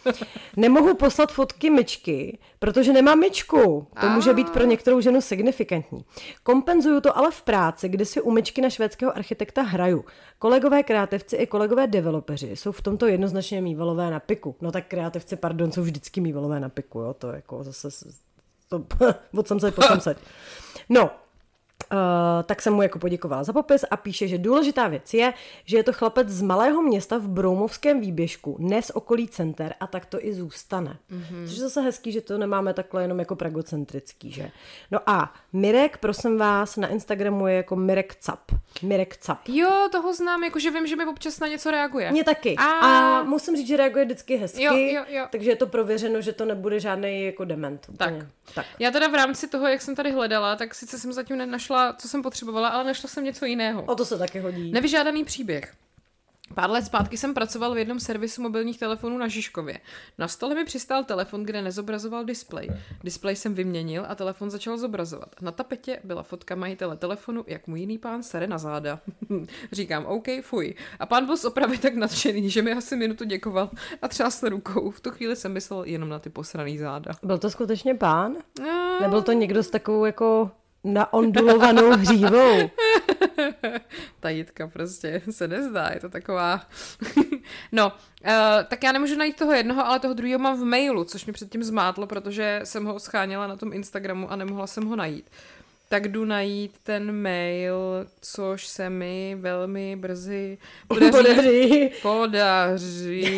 Nemohu poslat fotky myčky, protože nemám myčku. To může být pro některou ženu signifikantní. Kompenzuju to ale v práci, kdy si u myčky na švédského architekta hraju. Kolegové kreativci i kolegové developeři jsou v tomto jednoznačně mývalové na piku. No tak kreativci, pardon, jsou vždycky mývalové na piku, jo, to jako zase to, od samceď po samceď. No, Uh, tak jsem mu jako poděkovala za popis a píše, že důležitá věc je, že je to chlapec z malého města v Broumovském výběžku, ne z okolí center a tak to i zůstane. Mm-hmm. Což je zase hezký, že to nemáme takhle jenom jako pragocentrický, že? No a Mirek, prosím vás, na Instagramu je jako Mirek Cap. Mirek Cap. Jo, toho znám, jakože vím, že mi občas na něco reaguje. Mně taky. A... a musím říct, že reaguje vždycky hezky, jo, jo, jo. Takže je to prověřeno, že to nebude žádný jako dement. Tak. tak. Já teda v rámci toho, jak jsem tady hledala, tak sice jsem zatím nenašla, co jsem potřebovala, ale našla jsem něco jiného. O to se taky hodí. Nevyžádaný příběh. Pár let zpátky jsem pracoval v jednom servisu mobilních telefonů na Žižkově. Na stole mi přistál telefon, kde nezobrazoval displej. Displej jsem vyměnil a telefon začal zobrazovat. Na tapetě byla fotka majitele telefonu, jak mu jiný pán sere na záda. Říkám, OK, fuj. A pán byl z opravy tak nadšený, že mi asi minutu děkoval a třásl rukou. V tu chvíli jsem myslel jenom na ty posraný záda. Byl to skutečně pán? No. Nebyl to někdo s takovou jako naondulovanou hřívou? Ta Jitka prostě se nezdá, je to taková... No, uh, tak já nemůžu najít toho jednoho, ale toho druhého mám v mailu, což mi předtím zmátlo, protože jsem ho scháněla na tom Instagramu a nemohla jsem ho najít. Tak jdu najít ten mail, což se mi velmi brzy podaří. Podaří. Podaří,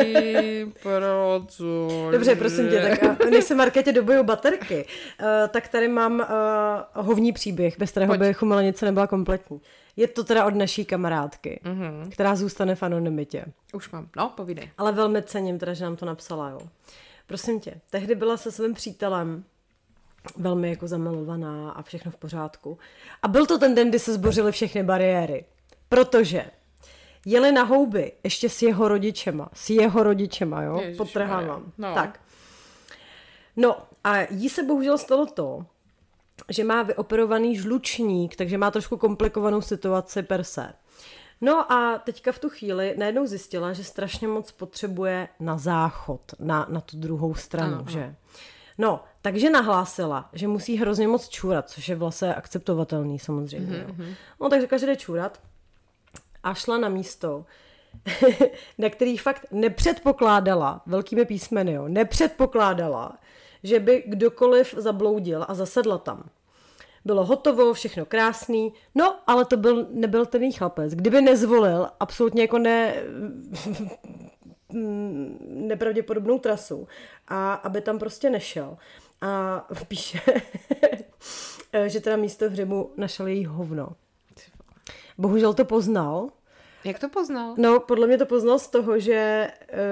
protože... Dobře, prosím tě, tak než se Markétě dobijou baterky, uh, tak tady mám uh, hovní příběh, bez kterého by Chumelenice nebyla kompletní. Je to teda od naší kamarádky, mm-hmm. která zůstane v anonymitě. Už mám, no, povídej. Ale velmi cením teda, že nám to napsala, jo. Prosím tě, tehdy byla se svým přítelem velmi jako zamilovaná a všechno v pořádku. A byl to ten den, kdy se zbořily všechny bariéry. Protože jeli na houby ještě s jeho rodičema. S jeho rodičema, jo? Podtrhávám. No. Tak. No a jí se bohužel stalo to, že má vyoperovaný žlučník, takže má trošku komplikovanou situaci per se. No a teďka v tu chvíli najednou zjistila, že strašně moc potřebuje na záchod, na, na tu druhou stranu, ano, že? No, takže nahlásila, že musí hrozně moc čůrat, což je vlastně akceptovatelný samozřejmě. Mm-hmm. No, tak řekla, že jde čůrat a šla na místo, na který fakt nepředpokládala, velkými písmeny, jo, nepředpokládala, že by kdokoliv zabloudil a zasedla tam. Bylo hotovo, všechno krásný, no, ale to byl, nebyl ten její chlapec. Kdyby nezvolil absolutně jako ne... nepravděpodobnou trasu a aby tam prostě nešel. A píše, že teda místo hřebu našel její hovno. Bohužel to poznal. Jak to poznal? No, podle mě to poznal z toho, že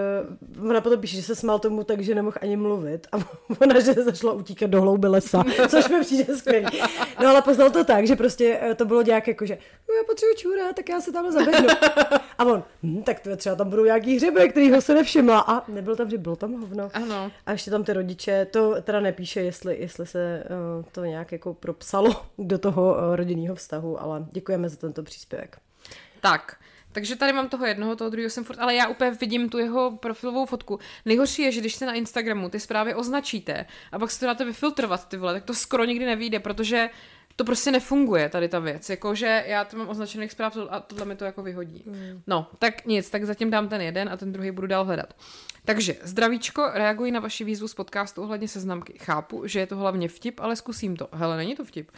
uh, ona potom píše, že se smál tomu tak, že nemohl ani mluvit a ona, že zašla utíkat do hlouby lesa, což mi přijde skvělý. No, ale poznal to tak, že prostě uh, to bylo nějak jako, že no, já potřebuji čůrat, tak já se tam zaběhnu. A on, hm, tak to třeba tam budou nějaký hřeby, kterýho se nevšimla. A nebyl tam hřeb, bylo tam hovno. Ano. A ještě tam ty rodiče, to teda nepíše, jestli, jestli se uh, to nějak jako propsalo do toho uh, rodinného vztahu, ale děkujeme za tento příspěvek. Tak. Takže tady mám toho jednoho, toho druhého jsem furt, ale já úplně vidím tu jeho profilovou fotku. Nejhorší je, že když se na Instagramu ty zprávy označíte a pak se to dáte vyfiltrovat, ty vole, tak to skoro nikdy nevyjde, protože to prostě nefunguje, tady ta věc. Jakože já to mám označených zpráv a tohle mi to jako vyhodí. Mm. No, tak nic, tak zatím dám ten jeden a ten druhý budu dál hledat. Takže, zdravíčko, reaguji na vaši výzvu z podcastu ohledně seznamky. Chápu, že je to hlavně vtip, ale zkusím to. Hele, není to vtip.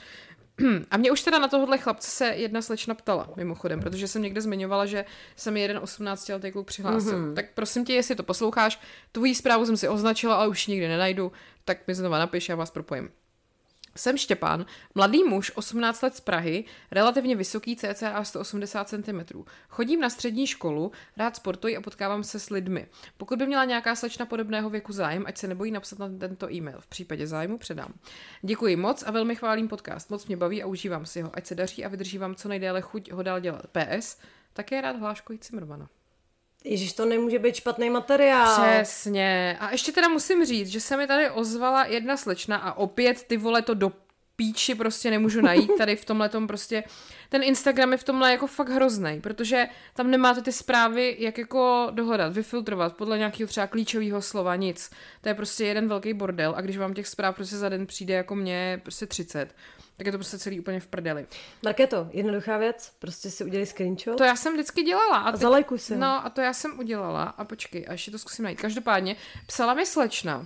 A mě už teda na tohohle chlapce se jedna slečna ptala, mimochodem, protože jsem někde zmiňovala, že se mi jeden osmnáctiletý kluk přihlásil. Mm-hmm. Tak prosím tě, jestli to posloucháš, tvoji zprávu jsem si označila, ale už nikdy nenajdu, tak mi znova napiš, já vás propojím. Jsem Štěpán, mladý muž, osmnáct let z Prahy, relativně vysoký, cca sto osmdesát centimetrů. Chodím na střední školu, rád sportuji a potkávám se s lidmi. Pokud by měla nějaká slečna podobného věku zájem, ať se nebojí napsat na tento e-mail. V případě zájmu předám. Děkuji moc a velmi chválím podcast. Moc mě baví a užívám si ho. Ať se daří a vydrží vám co nejdéle chuť ho dál dělat. P S. Také rád Hláškovi Cimrmana. Ježiš, to nemůže být špatný materiál. Přesně. A ještě teda musím říct, že se mi tady ozvala jedna slečna a opět ty vole to do píči prostě nemůžu najít tady v tomhletom prostě. Ten Instagram je v tomhle jako fakt hroznej, protože tam nemáte ty zprávy jak jako dohledat, vyfiltrovat podle nějakého třeba klíčového slova, nic. To je prostě jeden velký bordel a když vám těch zpráv prostě za den přijde jako mě prostě třicet, tak je to prostě celý úplně v prdeli. Markéto, jednoduchá věc, prostě si udělej screenshot. To já jsem vždycky dělala. A, a zalajkuj se. No a to já jsem udělala a počkej, a ještě to zkusím najít. Každopádně psala mi slečna,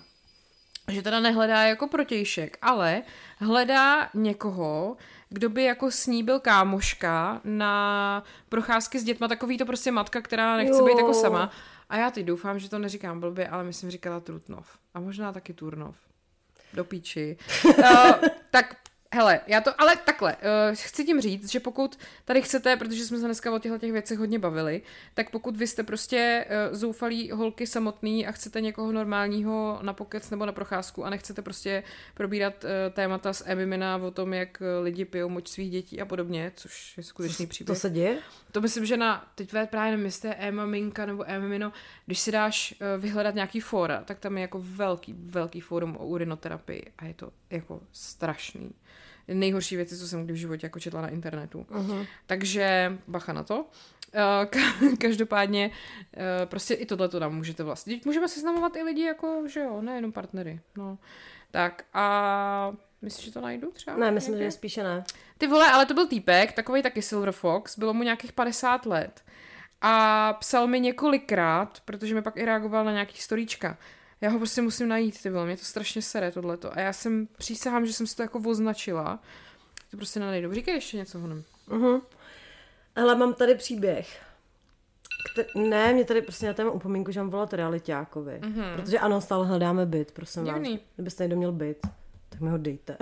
že teda nehledá jako protějšek, ale hledá někoho, kdo by jako s ní byl kámoška na procházky s dětma, takový to prostě matka, která nechce jo. být jako sama. A já teď doufám, že to neříkám blbě, ale myslím říkala Trutnov. A možná taky Turnov. Do píči. uh, tak hele, já to, ale takhle, uh, chci tím říct, že pokud tady chcete, protože jsme se dneska o těchto těch věcech hodně bavili, tak pokud vy jste prostě uh, zoufalí holky samotný a chcete někoho normálního na pokec nebo na procházku a nechcete prostě probírat uh, témata z Emimina o tom, jak lidi pijou moč svých dětí a podobně, což je skutečný příběh. To se děje? To myslím, že na, teď právě nevím, jestli je Emaminka nebo Emimino, když si dáš uh, vyhledat nějaký fóra, tak tam je jako velký, velký fórum o urinoterapii a je to jako strašný. Nejhorší věci, co jsem kdy v životě jako četla na internetu. Uh-huh. Takže bacha na to. Každopádně prostě i tohleto nám můžete vlastně. Můžeme seznamovat i lidi jako, že jo, nejenom partnery. No. Tak a Myslíš, že to najdu třeba? Ne, myslím, někde? že spíše ne. Ty vole, ale to byl týpek, takovej taky Silver Fox, bylo mu nějakých padesát let. A psal mi několikrát, protože mi pak i reagoval na nějaký storíčka. Já ho prostě musím najít, ty vole, mě to strašně sere tohleto. A já jsem, přísahám, že jsem si to jako označila. To prostě nenajdu. Říkej ještě něco honem. Uh-huh. Hele, mám tady příběh. Kter- ne, mě tady prostě na téma upomínku, že mám volat realitákovi. Uh-huh. Protože ano, stále hledáme byt, prosím Divný. vás. Kdybyste někdo měl byt, tak mi ho dejte.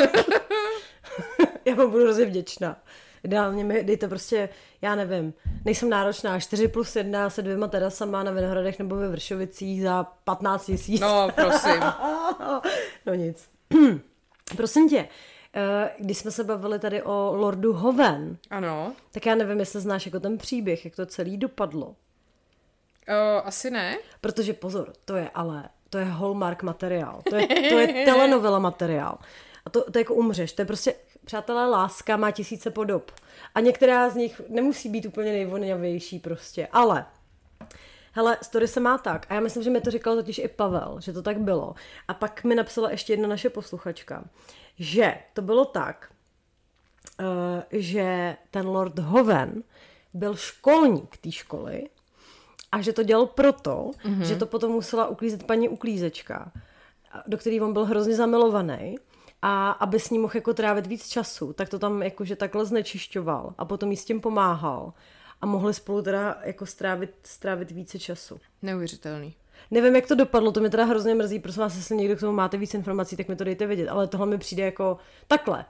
Já vám budu hrozně vděčná. Ideálně mi dejte prostě, já nevím, nejsem náročná, čtyři plus jedna se dvěma terasama na Vinohradech nebo ve Vršovicích za patnáct tisíc. No, prosím. No nic. Prosím tě, když jsme se bavili tady o Lordu Hoven, Ano. tak já nevím, jestli znáš jako ten příběh, jak to celý dopadlo. Uh, asi ne. Protože pozor, to je ale, to je Hallmark materiál, to je, to je telenovela materiál. A to, to jako umřeš, to je prostě, přátelé, láska má tisíce podob. A některá z nich nemusí být úplně nejvoněvější prostě, ale hele, story se má tak, a já myslím, že mi to říkal totiž i Pavel, že to tak bylo. A pak mi napsala ještě jedna naše posluchačka, že to bylo tak, uh, že ten Lord Hoven byl školník té školy a že to dělal proto, mm-hmm. že to potom musela uklízet paní uklízečka, do který on byl hrozně zamilovaný. A aby s ním mohl jako trávit víc času, tak to tam jakože takhle znečišťoval a potom jí s tím pomáhal a mohli spolu teda jako strávit, strávit více času. Neuvěřitelný. Nevím, jak to dopadlo, to mě teda hrozně mrzí, prosím vás, jestli někdo k tomu máte víc informací, tak mi to dejte vědět, ale tohle mi přijde jako takhle.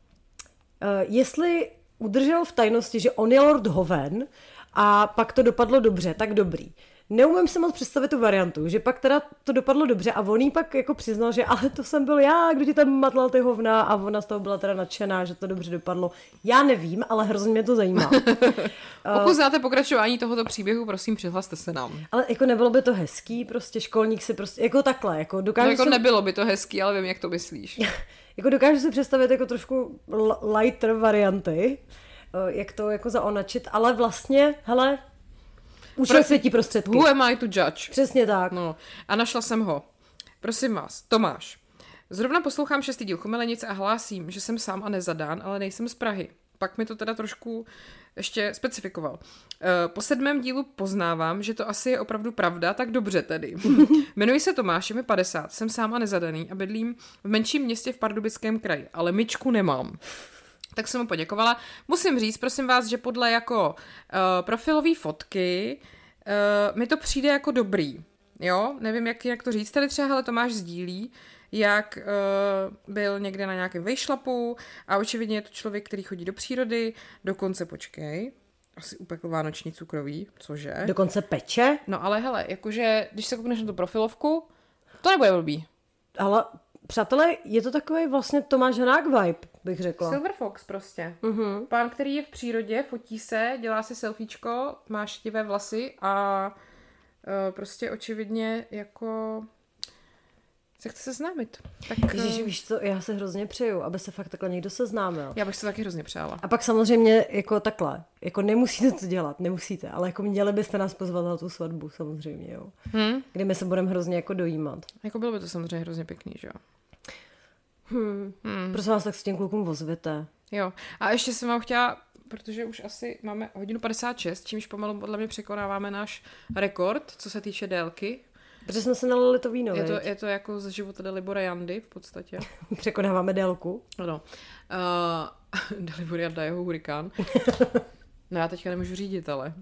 Uh, jestli udržel v tajnosti, že on je Lord Hoven a pak to dopadlo dobře, tak dobrý. Neumím si moc představit tu variantu, že pak teda to dopadlo dobře a on jí pak jako přiznal, že ale to jsem byl já, kdo ti tam matlal ty hovna a ona z toho byla teda nadšená, že to dobře dopadlo. Já nevím, ale hrozně mě to zajímá. Pokud znáte pokračování tohoto příběhu, prosím, přihlaste se nám. Ale jako nebylo by to hezký, prostě školník si prostě, jako takhle, jako dokážu no jako si... nebylo by to hezký, ale vím, jak to myslíš. Jako dokážu si představit jako trošku lighter varianty, jak to jako zaonačit, ale vlastně, hele, účel Pro... světí prostředky. Who am I to judge? Přesně tak. No, a našla jsem ho. Prosím vás, Tomáš. Zrovna poslouchám šestý díl Chumelenice a hlásím, že jsem sám a nezadán, ale nejsem z Prahy. Pak mi to teda trošku ještě specifikoval. Po sedmém dílu poznávám, že to asi je opravdu pravda, tak dobře tedy. Jmenuji se Tomáš, je mi padesát, jsem sám a nezadaný a bydlím v menším městě v Pardubickém kraji, ale myčku nemám. Tak jsem mu poděkovala. Musím říct, prosím vás, že podle jako uh, profilové fotky uh, mi to přijde jako dobrý. Jo, nevím, jak, jak to říct. Tady třeba, hele, Tomáš sdílí, jak uh, byl někde na nějakém vejšlapu a očividně je to člověk, který chodí do přírody, dokonce, počkej, asi upekl vánoční cukroví, cože? Dokonce peče? No ale hele, jakože, když se koukneš na tu profilovku, to nebude blbý. Ale přátelé, je to takový vlastně Tomáš Hanák vibe, bych řekla. Silver Fox prostě. Uh-huh. Pán, který je v přírodě, fotí se, dělá si selfiečko, má šedivé vlasy a uh, prostě očividně jako se chce seznámit. Tak, Ježiš, víš co, já se hrozně přeju, aby se fakt takhle někdo seznámil. Já bych se taky hrozně přála. A pak samozřejmě jako takhle, jako nemusíte to dělat, nemusíte, ale jako měli byste nás pozvat na tu svatbu samozřejmě, jo. Hmm? Kde my se budeme hrozně jako dojímat. Jako bylo by to samozřejmě hrozně pěkný, že jo. Hmm. Hmm. Prosím vás, tak s těm klukům ozvěte. Jo. A ještě jsem vám chtěla, protože už asi máme hodinu padesát šest, čímž pomalu podle mě překonáváme náš rekord, co se týče délky. Protože jsme se nalili to víno, je to, je to jako ze života Dalibora Jandy v podstatě. Překonáváme délku. Ano. Uh, Dalibor Janda, jeho hurikán. No já teďka nemůžu řídit, ale.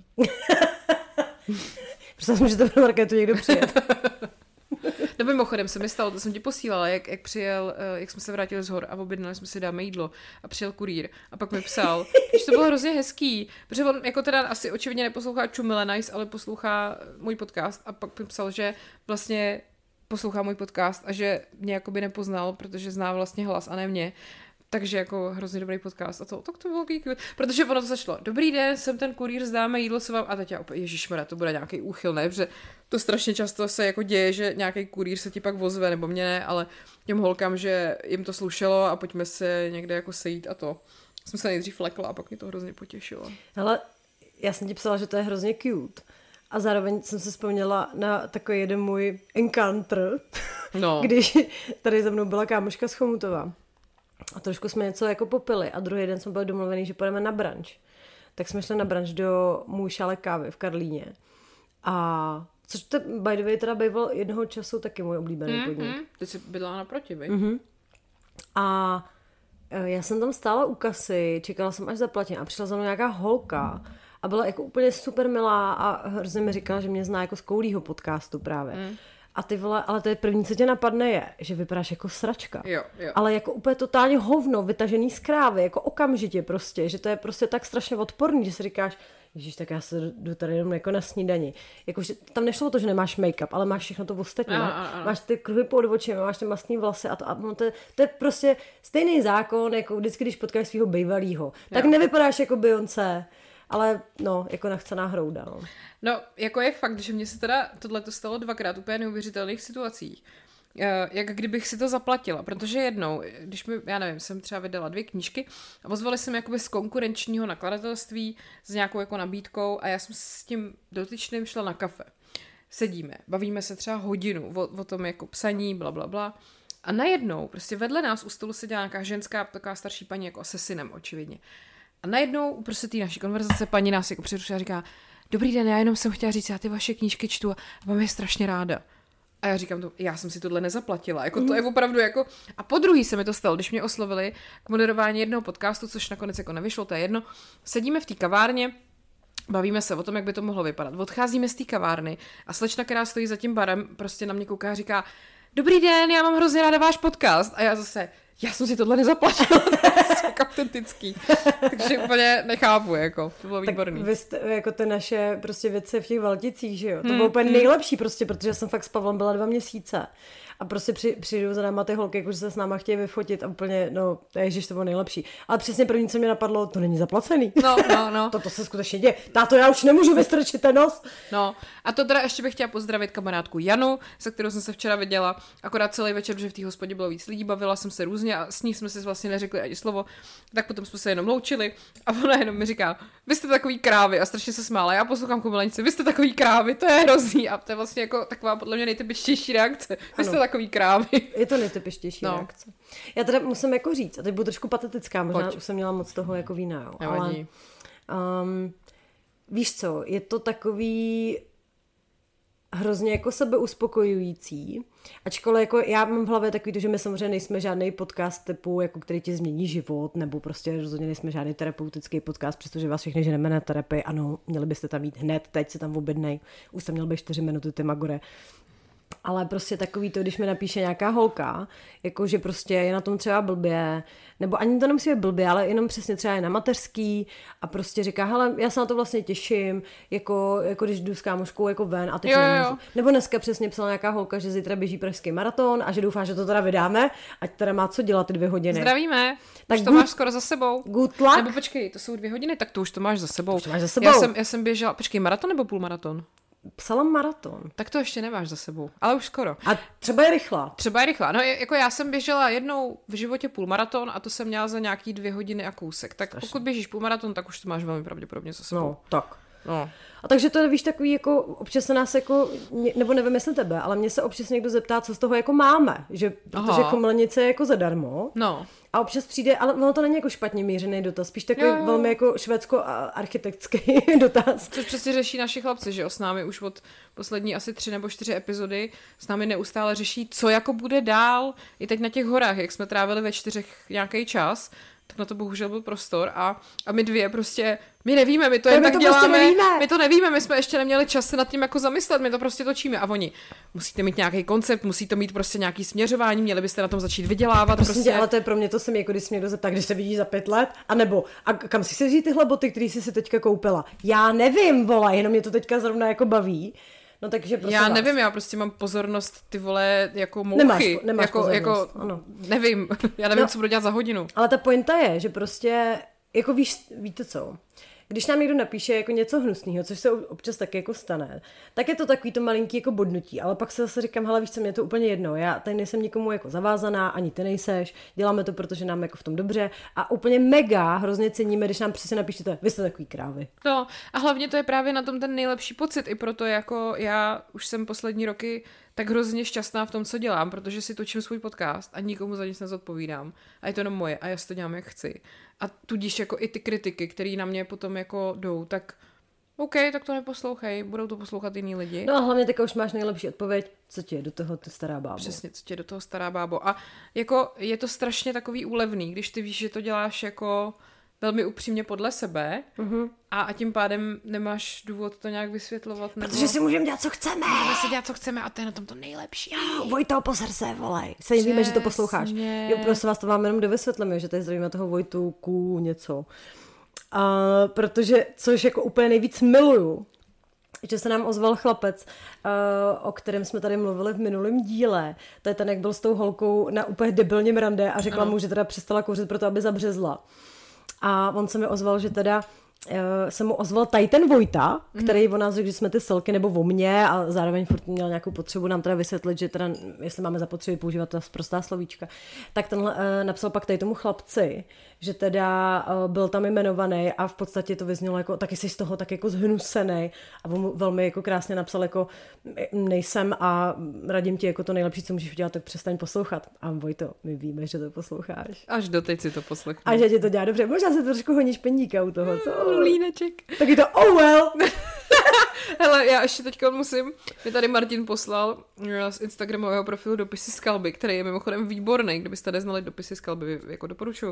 Protože že to pro marketu někdo přijet. No mimochodem se mi stalo, to jsem ti posílala, jak, jak přijel, jak jsme se vrátili z hor a objednali jsme si dáme jídlo a přijel kurýr a pak mi psal, že to bylo hrozně hezký, protože on jako teda asi očividně neposlouchá Čumile Nice, ale poslouchá můj podcast a pak mi psal, že vlastně poslouchá můj podcast a že mě jakoby nepoznal, protože zná vlastně hlas a ne mě. Takže jako hrozně dobrý podcast a to, tak to bylo cute, protože ono to začalo. Dobrý den, jsem ten kurýr, zdáme jídlo se vám a teď já opět, ježišmarja, to bude nějaký úchyl, ne? Protože to strašně často se jako děje, že nějaký kurýr se ti pak vozve, nebo mě ne, ale těm holkám, že jim to slušelo a pojďme se někde jako sejít a to. Jsem se nejdřív flekla a pak mě to hrozně potěšilo. Hele, já jsem ti psala, že to je hrozně cute. A zároveň jsem se vzpomněla na takový jeden můj encounter, no. když tady za mnou byla kámoška z Chomutova. a trošku jsme něco jako popili a druhý den jsme byli domluvený, že půjdeme na brunch. Tak jsme šli na brunch do Můj šálek kávy v Karlíně. A což to by the way teda býval jednoho času taky můj oblíbený mm, podnik. Mm. Ty jsi bydlela naproti, vy? Mm-hmm. A já jsem tam stála u kasy, čekala jsem, až zaplatím a přišla za mnou nějaká holka a byla jako úplně super milá a hrozně mi říkala, že mě zná jako z Koulího podcastu právě. Mm. A ty vole, ale to je první, co tě napadne je, že vypadáš jako sračka. Jo, jo. Ale jako úplně totálně hovno, vytažený z krávy, jako okamžitě prostě, že to je prostě tak strašně odporný, že si říkáš, ježiš, tak já se jdu tady jenom jako na snídani. Jako, že tam nešlo o to, že nemáš make-up, ale máš všechno to ostatní. A, má, a, a. Máš ty kruhy pod očima, máš ty mastný vlasy a to, a no to, je, to je prostě stejný zákon, jako vždycky, když potkáš svého bejvalýho. Tak jo. Nevypadáš jako Beyoncé, ale no, jako nachcená hrouda. No. no, jako je fakt, že mě se teda tohle to stalo dvakrát úplně neuvěřitelných situacích. Jak kdybych si to zaplatila, protože jednou, když mi, já nevím, jsem třeba vydala dvě knížky a ozvali jsem jakoby z konkurenčního nakladatelství s nějakou jako nabídkou a já jsem s tím dotyčným šla na kafe. Sedíme, bavíme se třeba hodinu o, o tom jako psaní, bla, bla, bla. A najednou, prostě vedle nás u stolu seděla nějaká ženská, taková starší paní jako se synem, očividně. A najednou, prostě té naší konverzace, paní nás jako přerušila a říká, dobrý den, já jenom jsem chtěla říct, já ty vaše knížky čtu a mám je strašně ráda. A já říkám to, já jsem si tohle nezaplatila, jako to je opravdu jako... A po druhý se mi to stalo, když mě oslovili k moderování jednoho podcastu, což nakonec jako nevyšlo, to je jedno. Sedíme v té kavárně, bavíme se o tom, jak by to mohlo vypadat. Odcházíme z té kavárny a slečna, která stojí za tím barem, prostě na mě kouká a říká, dobrý den, já mám hrozně ráda váš podcast. A já zase, já jsem si tohle nezaplatila, to je jako autentický. Takže úplně nechápu, jako, to bylo výborný. Tak vy jste, jako ty naše prostě věci v těch Valticích, že jo, to hmm, bylo úplně hmm. nejlepší prostě, protože jsem fakt s Pavlem byla dva měsíce. A prostě při, přijdou za náma ty holky, jakože se s náma chtějí vyfotit a úplně, no, ježiš, to bylo nejlepší. Ale přesně první, co mě napadlo, to není zaplacený. No, no, no. Toto se skutečně děje. Táto, já už nemůžu vystrčit ten nos. No, a to teda ještě bych chtěla pozdravit kamarádku Janu, se kterou jsem se včera viděla, akorát celý večer, že v té hospodě bylo víc lidí, bavila jsem se různě a s ní jsme si vlastně neřekli ani slovo, tak potom jsme se jenom loučili a ona jenom mi říká, vy jste takový krávy a strašně se smála, já poslouchám Komileňce, vy jste takový krávy, to je hrozný a to je vlastně jako taková podle mě nejtypičtější reakce, vy jste takový krávy. Je to nejtypičtější no. reakce. Já teda musím jako říct, a teď budu trošku patetická, možná Pojď. Už jsem měla moc toho jako vína, jo. Ale um, víš co, je to takový hrozně jako sebeuspokojující, ačkoliv jako já mám v hlavě takový to, že my samozřejmě nejsme žádný podcast typu, jako který ti změní život, nebo prostě rozhodně nejsme žádný terapeutický podcast, přestože vás všechny ženeme na terapii, ano, měli byste tam jít hned, teď se tam objednej, už jste měl být čtyři minuty ty magore. Ale prostě takový to, když mi napíše nějaká holka, jako že prostě je na tom třeba blbě, nebo ani to nemusí být blbě, ale jenom přesně třeba je na mateřský a prostě říká, hele, já se na to vlastně těším, jako, jako když jdu s kámoškou jako ven a teď jo, nemůžu. Jo. Nebo dneska přesně psala nějaká holka, že zítra běží pražský maraton a že doufá, že to teda vydáme, ať teda má co dělat ty dvě hodiny. Zdravíme, tak už to good, máš skoro za sebou. Good luck. Nebo počkej, to jsou dvě hodiny, tak to už to máš za sebou. Už to máš za sebou. Já jsem, já jsem běžela, počkej, maraton nebo půlmaraton? Psala maraton. Tak to ještě nemáš za sebou, ale už skoro. A třeba je rychlá. Třeba je rychlá. No jako já jsem běžela jednou v životě půlmaraton a to jsem měla za nějaký dvě hodiny a kousek. Tak Strašný. Pokud běžíš půlmaraton, tak už to máš velmi pravděpodobně za sebou. No, tak. No. A takže to víš takový jako, občas se nás jako, nebo nevím jestli tebe, ale mě se občas někdo zeptá, co z toho jako máme, že, protože Komelenice je jako zadarmo. No. A občas přijde, ale ono to není jako špatně mířený dotaz, spíš takový jo, jo. velmi jako švédsko-architektský dotaz. Což přesně řeší naši chlapci, že jo, s námi už od poslední asi tři nebo čtyři epizody s námi neustále řeší, co jako bude dál, i teď na těch horách, jak jsme trávili ve čtyřech nějaký čas, tak na to bohužel byl prostor a, a my dvě prostě, my nevíme, my to jen tak to děláme, prostě my to nevíme, my jsme ještě neměli čas se nad tím jako zamyslet, my to prostě točíme a oni, musíte mít nějaký koncept, musí to mít prostě nějaký směřování, měli byste na tom začít vydělávat. Prostě, prostě. Ale to je pro mě to jsem jako když se někdo zeptá, když se vidí za pět let, anebo a kam si se vzít tyhle boty, které jsi si teďka koupila? Já nevím, vole, jenom mě to teďka zrovna jako baví. No takže já vás. nevím, já prostě mám pozornost, ty vole, jako mouchy. Nemáš, nemáš jako, pozornost, jako, ano. Nevím, já nevím, no, co budu dělat za hodinu. Ale ta pointa je, že prostě, jako víš, víte co, když nám někdo napíše jako něco hnusného, což se občas taky jako stane, tak je to takový to malinký jako bodnutí, ale pak se zase říkám, hele víš co, mě je to úplně jedno, já tady nejsem nikomu jako zavázaná, ani ty nejseš, děláme to, protože nám jako v tom dobře a úplně mega hrozně ceníme, když nám přesně napíšete, vy jste takový krávy. No a hlavně to je právě na tom ten nejlepší pocit, i proto jako já už jsem poslední roky tak hrozně šťastná v tom, co dělám, protože si točím svůj podcast a nikomu za nic nezodpovídám. A je to jenom moje a já si to dělám, jak chci. A tudíž jako i ty kritiky, které na mě potom jako jdou, tak OK, tak to neposlouchej, budou to poslouchat jiní lidi. No a hlavně teďka už máš nejlepší odpověď, co ti je do toho ty stará bábo. Přesně, co ti je do toho stará bábo. A jako je to strašně takový úlevný, když ty víš, že to děláš jako velmi upřímně podle sebe uh-huh. a, a tím pádem nemáš důvod to nějak vysvětlovat. Nebo... Protože si můžeme dělat, co chceme. Můžeme si dělat, co chceme a to je na tom to nejlepší. Jo, Vojto, pozor se, volej. Se víme, že to posloucháš. Jo, prosím vás, to vám jenom dovysvětlíme, že tady zdravíme toho Vojtu Ků něco. A protože, což jako úplně nejvíc miluju, že se nám ozval chlapec, uh, o kterém jsme tady mluvili v minulém díle. To je ten, jak byl s tou holkou na úplně debilním rande a řekla ano. mu, že teda přestala kouřit proto, aby zabřezla. A on se mi ozval, že teda uh, se mu ozval tady ten Vojta, který mm. o nás řekl, že jsme ty selky nebo o mě a zároveň furt měl nějakou potřebu nám teda vysvětlit, že teda, jestli máme zapotřebí používat ta prostá slovíčka. Tak tenhle uh, napsal pak tady tomu chlapci, že teda uh, byl tam jmenovaný a v podstatě to vyznělo jako, taky jsi z toho tak jako zhnusený a on mu velmi jako krásně napsal jako nejsem a radím ti jako to nejlepší, co můžeš udělat, tak přestaň poslouchat. A Vojto, my víme, že to posloucháš. Až doteď si to poslechnu. A že ti to dělá dobře. Možná se trošku honíš peníka u toho, co? Líneček. Tak je to oh well. Hele, já ještě teďka musím, mě tady Martin poslal z Instagramového profilu dopisy z Kalby, který je mimochodem výborný, kdybyste neznali dopisy z Kalby, jako doporučuji.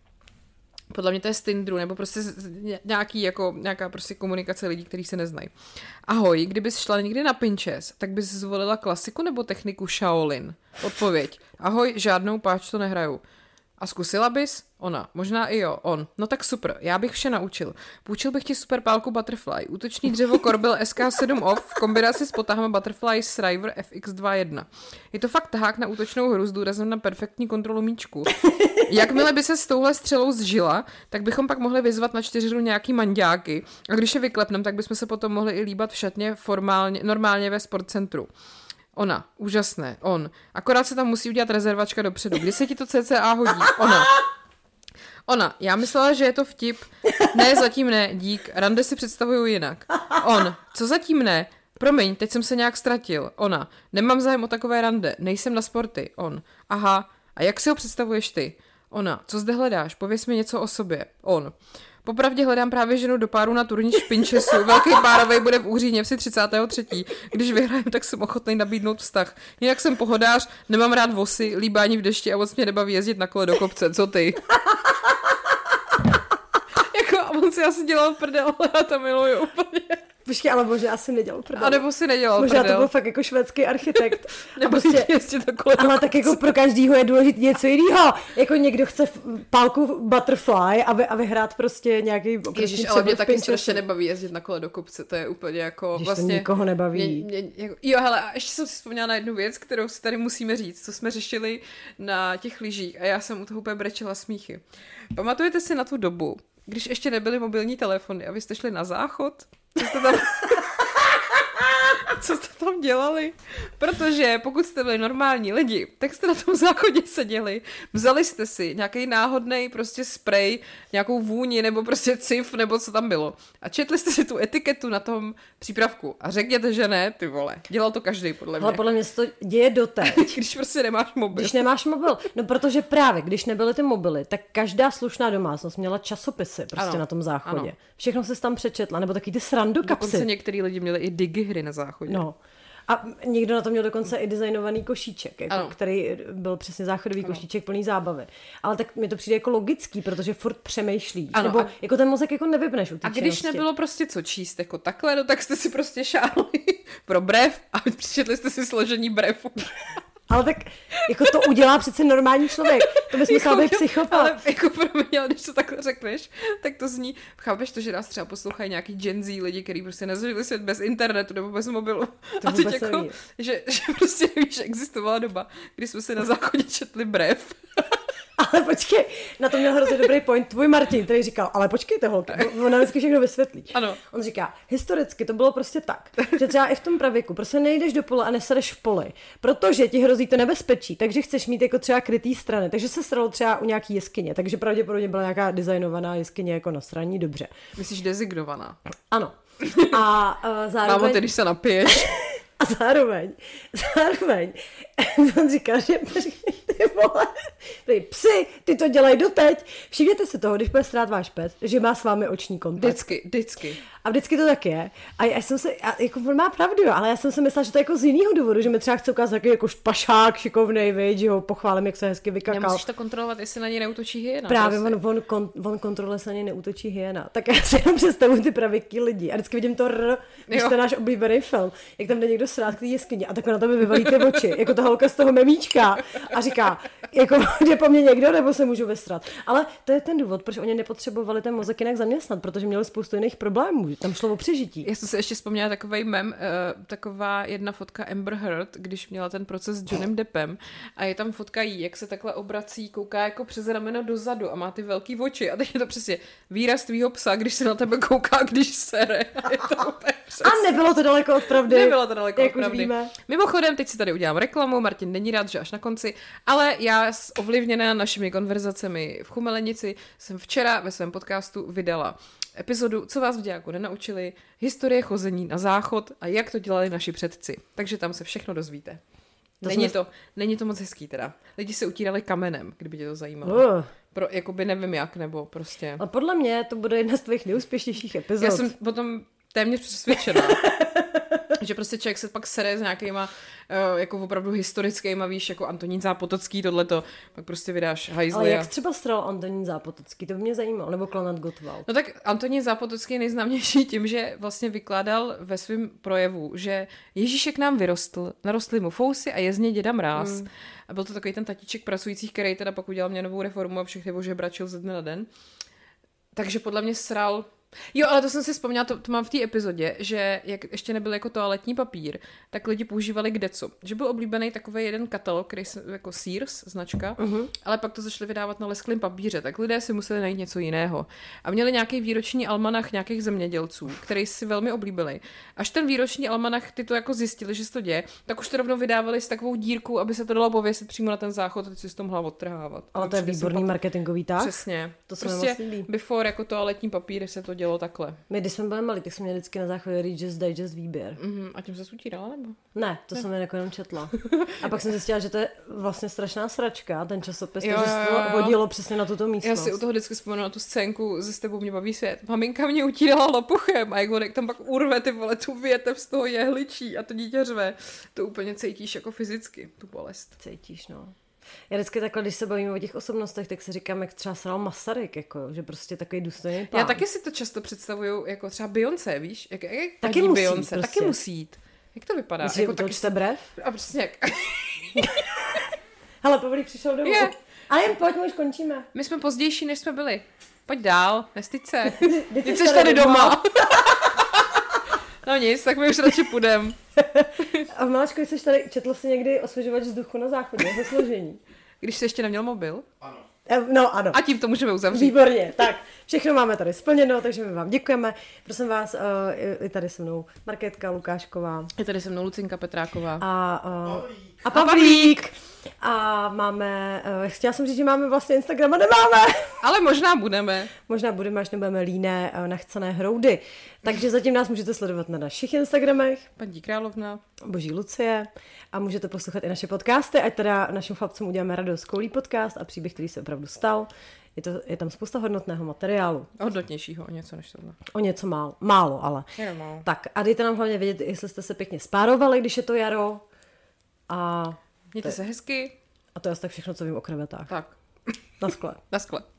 Podle mě to je z Tinderu, nebo prostě nějaký, jako, nějaká prostě komunikace lidí, kteří se neznají. Ahoj, kdybys šla někdy na Pinches, tak bys zvolila klasiku nebo techniku Shaolin? Odpověď. Ahoj, žádnou, páč to nehraju. A zkusila bys? Ona. Možná i jo. On. No tak super, já bych vše naučil. Půjčil bych ti super pálku Butterfly, útočný dřevo Corbel S K sedm off v kombinaci s potahama Butterfly Thriver F X dva jedna. Je to fakt tahák na útočnou hru s důrazem na perfektní kontrolu míčku. Jakmile by se s touhle střelou zžila, tak bychom pak mohli vyzvat na čtyřhru nějaký manďáky a když je vyklepnem, tak bychom se potom mohli i líbat v šatně formálně, normálně ve sportcentru. Ona, úžasné, on. Akorát se tam musí udělat rezervačka dopředu. Kdy se ti to cca hodí? Ona. Ona, já myslela, že je to vtip. Ne, zatím ne, dík. Rande si představuju jinak. On, co zatím ne? Promiň, teď jsem se nějak ztratil. Ona, nemám zájem o takové rande, nejsem na sporty. On, aha, a jak si ho představuješ ty? Ona, co zde hledáš? Pověz mi něco o sobě. On, popravdě hledám právě ženu do páru na turniš v Pinchesu. Velký párovej bude v Úříněvsi třicátého třetího Když vyhraju, tak jsem ochotný nabídnout vztah. Jinak jsem pohodář, nemám rád vosy, líbání v dešti a moc mě nebaví jezdit na kole do kopce. Co ty? Jako, a on si asi dělal prdel, ale já to miluju úplně. Počkej, ale bože, asi nedělal prdel. A nebo si nedělal možná prdel. To byl fakt jako švédský architekt. Nebo prostě, jezdit takhle ale tak jako pro každýho je důležité něco jiného. Jako někdo chce pálku Butterfly a, vy, a vyhrát prostě nějaký Ježiš, ale mě taky strašně nebaví jezdit na kole do kopce. To je úplně jako Ježiš, vlastně... to nikoho nebaví. Mě, mě, jako, jo, hele, a ještě jsem si vzpomněla na jednu věc, kterou si tady musíme říct, co jsme řešili na těch lyžích a já jsem u toho úplně brečela smíchy. Pamatujete si na tu dobu, když ještě nebyly mobilní telefony a vy jste šli na záchod? Co jste tam... Co jste tam dělali? Protože pokud jste byli normální lidi, tak jste na tom záchodě seděli, vzali jste si nějaký náhodný prostě sprej, nějakou vůni nebo prostě cif, nebo co tam bylo. A četli jste si tu etiketu na tom přípravku. A řekněte, že ne, ty vole. Dělal to každý podle mě. Ale podle mě se to děje doteď. Když prostě nemáš mobil. Když nemáš mobil. No protože právě, když nebyly ty mobily, tak každá slušná domácnost měla časopisy prostě ano, na tom záchodě. Ano. Všechno se tam přečetla, nebo taky ty srandokapsy. Dokonce některý lidi měli i digihry na záchodě. No. A někdo na to měl dokonce i designovaný košíček, jako, který byl přesně záchodový ano. košíček plný zábavy. Ale tak mi to přijde jako logický, protože furt přemýšlíš. Ano, nebo a... jako ten mozek jako nevypneš u té A když činnosti. Nebylo prostě co číst jako takhle, no tak jste si prostě šáhli pro brev a přečetli jste si složení brevu. Ale tak jako to udělá přece normální člověk. To bys musela být psychopat. Ale jako pro mě, ale když to takhle řekneš, tak to zní, chápeš to, že nás třeba poslouchají nějaký Gen Z lidi, kteří prostě nezažili svět bez internetu nebo bez mobilu. To a teď jako, že, že prostě nevíš, že existovala doba, kdy jsme si na záchodě četli brev. Ale počkej, na to měl hrozně dobrý point tvůj Martin, který říkal, ale počkejte holky, ona vždycky všechno vysvětlí. Ano. On říká, historicky to bylo prostě tak, že třeba i v tom pravěku prostě nejdeš do pole a nesedeš v poli, protože ti hrozí to nebezpečí, takže chceš mít jako třeba krytý strany, takže se sralo třeba u nějaký jeskyně, takže pravděpodobně byla nějaká designovaná jeskyně jako na straní, dobře. Myslíš designovaná? Ano. A uh, zároveň... Mámo, ty když se napiješ... A zároveň, zároveň, on říkal, že ty vole, psi, ty to dělají doteď. Všimněte se toho, když bude srát váš pes, že má s vámi oční kontakt. Vždycky, vždycky. A vždycky to tak je. A já jsem se, a jako on má pravdu, ale já jsem si myslela, že to je jako z jiného důvodu, že mi třeba chce ukázat taky jako pašák šikovnej, viď, že ho pochválím, jak se hezky vykakal. Nemusíš to kontrolovat, jestli na něj neútočí hyena. Právě on, on, kon, on kontroluje, se na něj neútočí hyena. Tak já si jenom představuji ty pravěký lidi. A vždycky vidím to r, když to je náš oblíbený film, jak tam jde někdo srát k té jeskyni a takhle na tebe vyvalí ty oči, jako ta holka z toho memíčka a říká, jako jde po mně někdo, nebo se můžu vysrat. Ale to je ten důvod, proč oni nepotřebovali ten mozek jinak zaměstnat, protože měli spoustu jiných problémů. Tam šlo o přežití. Já jsem si ještě vzpomněla takovej mem, uh, taková jedna fotka Amber Heard, když měla ten proces s Johnnym Deppem a je tam fotka jí, jak se takhle obrací, kouká jako přes rameno dozadu a má ty velký oči a teď je to přesně výraz tvýho psa, když se na tebe kouká, když sere. A, je to a nebylo to daleko od pravdy. Nebylo to daleko jak od pravdy. Víme. Mimochodem, teď si tady udělám reklamu, Martin není rád, že až na konci, ale já ovlivněná našimi konverzacemi v Chumelenici jsem včera ve svém podcastu vydala epizodu Co vás v dějáku nenaučili, historie chození na záchod a jak to dělali naši předci. Takže tam se všechno dozvíte. To není, jsme... to, není to moc hezký teda. Lidi se utírali kamenem, kdyby tě to zajímalo. Uh. Pro, jakoby nevím jak, nebo prostě... A podle mě to bude jedna z tvých nejúspěšnějších epizod. Já jsem potom téměř přesvědčená. Že prostě člověk se pak sere s nějakýma uh, jako opravdu historickýma, víš, jako Antonín Zápotocký, tohleto, pak prostě vydáš hajzly. Ale jak a... třeba stral Antonín Zápotocký, to by mě zajímalo, nebo Klanat Gottwald. No tak Antonín Zápotocký je nejznámější tím, že vlastně vykládal ve svém projevu, že Ježíšek nám vyrostl, narostly mu fousy a je z něj děda Mráz. Hmm. A byl to takový ten tatíček pracujících, který teda pak udělal měnovou reformu a všechny ožebračil ze dne na den. Takže podle mě sral... Jo, ale to jsem si vzpomněla, to, to mám v té epizodě, že jak ještě nebyl jako toaletní papír, tak lidi používali kdeco. Že byl oblíbený takový jeden katalog, který se, jako Sears značka, uh-huh. ale pak to začali vydávat na lesklém papíře, tak lidé si museli najít něco jiného. A měli nějaký výroční almanach nějakých zemědělců, který si velmi oblíbili. Až ten výroční almanach ty to jako zjistili, že se to děje, tak už to rovnou vydávali s takovou dírkou, aby se to dalo pověsit přímo na ten záchod a teď si to mohla odtrhávat. Ale to je výborný pat... marketingový tah. Přesně. To se prostě before jako toaletní papír se to dělo takhle. My, když jsme byli malí, tak jsme měli vždycky na záchodě Reader's Digest výběr. Mm-hmm. A tím se utírala, nebo? Ne, to ne. jsem jen jako jenom četla. A pak jsem zjistila, že to je vlastně strašná sračka, ten časopis, jo, takže se to hodilo přesně na tuto místnost. Já si u toho vždycky vzpomenu na tu scénku ze S tebou mě baví svět. Maminka mě utírala lopuchem a jak on tam pak urve ty vole tu větev z toho jehličí a to dítě řve. To úplně cítíš jako fyzicky, tu bolest. Cítíš, no. Já vždycky takhle, když se bavíme o těch osobnostech, tak si říkám, jak třeba sral Masaryk, jako, že prostě takový důstojný pán. Já taky si to často představuju, jako třeba Beyoncé, víš? Jak, jak taky musí, Beyoncé, prostě. Taky musí jít. Jak to vypadá? Myslíš, jako že taky... brev? A přesně jak... Hele, povolí přišel domů. Je. Ale jen pojď, my už končíme. My jsme pozdější, než jsme byli. Pojď dál, nestyď se. Teď jsi tady doma. doma. No nic, tak my už radši půjdem. A v Máčku, jsi tady, četl jsi někdy osvěžovač vzduchu na záchodě, jeho složení? Když jsi ještě neměl mobil? Ano. No ano. A tím to můžeme uzavřít. Výborně, tak všechno máme tady splněno, takže my vám děkujeme. Prosím vás, uh, je tady se mnou Markétka Lukášková. Je tady se mnou Lucinka Petráková. A, uh, Pavlík. a Pavlík. A máme, uh, chtěla jsem říct, že máme vlastně Instagram a nemáme. Ale možná budeme. Možná budeme, až nebudeme líné, uh, nachcené hroudy. Takže zatím nás můžete sledovat na našich Instagramech. Paní Královna. Boží Lucie. A můžete poslouchat i naše podcasty, ať teda našim chlapcům uděláme radost. Koulí podcast a příběh, který se opravdu stal. Je, to, je tam spousta hodnotného materiálu. Hodnotnějšího, o něco než tohle. O něco málo, málo ale. Jenom málo. Tak a dejte nám hlavně vědět, jestli jste se pěkně spárovali, když je to jaro. A mějte se hezky. A to je asi tak všechno, co vím o krevetách. Tak. Na skle. Na skle.